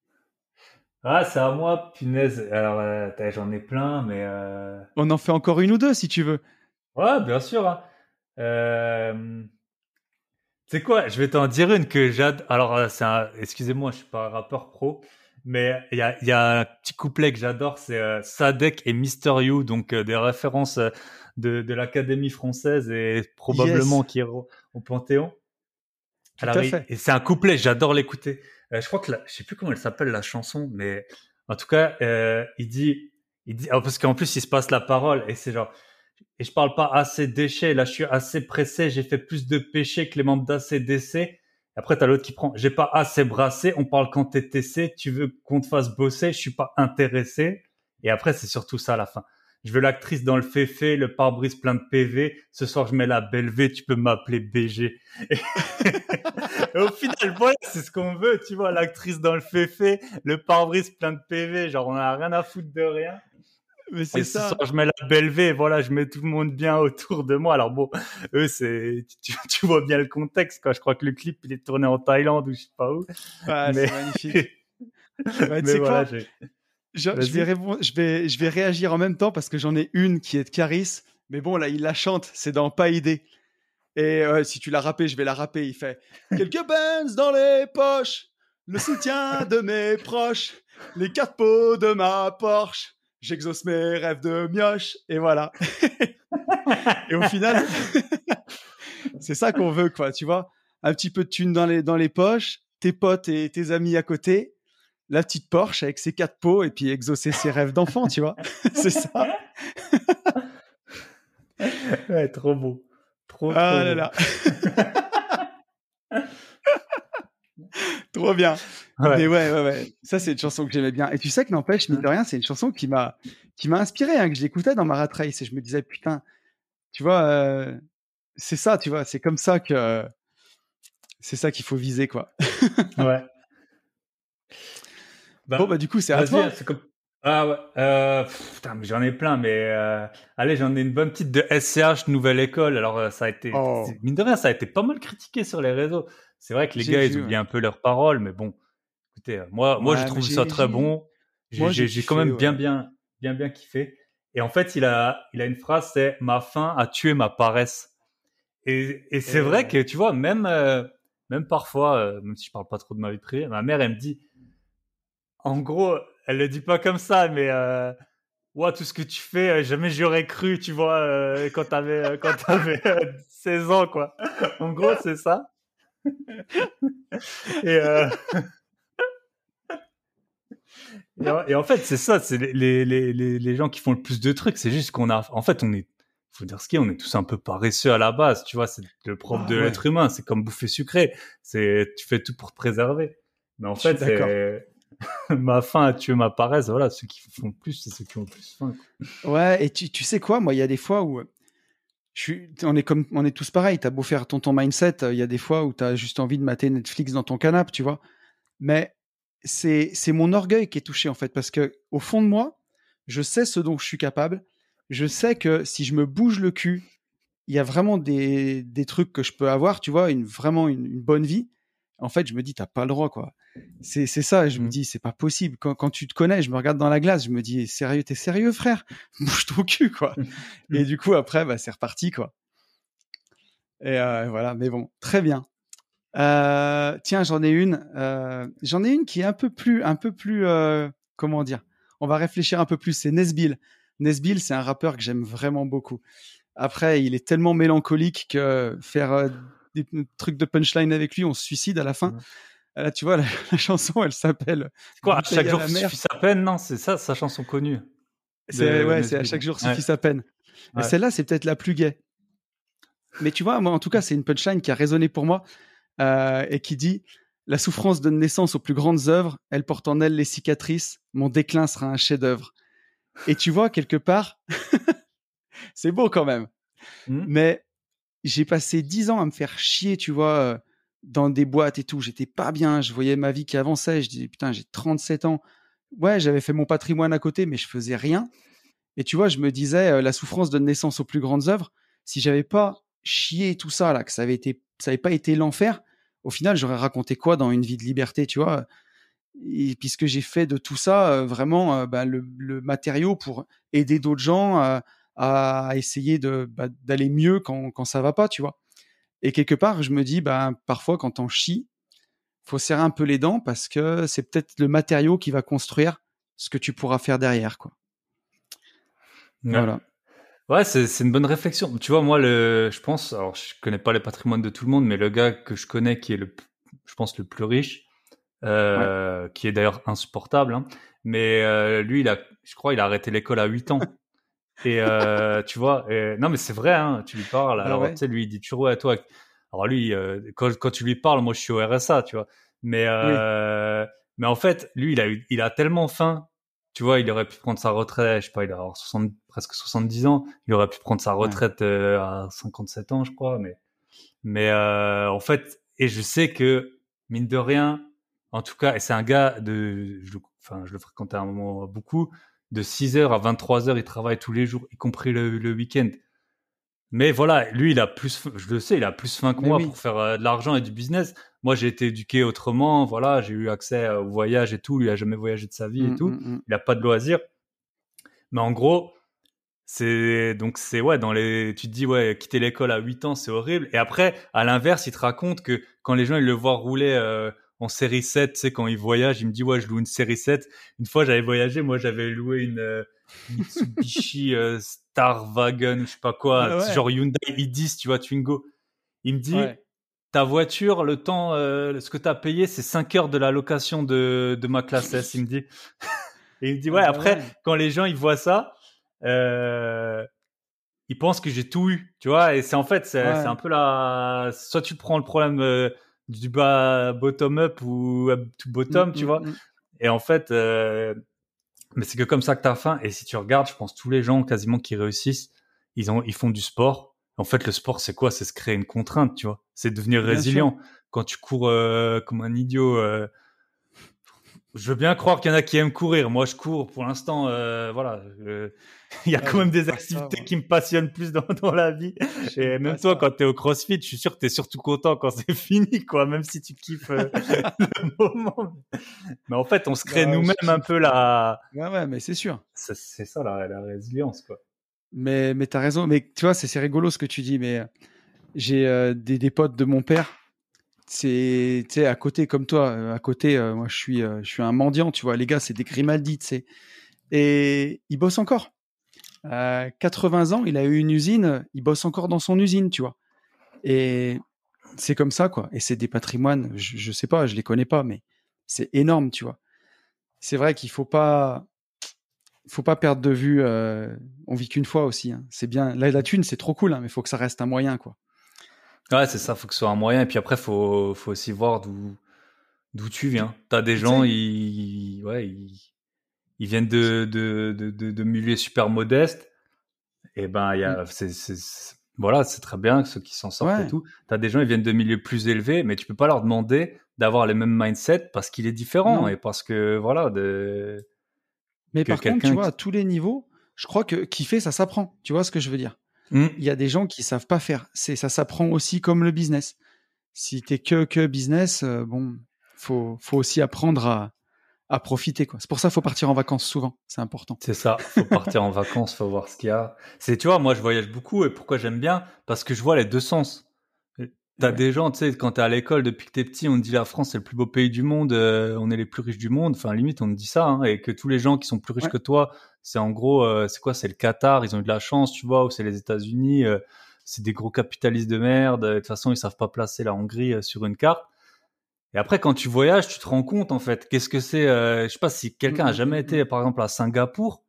[SPEAKER 2] Ah, c'est à moi, punaise. Alors, euh, t'as- j'en ai plein, mais euh...
[SPEAKER 1] On en fait encore une ou deux si tu veux.
[SPEAKER 2] ouais, bien sûr. Hein. Euh... Tu sais quoi, je vais t'en dire une que j'adore. Alors, euh, c'est un... excusez-moi, je suis pas un rappeur pro, mais il y a, il y a un petit couplet que j'adore, c'est euh, Sadek et Mister You, donc euh, des références euh, de, de l'Académie française et probablement
[SPEAKER 1] Yes,
[SPEAKER 2] qui au, au Panthéon.
[SPEAKER 1] tout
[SPEAKER 2] Alors,
[SPEAKER 1] à
[SPEAKER 2] il-
[SPEAKER 1] fait.
[SPEAKER 2] et c'est un couplet, j'adore l'écouter. Euh, je crois que la, je sais plus comment elle s'appelle la chanson, mais en tout cas, euh, il dit, il dit, ah, parce qu'en plus il se passe la parole et c'est genre, et je parle pas assez déchets, là je suis assez pressé, j'ai fait plus de péchés que les membres d'A C D C. Après t'as l'autre qui prend, j'ai pas assez brassé, on parle quand t'es T C, tu veux qu'on te fasse bosser, je suis pas intéressé. Et après c'est surtout ça à la fin. Je veux l'actrice dans le féfé, le pare-brise plein de P V. Ce soir, je mets la belle V, tu peux m'appeler B G. Et au final, voilà, c'est ce qu'on veut, tu vois, l'actrice dans le féfé, le pare-brise plein de P V. Genre, on a rien à foutre de rien.
[SPEAKER 1] Mais
[SPEAKER 2] Et
[SPEAKER 1] c'est
[SPEAKER 2] ce soir,
[SPEAKER 1] ça.
[SPEAKER 2] je mets la belle V, voilà, je mets tout le monde bien autour de moi. Alors bon, eux, c'est, tu, tu vois bien le contexte, quoi. Je crois que le clip, il est tourné en Thaïlande ou je sais pas où.
[SPEAKER 1] Ah,
[SPEAKER 2] Mais,
[SPEAKER 1] c'est magnifique. Bah, tu
[SPEAKER 2] mais
[SPEAKER 1] sais
[SPEAKER 2] voilà,
[SPEAKER 1] quoi?
[SPEAKER 2] j'ai,
[SPEAKER 1] Je, je vais
[SPEAKER 2] vas-y.
[SPEAKER 1] répondre- je vais, je vais réagir en même temps parce que j'en ai une qui est de Caris. Mais bon, là, il la chante. C'est dans Pas idée. Et euh, si tu l'as rappé, je vais la rapper. Il fait quelques Benz dans les poches, le soutien de mes proches, les quatre pots de ma Porsche. J'exauce mes rêves de mioche. Et voilà. Et au final, c'est ça qu'on veut, quoi. Tu vois, un petit peu de thunes dans les, dans les poches, tes potes et tes amis à côté, la petite Porsche avec ses quatre pots et puis exaucer ses rêves d'enfant, tu vois. C'est ça.
[SPEAKER 2] Ouais, trop beau. Trop, trop
[SPEAKER 1] Ah là
[SPEAKER 2] beau.
[SPEAKER 1] là, trop bien.
[SPEAKER 2] Ouais.
[SPEAKER 1] Mais ouais, ouais, ouais. Ça, c'est une chanson que j'aimais bien. Et tu sais que n'empêche, mine de rien, c'est une chanson qui m'a, qui m'a inspiré, hein, que j'écoutais dans ma rat race et je me disais, putain, tu vois, euh, c'est ça, tu vois, c'est comme ça que, c'est ça qu'il faut viser, quoi.
[SPEAKER 2] Ouais.
[SPEAKER 1] Bon,
[SPEAKER 2] Ben,
[SPEAKER 1] bah, du coup, c'est à
[SPEAKER 2] vas-y, hein,
[SPEAKER 1] toi.
[SPEAKER 2] c'est comme. Ah ouais. Euh, pff, putain, mais j'en ai plein, mais euh, allez, j'en ai une bonne petite de S C H Nouvelle École. Alors euh, ça a été,
[SPEAKER 1] Oh,
[SPEAKER 2] mine de rien, ça a été pas mal critiqué sur les réseaux. C'est vrai que les
[SPEAKER 1] j'ai
[SPEAKER 2] gars, ils
[SPEAKER 1] vu, ouais.
[SPEAKER 2] oublient un peu leurs paroles, mais bon, écoutez, euh, moi, moi, j'ai
[SPEAKER 1] Ouais, mais
[SPEAKER 2] trouvé ça
[SPEAKER 1] j'ai,
[SPEAKER 2] très
[SPEAKER 1] j'ai,
[SPEAKER 2] bon. J'ai,
[SPEAKER 1] moi,
[SPEAKER 2] j'ai,
[SPEAKER 1] j'ai
[SPEAKER 2] j'ai quand
[SPEAKER 1] kiffé,
[SPEAKER 2] même bien,
[SPEAKER 1] ouais.
[SPEAKER 2] bien, bien, bien kiffé. Et en fait, il a, il a une phrase, c'est ma faim a tué ma paresse. Et, et c'est
[SPEAKER 1] Et
[SPEAKER 2] vrai
[SPEAKER 1] ouais.
[SPEAKER 2] que tu vois, même, euh, même parfois, euh, même si je parle pas trop de ma vie privée, ma mère, elle me dit, en gros, elle le dit pas comme ça, mais euh, ouais, tout ce que tu fais, euh, jamais j'aurais cru, tu vois, euh, quand t'avais, euh, quand t'avais euh, seize ans, quoi. En gros, c'est ça. Et, euh, et, en, et en fait, c'est ça, c'est les, les, les, les gens qui font le plus de trucs. C'est juste qu'on a, en fait, on est, faut dire ce qu'il y a, on est tous un peu paresseux à la base, tu vois. C'est le propre
[SPEAKER 1] Ah
[SPEAKER 2] de
[SPEAKER 1] ouais,
[SPEAKER 2] l'être humain. C'est comme bouffer sucré. C'est, tu fais tout pour te préserver. Mais en
[SPEAKER 1] je suis
[SPEAKER 2] fait,
[SPEAKER 1] d'accord.
[SPEAKER 2] c'est ma faim a tué ma paresse. Voilà, ceux qui font le plus, c'est ceux qui ont le plus faim, quoi.
[SPEAKER 1] Ouais, et tu, tu sais quoi, moi, il y a des fois où je suis, on est comme, on est tous pareils. T'as beau faire ton, ton mindset, il y a des fois où t'as juste envie de mater Netflix dans ton canapé, tu vois. Mais c'est, c'est mon orgueil qui est touché, en fait, parce que au fond de moi, je sais ce dont je suis capable. Je sais que si je me bouge le cul, il y a vraiment des, des trucs que je peux avoir, tu vois, une, vraiment une, une bonne vie. En fait, je me dis, t'as pas le droit, quoi. C'est, c'est ça, je me
[SPEAKER 2] Mm.
[SPEAKER 1] dis, c'est pas possible. Quand, quand tu te connais, je me regarde dans la glace, je me dis, sérieux, t'es sérieux, frère? Bouge ton cul, quoi. Et du coup, après, bah, c'est reparti, quoi. Et euh, voilà, mais bon, très bien. Euh, tiens, j'en ai une. Euh, j'en ai une qui est un peu plus, un peu plus, euh, comment dire. On va réfléchir un peu plus. C'est Nesbill. Nesbill, c'est un rappeur que j'aime vraiment beaucoup. Après, il est tellement mélancolique que faire euh, des trucs de punchline avec lui, on se suicide à la fin.
[SPEAKER 2] Mm.
[SPEAKER 1] Là, tu vois, la, la chanson, elle s'appelle
[SPEAKER 2] C'est quoi, à
[SPEAKER 1] Bouteille
[SPEAKER 2] chaque
[SPEAKER 1] à
[SPEAKER 2] jour
[SPEAKER 1] la mer.
[SPEAKER 2] suffit sa peine, non? C'est ça, sa chanson connue
[SPEAKER 1] C'est
[SPEAKER 2] de
[SPEAKER 1] ouais, c'est à
[SPEAKER 2] Nesbitt.
[SPEAKER 1] chaque jour
[SPEAKER 2] Ouais,
[SPEAKER 1] suffit sa peine. Et
[SPEAKER 2] ouais.
[SPEAKER 1] celle-là, c'est peut-être la plus gaie. Mais tu vois, moi, en tout cas, c'est une punchline qui a résonné pour moi euh, et qui dit: La souffrance donne naissance aux plus grandes œuvres, elle porte en elle les cicatrices, mon déclin sera un chef-d'œuvre. Et tu vois, quelque part, c'est beau quand même.
[SPEAKER 2] Mm.
[SPEAKER 1] Mais j'ai passé dix ans à me faire chier, tu vois, euh, dans des boîtes et tout. J'étais pas bien, je voyais ma vie qui avançait. Je disais, putain, j'ai trente-sept ans. Ouais, j'avais fait mon patrimoine à côté, mais je faisais rien. Et tu vois, je me disais, euh, la souffrance donne naissance aux plus grandes œuvres. Si j'avais pas chié tout ça, là, que ça avait été, ça avait pas été l'enfer, au final, j'aurais raconté quoi dans une vie de liberté, tu vois? Et puisque j'ai fait de tout ça, euh, vraiment, euh, bah, le, le matériau pour aider d'autres gens euh, à essayer de, bah, d'aller mieux quand, quand ça va pas, tu vois. Et quelque part, je me dis, bah, parfois, quand on chie, faut serrer un peu les dents parce que c'est peut-être le matériau qui va construire ce que tu pourras faire derrière, quoi.
[SPEAKER 2] Ouais.
[SPEAKER 1] Voilà.
[SPEAKER 2] Ouais, c'est c'est une bonne réflexion. Tu vois, moi, le, je pense, alors je connais pas les patrimoines de tout le monde, mais le gars que je connais qui est le, p- je pense, le plus riche,
[SPEAKER 1] Ouais.
[SPEAKER 2] euh, qui est d'ailleurs insupportable, hein, mais euh, lui, il a, je crois, il a arrêté l'école à huit ans. Et euh, tu vois, et- non, mais c'est vrai, hein, tu lui parles.
[SPEAKER 1] Bah
[SPEAKER 2] Alors, tu
[SPEAKER 1] ouais.
[SPEAKER 2] sais, lui, il dit toujours, ouais, toi. Alors lui, euh, quand, quand tu lui parles, moi, je suis au R S A, tu vois. Mais,
[SPEAKER 1] Oui.
[SPEAKER 2] euh, mais en fait, lui, il a eu, il a tellement faim. Tu vois, il aurait pu prendre sa retraite, je sais pas, il a avoir soixante, presque soixante-dix ans. Il aurait pu prendre sa
[SPEAKER 1] Ouais.
[SPEAKER 2] retraite euh, à cinquante-sept ans, je crois. Mais, mais euh, en fait, et je sais que, mine de rien, en tout cas, et c'est un gars de, je, le- enfin, je le fréquentais à un moment beaucoup, de six heures à vingt-trois heures, il travaille tous les jours, y compris le, le week-end. Mais voilà, lui, il a plus, faim- je le sais, il a plus faim que
[SPEAKER 1] Mais
[SPEAKER 2] moi
[SPEAKER 1] oui.
[SPEAKER 2] pour faire euh, de l'argent et du business. Moi, j'ai été éduqué autrement, voilà, j'ai eu accès euh, au voyage et tout. Lui, il a jamais voyagé de sa vie et
[SPEAKER 1] Mmh,
[SPEAKER 2] tout.
[SPEAKER 1] mmh, mmh.
[SPEAKER 2] Il a pas de loisirs. Mais en gros, c'est donc c'est ouais dans les tu te dis ouais quitter l'école à huit ans c'est horrible et après à l'inverse il te raconte que quand les gens ils le voient rouler euh, en série sept, tu sais quand il voyage il me dit ouais je loue une série sept. Une fois j'avais voyagé, moi j'avais loué une euh, Mitsubishi euh, Star Wagon ou je sais pas quoi,
[SPEAKER 1] Ah ouais.
[SPEAKER 2] genre Hyundai i dix, tu vois, Twingo. Il me dit
[SPEAKER 1] Ouais.
[SPEAKER 2] ta voiture le temps euh, ce que tu as payé c'est cinq heures de la location de de ma classe S, il me dit. Et il me dit
[SPEAKER 1] Ah
[SPEAKER 2] ouais
[SPEAKER 1] bah
[SPEAKER 2] après
[SPEAKER 1] ouais.
[SPEAKER 2] quand les gens ils voient ça euh, ils pensent que j'ai tout eu, tu vois. Et c'est en fait, c'est, c'est
[SPEAKER 1] Ouais.
[SPEAKER 2] un peu la. Soit tu prends le problème euh, du bas bottom up ou up to
[SPEAKER 1] Mmh,
[SPEAKER 2] bottom, tu
[SPEAKER 1] mmh,
[SPEAKER 2] vois.
[SPEAKER 1] mmh.
[SPEAKER 2] Et en fait, euh, mais c'est que comme ça que t'as faim. Et si tu regardes, je pense tous les gens quasiment qui réussissent, ils ont, ils font du sport. En fait, le sport, c'est quoi? C'est se créer une contrainte, tu vois. C'est devenir
[SPEAKER 1] Bien sûr.
[SPEAKER 2] résilient. Quand tu cours euh, comme un idiot. Euh, je veux bien croire qu'il y en a qui aiment courir. Moi, je cours pour l'instant. Euh, voilà, je- il y a
[SPEAKER 1] Ah,
[SPEAKER 2] quand
[SPEAKER 1] je
[SPEAKER 2] même
[SPEAKER 1] fais
[SPEAKER 2] des
[SPEAKER 1] pas ça,
[SPEAKER 2] activités
[SPEAKER 1] moi.
[SPEAKER 2] qui me passionnent plus dans, dans la vie.
[SPEAKER 1] J'aime
[SPEAKER 2] Et
[SPEAKER 1] pas
[SPEAKER 2] même toi,
[SPEAKER 1] ça.
[SPEAKER 2] quand t'es au CrossFit, je suis sûr que t'es surtout content quand c'est fini, quoi. Même si tu kiffes euh, le moment. Mais en fait, on se crée
[SPEAKER 1] Non, je
[SPEAKER 2] nous-mêmes un
[SPEAKER 1] kiffe,
[SPEAKER 2] peu
[SPEAKER 1] mais
[SPEAKER 2] la.
[SPEAKER 1] ouais, ouais, mais c'est sûr.
[SPEAKER 2] C'est c'est ça la, la résilience, quoi.
[SPEAKER 1] Mais mais tu raison. Mais tu vois, c'est c'est rigolo ce que tu dis, mais j'ai, heu, des des potes de mon père, c'est tu sais, à côté comme toi, heu, à côté, heu, moi je suis, heu, je suis un mendiant, tu vois? Les gars, c'est des Grimaldi, tu sais? Et il bosse encore. Euh, quatre-vingts ans, il a eu une usine, il bosse encore dans son usine, tu vois. Et c'est comme ça, quoi. Et c'est des patrimoines, je, je sais pas, je les connais pas, mais c'est énorme, tu vois. C'est vrai qu'il faut pas, faut pas perdre de vue. Euh, on vit qu'une fois aussi. Hein. C'est bien. La, la thune, c'est trop cool, hein, mais il faut que ça reste un moyen, quoi.
[SPEAKER 2] Ouais, c'est ça, faut que ce soit un moyen. Et puis après, faut, faut aussi voir d'où, d'où tu
[SPEAKER 1] Puis,
[SPEAKER 2] viens. T'as des
[SPEAKER 1] puis tu
[SPEAKER 2] gens,
[SPEAKER 1] sais,
[SPEAKER 2] ils, ouais, ils, ils viennent de, de, de, de, de milieux super modestes. Et ben, il y
[SPEAKER 1] mm,
[SPEAKER 2] a, c'est, c'est, c'est- voilà, c'est très bien ceux qui s'en sortent et
[SPEAKER 1] ouais,
[SPEAKER 2] tout. T'as des gens, ils viennent de milieux plus élevés, mais tu peux pas leur demander d'avoir les mêmes mindset parce qu'il est différent
[SPEAKER 1] non.
[SPEAKER 2] et parce que, voilà, de,
[SPEAKER 1] Mais
[SPEAKER 2] que
[SPEAKER 1] par contre, tu
[SPEAKER 2] quelqu'un
[SPEAKER 1] vois, à
[SPEAKER 2] qui,
[SPEAKER 1] tous les niveaux, je crois que kiffer, ça s'apprend. Tu vois ce que je veux dire?
[SPEAKER 2] Hmm,
[SPEAKER 1] Il y a des gens qui savent pas faire. C'est, ça s'apprend aussi comme le business. Si t'es que que business, euh, bon, faut faut aussi apprendre à à profiter, quoi. C'est pour ça qu'il faut partir en vacances souvent. C'est important.
[SPEAKER 2] c'est ça, faut partir en vacances, faut voir ce qu'il y a. C'est, tu vois, moi, je voyage beaucoup et pourquoi j'aime bien? Parce que je vois les deux sens.
[SPEAKER 1] Et
[SPEAKER 2] T'as
[SPEAKER 1] ouais,
[SPEAKER 2] des gens, tu sais, quand t'es à l'école depuis que t'es petit, on te dit la France c'est le plus beau pays du monde, euh, on est les plus riches du monde. Enfin, limite, on te dit ça, hein, et que tous les gens qui sont plus riches
[SPEAKER 1] ouais,
[SPEAKER 2] que toi, c'est en gros, euh, c'est quoi? C'est le Qatar, ils ont eu de la chance, tu vois, ou c'est les États-Unis, euh, c'est des gros capitalistes de merde. De toute façon, ils savent pas placer la Hongrie euh, sur une carte. Et après, quand tu voyages, tu te rends compte en fait, qu'est-ce que c'est. Euh, je sais pas si
[SPEAKER 1] mm,
[SPEAKER 2] quelqu'un a
[SPEAKER 1] mm,
[SPEAKER 2] jamais
[SPEAKER 1] mm,
[SPEAKER 2] été,
[SPEAKER 1] mm.
[SPEAKER 2] par exemple, à Singapour.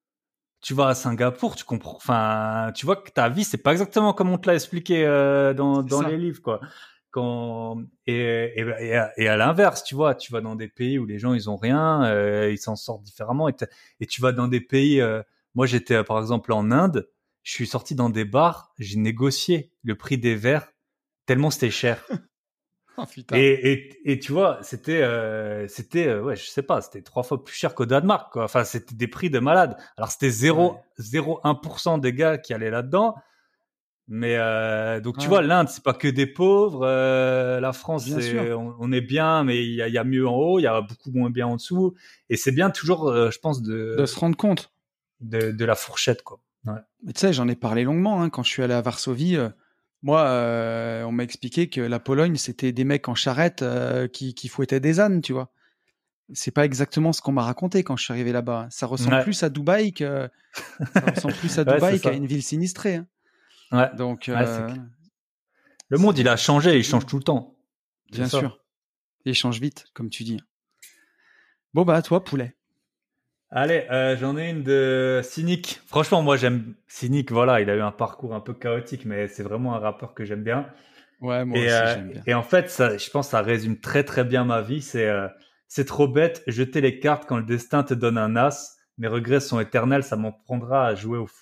[SPEAKER 2] Tu vas à Singapour, tu comprends. Enfin, tu vois que ta vie, c'est pas exactement comme on te l'a expliqué euh, dans
[SPEAKER 1] C'est
[SPEAKER 2] dans les
[SPEAKER 1] ça.
[SPEAKER 2] livres, quoi. Quand et et, et à, et à l'inverse, tu vois, tu vas dans des pays où les gens ils ont rien, euh, ils s'en sortent différemment. Et, t'as- et tu vas dans des pays. Euh, moi, j'étais euh, par exemple en Inde. Je suis sorti dans des bars, j'ai négocié le prix des verres tellement c'était cher.
[SPEAKER 1] Oh putain.
[SPEAKER 2] Et, et, et tu vois, c'était, euh, c'était, euh, ouais, je sais pas, c'était trois fois plus cher qu'au Danemark, quoi. Enfin, c'était des prix de malade. Alors, c'était
[SPEAKER 1] Ouais,
[SPEAKER 2] zéro virgule zéro un pour cent des gars qui allaient là-dedans. Mais euh, donc, tu vois,
[SPEAKER 1] ouais,
[SPEAKER 2] l'Inde, c'est pas que des pauvres. Euh, la France,
[SPEAKER 1] bien sûr.
[SPEAKER 2] c'est, on, on est bien, mais il y a, il y a mieux en haut, il y a beaucoup moins bien en dessous. Et c'est bien toujours, euh, je pense,
[SPEAKER 1] De se
[SPEAKER 2] de,
[SPEAKER 1] rendre compte.
[SPEAKER 2] de, de la fourchette, quoi. Ouais.
[SPEAKER 1] Mais tu sais, j'en ai parlé longuement hein, quand je suis allé à Varsovie. euh, moi, euh, on m'a expliqué que la Pologne, c'était des mecs en charrette euh, qui, qui fouettaient des ânes, tu vois. C'est pas exactement ce qu'on m'a raconté quand je suis arrivé là-bas. Ça ressemble
[SPEAKER 2] Ouais,
[SPEAKER 1] plus à Dubaï que ça ressemble plus à
[SPEAKER 2] ouais, c'est
[SPEAKER 1] Dubaï qu'à une
[SPEAKER 2] ça.
[SPEAKER 1] ville sinistrée. Hein.
[SPEAKER 2] Ouais,
[SPEAKER 1] Donc,
[SPEAKER 2] ouais, c'est
[SPEAKER 1] euh,
[SPEAKER 2] clair. Le monde, il
[SPEAKER 1] c'est
[SPEAKER 2] a
[SPEAKER 1] c'est
[SPEAKER 2] changé,
[SPEAKER 1] plutôt
[SPEAKER 2] il change
[SPEAKER 1] bien.
[SPEAKER 2] tout le temps. C'est
[SPEAKER 1] Bien
[SPEAKER 2] ça.
[SPEAKER 1] sûr. Et change vite, comme tu dis. Bon, bah, toi, poulet.
[SPEAKER 2] Allez, euh, j'en ai une de Cynic. Franchement, moi j'aime Cynic. Voilà, il a eu un parcours un peu chaotique, mais c'est vraiment un rappeur que j'aime bien.
[SPEAKER 1] Ouais, moi
[SPEAKER 2] Et,
[SPEAKER 1] aussi,
[SPEAKER 2] euh,
[SPEAKER 1] je l'aime bien.
[SPEAKER 2] et en fait, ça, je pense que ça résume très très bien ma vie. C'est euh, c'est trop bête, jeter les cartes quand le destin te donne un as. Mes regrets sont éternels, ça m'en prendra à jouer au fou.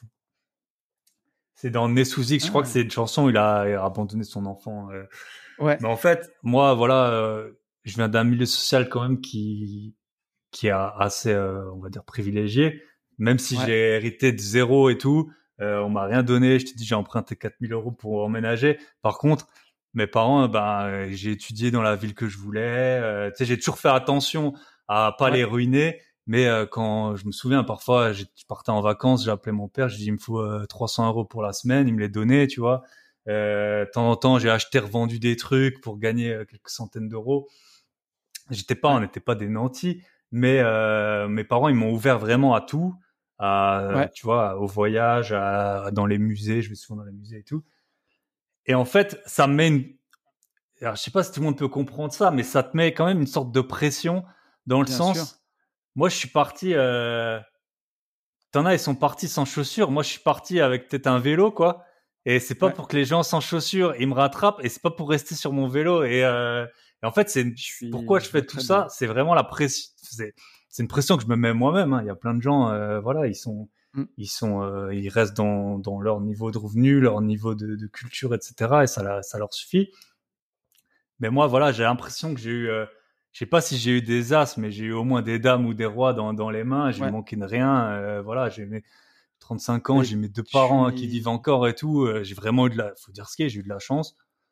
[SPEAKER 2] C'est dans Né sous X, je crois que
[SPEAKER 1] Ah,
[SPEAKER 2] c'est une chanson où il a, il a abandonné son enfant. euh.
[SPEAKER 1] ouais,
[SPEAKER 2] Mais en fait, moi, voilà, euh, je viens d'un milieu social quand même qui qui est assez, euh, on va dire, privilégié. Même si
[SPEAKER 1] ouais,
[SPEAKER 2] j'ai hérité de zéro et tout, euh, on m'a rien donné. Je te dis, j'ai emprunté quatre mille euros pour emménager. Par contre, mes parents, ben, euh, j'ai étudié dans la ville que je voulais. Euh, tu sais, j'ai toujours fait attention à pas
[SPEAKER 1] ouais,
[SPEAKER 2] les ruiner. Mais euh, quand je me souviens, parfois, j'ai- je partais en vacances, j'ai appelé mon père, je dis, il me faut euh, trois cents euros pour la semaine, il me les donnait, tu vois. Euh, de temps en temps, j'ai acheté, revendu des trucs pour gagner euh, quelques centaines d'euros. J'étais pas, on
[SPEAKER 1] ouais,
[SPEAKER 2] n'était pas des nantis, mais euh, mes parents ils m'ont ouvert vraiment à tout, à
[SPEAKER 1] ouais,
[SPEAKER 2] tu vois, au voyage, à, dans les musées, je vais souvent dans les musées et tout. Et en fait, ça me met une, alors, je sais pas si tout le monde peut comprendre ça, mais ça te met quand même une sorte de pression dans le
[SPEAKER 1] bien sûr.
[SPEAKER 2] sens, moi je suis parti, euh, t'en as ils sont partis sans chaussures, moi je suis parti avec peut-être un vélo quoi. Et c'est pas
[SPEAKER 1] Ouais,
[SPEAKER 2] pour que les gens sans chaussures ils me rattrapent et c'est pas pour rester sur mon vélo et, euh, et en fait c'est
[SPEAKER 1] je
[SPEAKER 2] pourquoi
[SPEAKER 1] suis,
[SPEAKER 2] je
[SPEAKER 1] je
[SPEAKER 2] fais
[SPEAKER 1] vois
[SPEAKER 2] tout
[SPEAKER 1] très bien.
[SPEAKER 2] ça, c'est vraiment la pression, c'est c'est une pression que je me mets moi-même. Hein. Il y a plein de gens, euh, voilà, ils sont
[SPEAKER 1] Mm,
[SPEAKER 2] ils sont euh, ils restent dans dans leur niveau de revenu, leur niveau de, de culture, et cetera. Et ça la- ça leur suffit. Mais moi voilà, j'ai l'impression que j'ai eu, euh, je sais pas si j'ai eu des as, mais j'ai eu au moins des dames ou des rois dans dans les mains. J'ai
[SPEAKER 1] ouais,
[SPEAKER 2] manqué de rien. Euh, voilà, j'ai mes trente-cinq ans,
[SPEAKER 1] mais
[SPEAKER 2] j'ai mes deux
[SPEAKER 1] je
[SPEAKER 2] parents hein, qui vivent
[SPEAKER 1] suis.
[SPEAKER 2] encore et tout. Euh, j'ai vraiment eu de la, faut dire ce qui est, j'ai eu de la chance.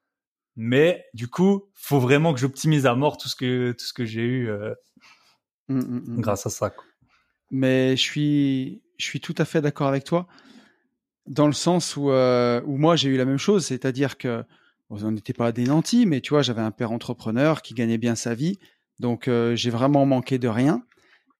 [SPEAKER 2] Mais du coup, faut vraiment que j'optimise à mort tout ce que tout ce que j'ai eu euh,
[SPEAKER 1] Mm, mm, mm, mm.
[SPEAKER 2] grâce à ça. Quoi.
[SPEAKER 1] Mais je suis, je suis tout à fait d'accord avec toi, dans le sens où, euh, où moi j'ai eu la même chose, c'est-à-dire que bon, on n'était pas des nantis, mais tu vois, j'avais un père entrepreneur qui gagnait bien sa vie, donc euh, j'ai vraiment manqué de rien.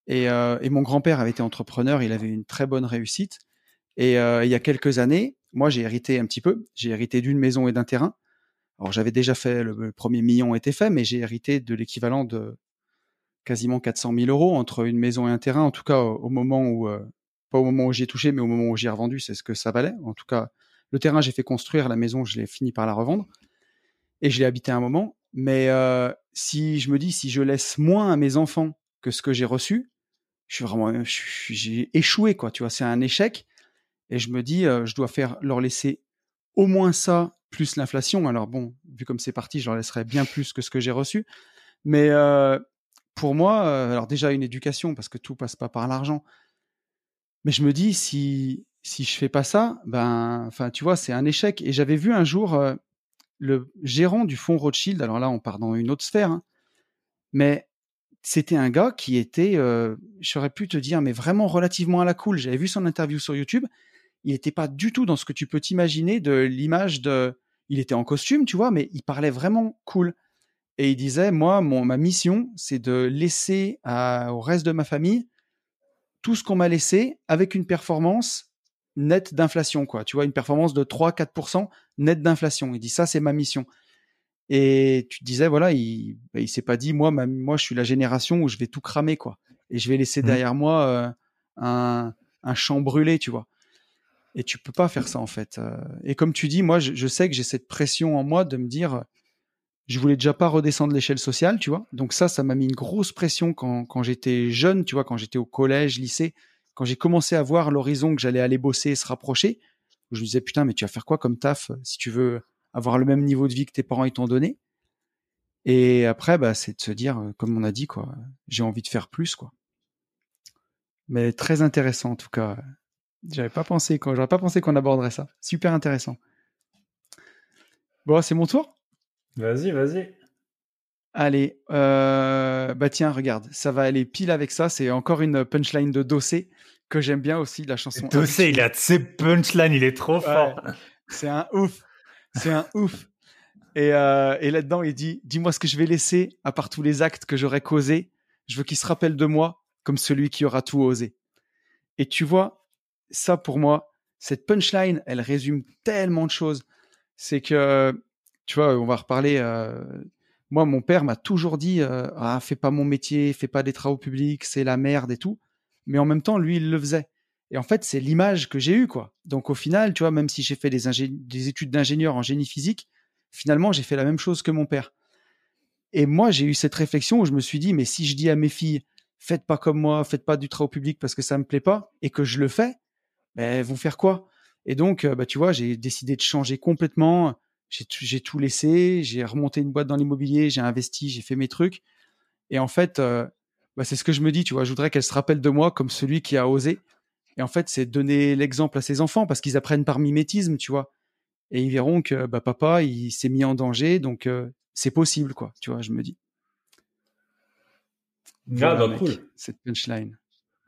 [SPEAKER 1] Et, euh, et mon grand-père avait été entrepreneur, il avait une très bonne réussite. Et euh, il y a quelques années, moi, j'ai hérité un petit peu. J'ai hérité d'une maison et d'un terrain. Alors, j'avais déjà fait, le, le premier million était fait, mais j'ai hérité de l'équivalent de quasiment quatre cent mille euros entre une maison et un terrain. En tout cas, au, au moment où, euh, pas au moment où j'y ai touché, mais au moment où j'y ai revendu, c'est ce que ça valait. En tout cas, le terrain, j'ai fait construire, la maison, je l'ai fini par la revendre. Et je l'ai habité un moment. Mais euh, si je me dis, si je laisse moins à mes enfants que ce que j'ai reçu, je suis vraiment, je suis- j'ai échoué, quoi. Tu vois, c'est un échec. Et je me dis, euh, je dois faire leur laisser au moins ça, plus l'inflation. Alors bon, vu comme c'est parti, je leur laisserai bien plus que ce que j'ai reçu. Mais euh, pour moi, euh, alors déjà une éducation, parce que tout passe pas par l'argent. Mais je me dis, si, si je fais pas ça, ben, enfin, tu vois, c'est un échec. Et j'avais vu un jour euh, le gérant du fonds Rothschild, alors là, on part dans une autre sphère, hein, mais c'était un gars qui était, euh, j'aurais pu te dire, mais vraiment relativement à la cool. J'avais vu son interview sur YouTube. Il n'était pas du tout dans ce que tu peux t'imaginer de l'image de. Il était en costume, tu vois, mais il parlait vraiment cool. Et il disait, moi, mon, ma mission, c'est de laisser à, au reste de ma famille tout ce qu'on m'a laissé avec une performance nette d'inflation, quoi. Tu vois, une performance de trois à quatre pour cent nette d'inflation. Il dit, ça, c'est ma mission. Et tu te disais, voilà, il, bah, il s'est pas dit, moi, ma, moi, je suis la génération où je vais tout cramer, quoi. Et je vais laisser
[SPEAKER 2] Mmh.
[SPEAKER 1] derrière moi euh, un, un champ brûlé, tu vois. Et tu peux pas faire ça, en fait. Euh, Et comme tu dis, moi, je, je sais que j'ai cette pression en moi de me dire, je voulais déjà pas redescendre l'échelle sociale, tu vois. Donc ça, ça m'a mis une grosse pression quand, quand j'étais jeune, tu vois, quand j'étais au collège, lycée, quand j'ai commencé à voir l'horizon que j'allais aller bosser et se rapprocher. Je me disais, putain, mais tu vas faire quoi comme taf si tu veux avoir le même niveau de vie que tes parents ils t'ont donné? Et après, bah, c'est de se dire, euh, comme on a dit, quoi, j'ai envie de faire plus, quoi. Mais très intéressant, en tout cas. J'avais pas pensé, quoi. J'aurais pas pensé qu'on aborderait ça. Super intéressant. Bon, c'est mon tour?
[SPEAKER 2] Vas-y, vas-y.
[SPEAKER 1] Allez, euh, bah tiens, regarde, ça va aller pile avec ça. C'est encore une punchline de Dossé que j'aime bien aussi, la chanson
[SPEAKER 2] Dossé, il
[SPEAKER 1] Habitué.
[SPEAKER 2] a de ses punchlines, il est trop
[SPEAKER 1] Ouais,
[SPEAKER 2] fort.
[SPEAKER 1] c'est un ouf. C'est un ouf. Et, euh, et là-dedans, il dit, dis-moi ce que je vais laisser, à part tous les actes que j'aurais causés. Je veux qu'il se rappelle de moi comme celui qui aura tout osé. Et tu vois, ça pour moi, cette punchline, elle résume tellement de choses. C'est que, tu vois, on va reparler. Euh, moi, mon père m'a toujours dit, euh, ah, fais pas mon métier, fais pas des travaux publics, c'est la merde et tout. Mais en même temps, lui, il le faisait. Et en fait, c'est l'image que j'ai eue, quoi. Donc au final, tu vois, même si j'ai fait des, ingé- des études d'ingénieur en génie physique, finalement, j'ai fait la même chose que mon père. Et moi, j'ai eu cette réflexion où je me suis dit, mais si je dis à mes filles, faites pas comme moi, faites pas du travail public parce que ça me plaît pas, et que je le fais, ben, elles vont faire quoi? Et donc, euh, bah, tu vois, j'ai décidé de changer complètement. J'ai tout, j'ai tout laissé, j'ai remonté une boîte dans l'immobilier, j'ai investi, j'ai fait mes trucs. Et en fait, euh, bah, c'est ce que je me dis, tu vois, je voudrais qu'elle se rappelle de moi comme celui qui a osé. Et en fait, c'est donner l'exemple à ses enfants parce qu'ils apprennent par mimétisme, tu vois. Et ils verront que bah, papa, il s'est mis en danger, donc euh, c'est possible, quoi, tu vois, je me dis.
[SPEAKER 2] Ah
[SPEAKER 1] Voilà,
[SPEAKER 2] bah
[SPEAKER 1] mec,
[SPEAKER 2] cool.
[SPEAKER 1] cette punchline.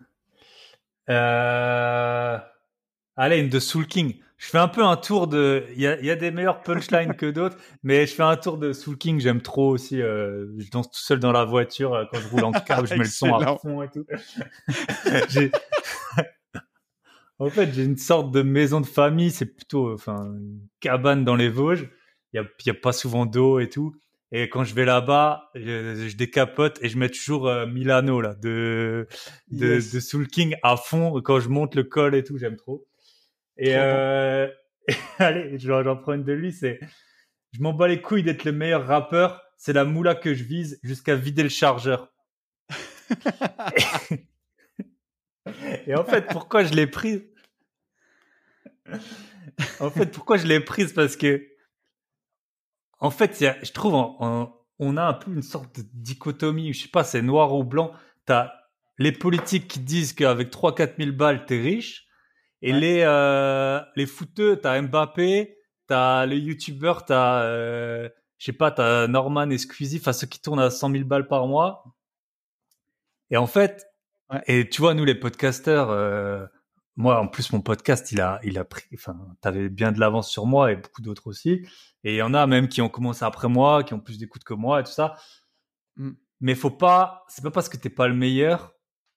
[SPEAKER 2] Euh... Allez, une de Soul King. Je fais un peu un tour de. Il y a, il y a des meilleures punchlines que d'autres, mais je fais un tour de Soul King. J'aime trop aussi. Euh, je danse tout seul dans la voiture euh, quand je roule en câble. Je mets le son à
[SPEAKER 1] Excellent.
[SPEAKER 2] fond et tout. j'ai... En fait, j'ai une sorte de maison de famille. C'est plutôt, enfin, une cabane dans les Vosges. Il y a, il y a pas souvent d'eau et tout. Et quand je vais là-bas, je, je décapote et je mets toujours euh, Milano là de de, de
[SPEAKER 1] Yes,
[SPEAKER 2] Soul King à fond quand je monte le col et tout. J'aime trop. Et
[SPEAKER 1] trop bon.
[SPEAKER 2] euh, allez, j'en, j'en prends une de lui, c'est je m'en bats les couilles d'être le meilleur rappeur, c'est la moula que je vise jusqu'à vider le chargeur. Et en fait, pourquoi je l'ai prise En fait, pourquoi je l'ai prise Parce que, en fait, y a, je trouve, en, en, on a un peu une sorte de dichotomie, je sais pas, c'est noir ou blanc. T'as les politiques qui disent qu'avec trois quatre mille balles, t'es riche. Et
[SPEAKER 1] Ouais,
[SPEAKER 2] les, euh, les footeux, t'as Mbappé, t'as les youtubeurs, t'as, euh, je sais pas, t'as Norman et Squeezie, enfin ceux qui tournent à cent mille balles par mois. Et en fait,
[SPEAKER 1] ouais.
[SPEAKER 2] et tu vois, nous les podcasteurs, euh, moi en plus mon podcast, il a, il a pris, enfin, t'avais bien de l'avance sur moi et beaucoup d'autres aussi. Et il y en a même qui ont commencé après moi, qui ont plus d'écoute que moi et tout ça.
[SPEAKER 1] Mm.
[SPEAKER 2] Mais faut pas, c'est pas parce que t'es pas le meilleur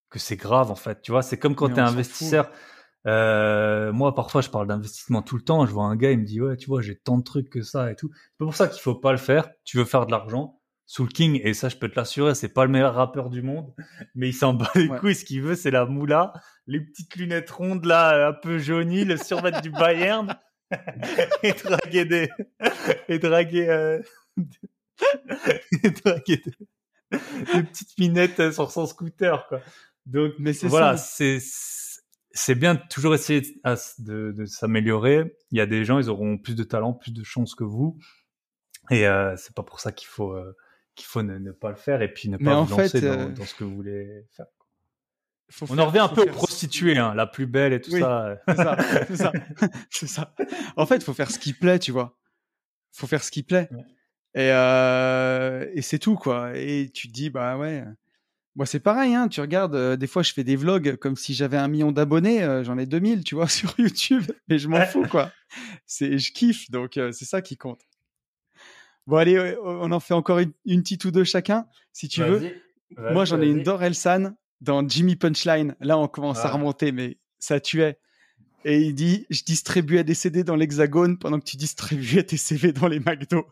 [SPEAKER 2] que c'est grave en fait. Tu vois, c'est comme quand
[SPEAKER 1] Mais
[SPEAKER 2] t'es
[SPEAKER 1] on s'en
[SPEAKER 2] investisseur. Euh, moi, parfois, je parle d'investissement tout le temps. Je vois un gars, il me dit ouais, tu vois, j'ai tant de trucs que ça et tout. C'est pour ça qu'il faut pas le faire. Tu veux faire de l'argent. Soul King, et ça, je peux te l'assurer, c'est pas le meilleur rappeur du monde, mais il s'en bat les
[SPEAKER 1] Ouais.
[SPEAKER 2] couilles. Ce qu'il veut, c'est la moula, les petites lunettes rondes là, un peu jaunies, le survêt du Bayern, et draguer des, et draguer, euh, et draguer des, des petites minettes sur son scooter, quoi. Donc
[SPEAKER 1] Mais c'est
[SPEAKER 2] voilà,
[SPEAKER 1] ça.
[SPEAKER 2] c'est c'est bien de toujours essayer de, de, de s'améliorer. Il y a des gens, ils auront plus de talent, plus de chance que vous, et euh, c'est pas pour ça qu'il faut euh, qu'il faut ne, ne pas le faire et puis ne
[SPEAKER 1] Mais
[SPEAKER 2] pas
[SPEAKER 1] en
[SPEAKER 2] vous lancer
[SPEAKER 1] fait,
[SPEAKER 2] dans,
[SPEAKER 1] euh,
[SPEAKER 2] dans ce que vous voulez faire.
[SPEAKER 1] faut
[SPEAKER 2] On en
[SPEAKER 1] faire,
[SPEAKER 2] revient un
[SPEAKER 1] faut
[SPEAKER 2] peu aux
[SPEAKER 1] faire.
[SPEAKER 2] prostituées, hein, la plus belle et tout
[SPEAKER 1] Oui,
[SPEAKER 2] ça.
[SPEAKER 1] c'est ça, c'est ça, c'est ça. En fait, faut faire ce qui plaît, tu vois. Faut faire ce qui plaît.
[SPEAKER 2] Ouais.
[SPEAKER 1] Et, euh, et c'est tout, quoi. Et tu te dis, bah ouais. Moi, c'est pareil, hein. Tu regardes, euh, des fois, je fais des vlogs comme si j'avais un million d'abonnés. euh, j'en ai deux mille, tu vois, sur YouTube. Mais je m'en fous, quoi. C'est, je kiffe. Donc, euh, c'est ça qui compte. Bon, allez, euh, on en fait encore une, une petite ou deux chacun, si tu veux.
[SPEAKER 2] Vas-y,
[SPEAKER 1] Moi,
[SPEAKER 2] vas-y,
[SPEAKER 1] j'en ai une
[SPEAKER 2] vas-y.
[SPEAKER 1] d'Orelsan dans Jimmy Punchline. Là, on commence à
[SPEAKER 2] Ah.
[SPEAKER 1] remonter, mais ça tuait. Et il dit, je distribuais des C D dans l'Hexagone pendant que tu distribuais tes C V dans les McDo.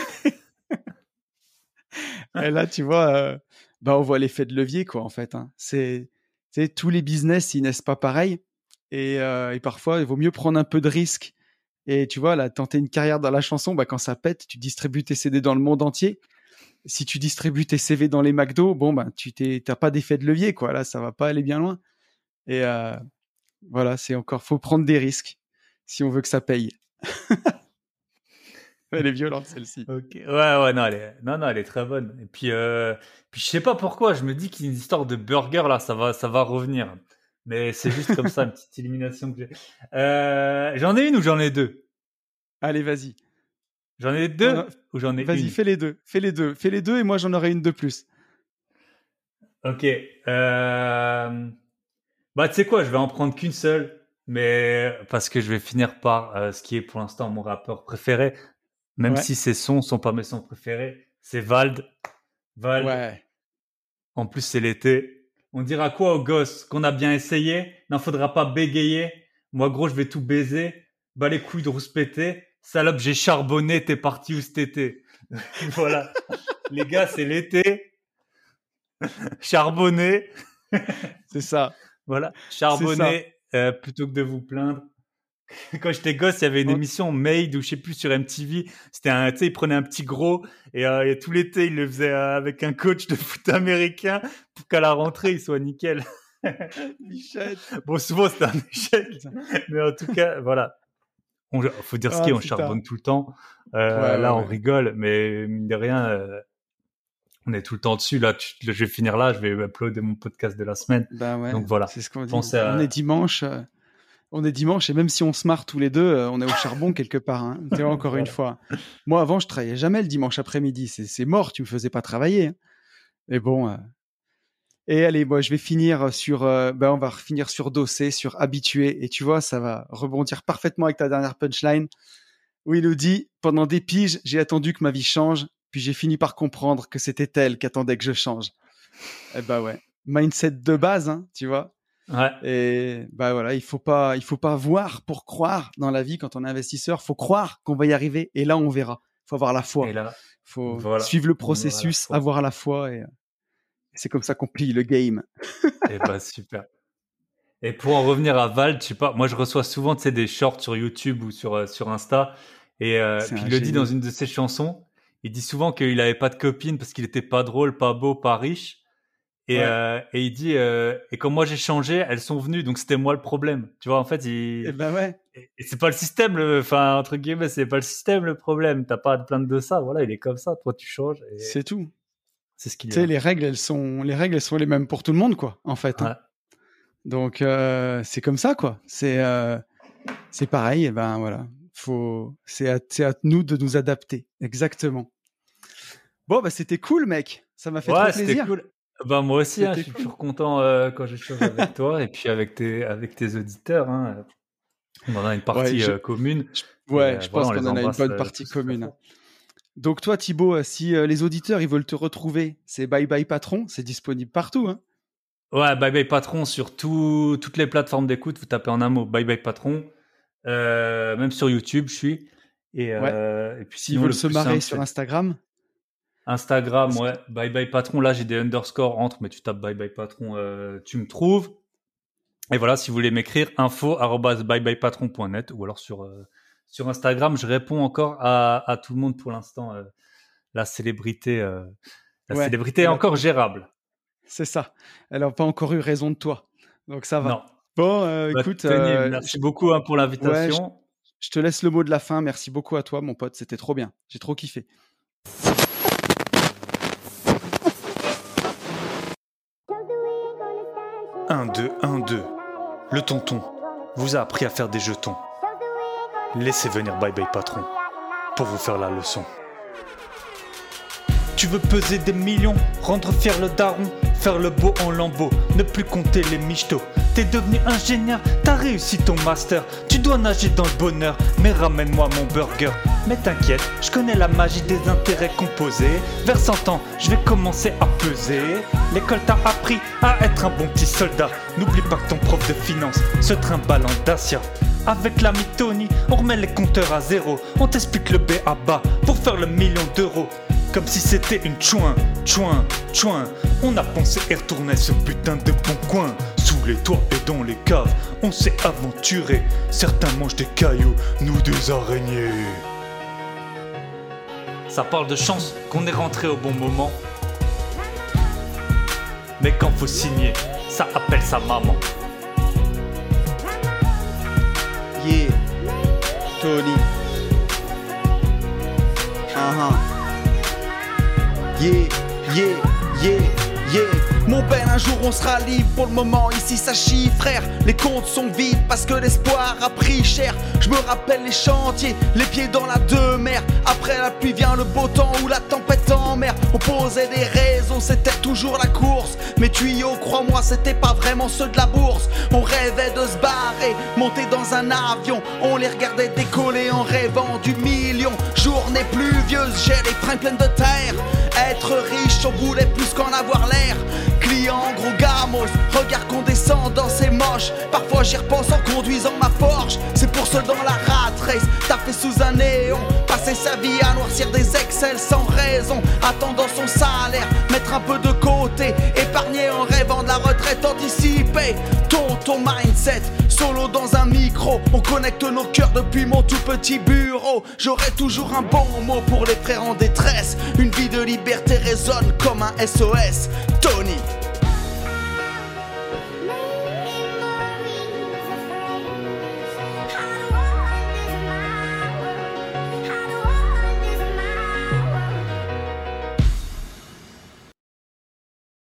[SPEAKER 1] Et là, tu vois, euh, bah, on voit l'effet de levier, quoi, en fait. Hein. C'est, c'est tous les business, ils naissent pas pareil. Et, euh, et parfois, il vaut mieux prendre un peu de risque. Et tu vois, là, tenter une carrière dans la chanson, bah, quand ça pète, tu distribues tes C D dans le monde entier. Si tu distribues tes C V dans les McDo, bon, bah, tu t'es, t'as pas d'effet de levier, quoi. Là, ça va pas aller bien loin. Et euh, voilà, c'est encore, faut prendre des risques si on veut que ça paye. Elle est violente, celle-ci.
[SPEAKER 2] Ok. Ouais, ouais, non, elle est, non, non, elle est très bonne. Et puis, euh, puis je sais pas pourquoi, je me dis qu'une histoire de burger là, ça va, ça va revenir. Mais c'est juste comme ça, une petite élimination que j'ai. Euh, j'en ai une ou j'en ai deux?
[SPEAKER 1] Allez, vas-y.
[SPEAKER 2] J'en ai
[SPEAKER 1] On a-
[SPEAKER 2] deux ou j'en ai
[SPEAKER 1] Vas-y,
[SPEAKER 2] une?
[SPEAKER 1] fais les deux. Fais les deux. Fais les deux et moi, j'en aurai une de plus.
[SPEAKER 2] Ok. Euh... Bah, tu sais quoi, je vais en prendre qu'une seule, mais parce que je vais finir par euh, ce qui est pour l'instant mon rappeur préféré, même
[SPEAKER 1] Ouais.
[SPEAKER 2] si ses sons sont pas mes sons préférés, c'est Vald. Vald.
[SPEAKER 1] Ouais.
[SPEAKER 2] En plus, c'est l'été. On dira quoi aux gosses? Qu'on a bien essayé? N'en faudra pas bégayer? Moi, gros, je vais tout baiser. Bas les couilles de rouspéter. Salope, j'ai charbonné, t'es parti où cet été? Voilà. Les gars, c'est l'été. Charbonné.
[SPEAKER 1] C'est ça.
[SPEAKER 2] Voilà.
[SPEAKER 1] C'est ça.
[SPEAKER 2] Charbonné, euh, plutôt que de vous plaindre. Quand j'étais gosse, il y avait une
[SPEAKER 1] On-
[SPEAKER 2] émission Made ou je sais plus sur M T V. C'était un, tu sais, il prenait un petit gros et, euh, et tout l'été, il le faisait euh, avec un coach de foot américain pour qu'à la rentrée, il soit nickel.
[SPEAKER 1] Michel.
[SPEAKER 2] Bon, souvent, c'était un échec. Mais en tout cas, voilà. On, faut dire ce qui
[SPEAKER 1] Ah,
[SPEAKER 2] est, on
[SPEAKER 1] putain.
[SPEAKER 2] charbonne tout le temps. Euh,
[SPEAKER 1] Ouais, ouais,
[SPEAKER 2] là, on
[SPEAKER 1] ouais.
[SPEAKER 2] rigole, mais mine de rien, euh, on est tout le temps dessus. Là, tu- je vais finir là, je vais uploader mon podcast de la semaine.
[SPEAKER 1] Ben ouais,
[SPEAKER 2] Donc voilà.
[SPEAKER 1] c'est ce qu'on dit.
[SPEAKER 2] Pensez
[SPEAKER 1] On est
[SPEAKER 2] à...
[SPEAKER 1] dimanche. euh, On est dimanche et même si on se marre tous les deux, euh, on est au charbon quelque part. Hein. Tu vois, encore une
[SPEAKER 2] Voilà.
[SPEAKER 1] fois. Moi, avant, je travaillais jamais le dimanche après-midi. C'est, c'est mort, tu me faisais pas travailler. Hein. Mais bon. euh, Et allez, moi, je vais finir sur. euh, Ben, on va finir sur Dossé, sur Habitué. Et tu vois, ça va rebondir parfaitement avec ta dernière punchline où il nous dit: pendant des piges, j'ai attendu que ma vie change, puis j'ai fini par comprendre que c'était elle qui attendait que je change. Eh ben ouais, mindset de base, hein, tu vois.
[SPEAKER 2] Ouais.
[SPEAKER 1] Et bah voilà, il faut pas, il faut pas voir pour croire dans la vie quand on est investisseur. Faut croire qu'on va y arriver et là on verra. Faut avoir la foi.
[SPEAKER 2] Et là,
[SPEAKER 1] Faut
[SPEAKER 2] voilà.
[SPEAKER 1] suivre le
[SPEAKER 2] On aura la
[SPEAKER 1] processus,
[SPEAKER 2] foi.
[SPEAKER 1] avoir la foi et, et c'est comme ça qu'on plie le game.
[SPEAKER 2] Et bah, super. Et pour en revenir à Vald, je sais pas, moi je reçois souvent, tu sais, des shorts sur YouTube ou sur euh, sur Insta, et euh,
[SPEAKER 1] C'est
[SPEAKER 2] puis
[SPEAKER 1] un
[SPEAKER 2] il le dit dans
[SPEAKER 1] génie.
[SPEAKER 2] une de ses chansons. Il dit souvent qu'il avait pas de copine parce qu'il était pas drôle, pas beau, pas riche. Et
[SPEAKER 1] Ouais.
[SPEAKER 2] euh, et il dit euh, et quand moi j'ai changé, elles sont venues, donc c'était moi le problème. Tu vois, en fait,
[SPEAKER 1] Et
[SPEAKER 2] il
[SPEAKER 1] ben ouais,
[SPEAKER 2] et et c'est pas le système, le, enfin entre guillemets, c'est pas le système le problème. T'as pas à te plaindre de ça. Voilà, il est comme ça. Toi, tu changes et
[SPEAKER 1] c'est tout.
[SPEAKER 2] c'est ce qu'il
[SPEAKER 1] Tu
[SPEAKER 2] y
[SPEAKER 1] sais,
[SPEAKER 2] a.
[SPEAKER 1] les règles, elles sont, les règles, elles sont les mêmes pour tout le monde, quoi, en fait. Hein.
[SPEAKER 2] Ouais.
[SPEAKER 1] Donc euh, c'est comme ça, quoi. C'est, euh, c'est pareil. Et ben voilà, faut, c'est à, c'est à nous de nous adapter. Exactement. Bon, bah c'était cool, mec. Ça m'a fait trop
[SPEAKER 2] Ouais, c'était
[SPEAKER 1] plaisir.
[SPEAKER 2] cool. Bah moi aussi, hein, je
[SPEAKER 1] C'était
[SPEAKER 2] suis
[SPEAKER 1] cool.
[SPEAKER 2] toujours content euh, quand j'échange avec toi et puis avec tes avec tes auditeurs. Hein. On en a une
[SPEAKER 1] Ouais,
[SPEAKER 2] partie
[SPEAKER 1] je,
[SPEAKER 2] euh, commune
[SPEAKER 1] je-
[SPEAKER 2] et
[SPEAKER 1] ouais,
[SPEAKER 2] euh,
[SPEAKER 1] je
[SPEAKER 2] voilà,
[SPEAKER 1] pense
[SPEAKER 2] on
[SPEAKER 1] qu'on
[SPEAKER 2] les
[SPEAKER 1] en a une
[SPEAKER 2] embrasse
[SPEAKER 1] bonne
[SPEAKER 2] euh,
[SPEAKER 1] partie
[SPEAKER 2] tous très
[SPEAKER 1] commune.
[SPEAKER 2] fort.
[SPEAKER 1] Donc toi, Thibaut, euh, si euh, les auditeurs ils veulent te retrouver, c'est Bye Bye Patron, c'est disponible partout. Hein.
[SPEAKER 2] Ouais, Bye Bye Patron sur tout, toutes les plateformes d'écoute. Vous tapez en un mot Bye Bye Patron. Euh, même sur YouTube, je suis. Et,
[SPEAKER 1] Ouais.
[SPEAKER 2] euh, et puis
[SPEAKER 1] S'ils veulent se marrer simple, sur Instagram.
[SPEAKER 2] Instagram, Parce ouais. Que... Bye Bye Patron. Là, j'ai des underscores entre, mais tu tapes Bye Bye Patron, euh, tu me trouves. Et voilà, si vous voulez m'écrire, info arobase bye bye patron point net ou alors sur, euh, sur Instagram, je réponds encore à, à tout le monde pour l'instant. Euh, la célébrité, euh, la ouais, célébrité est encore gérable.
[SPEAKER 1] C'est ça. Elle n'a pas encore eu raison de toi. Donc ça va.
[SPEAKER 2] Non.
[SPEAKER 1] Bon, euh, bah, écoute.
[SPEAKER 2] Tony, euh, merci je... beaucoup hein, pour l'invitation.
[SPEAKER 1] Ouais, je... je te laisse le mot de la fin. Merci beaucoup à toi, mon pote. C'était trop bien. J'ai trop kiffé.
[SPEAKER 3] un, deux, un, deux. Le tonton vous a appris à faire des jetons. Laissez venir Bye Bye Patron pour vous faire la leçon. Tu veux peser des millions, rendre fier le daron, faire le beau en lambeaux, ne plus compter les michtos. T'es devenu ingénieur, t'as réussi ton master. Tu dois nager dans le bonheur, mais ramène-moi mon burger. Mais t'inquiète, je connais la magie des intérêts composés. Vers cent ans, je vais commencer à peser. L'école t'a appris à être un bon petit soldat. N'oublie pas que ton prof de finance se trimballe en Dacia. Avec l'ami Tony, on remet les compteurs à zéro. On t'explique le B A B A pour faire le million d'euros. Comme si c'était une chouin, chouin, chouin. On a pensé et retourné ce putain de bon coin. Sous les toits et dans les caves, on s'est aventuré. Certains mangent des cailloux, nous des araignées. Ça parle de chance qu'on est rentré au bon moment. Mais quand faut signer, ça appelle sa maman.
[SPEAKER 1] Yeah, Tony. Uh-huh. Yeah, yeah, yeah, yeah. Mon Ben, un jour on sera libre, pour le moment ici ça chie frère. Les comptes sont vides parce que l'espoir a pris cher. Je me rappelle les chantiers, les pieds dans la demeure. Après la pluie vient le beau temps ou la tempête en mer. On posait des réseaux, c'était toujours la course. Mes tuyaux, crois-moi, c'était pas vraiment ceux de la bourse. On rêvait de se barrer, monter dans un avion. On les regardait décoller en rêvant du million. Journée pluvieuse, j'ai les freins pleines de terre. Être riche, on voulait plus qu'en avoir l'air. Client, gros gamos, regarde condescendant, c'est moche. Parfois j'y repense en conduisant ma Porsche. C'est pour ceux dans la rat race, t'as fait sous un néon. Passer sa vie à noircir des Excel sans raison. Attendant son salaire, mettre un peu de côté. Épargner en rêvant de la retraite anticipée. Ton, ton mindset, solo dans un micro. On connecte nos cœurs depuis mon tout petit bureau. J'aurai toujours un bon mot pour les frères en détresse. Une vie de liberté résonne comme un S O S. Tony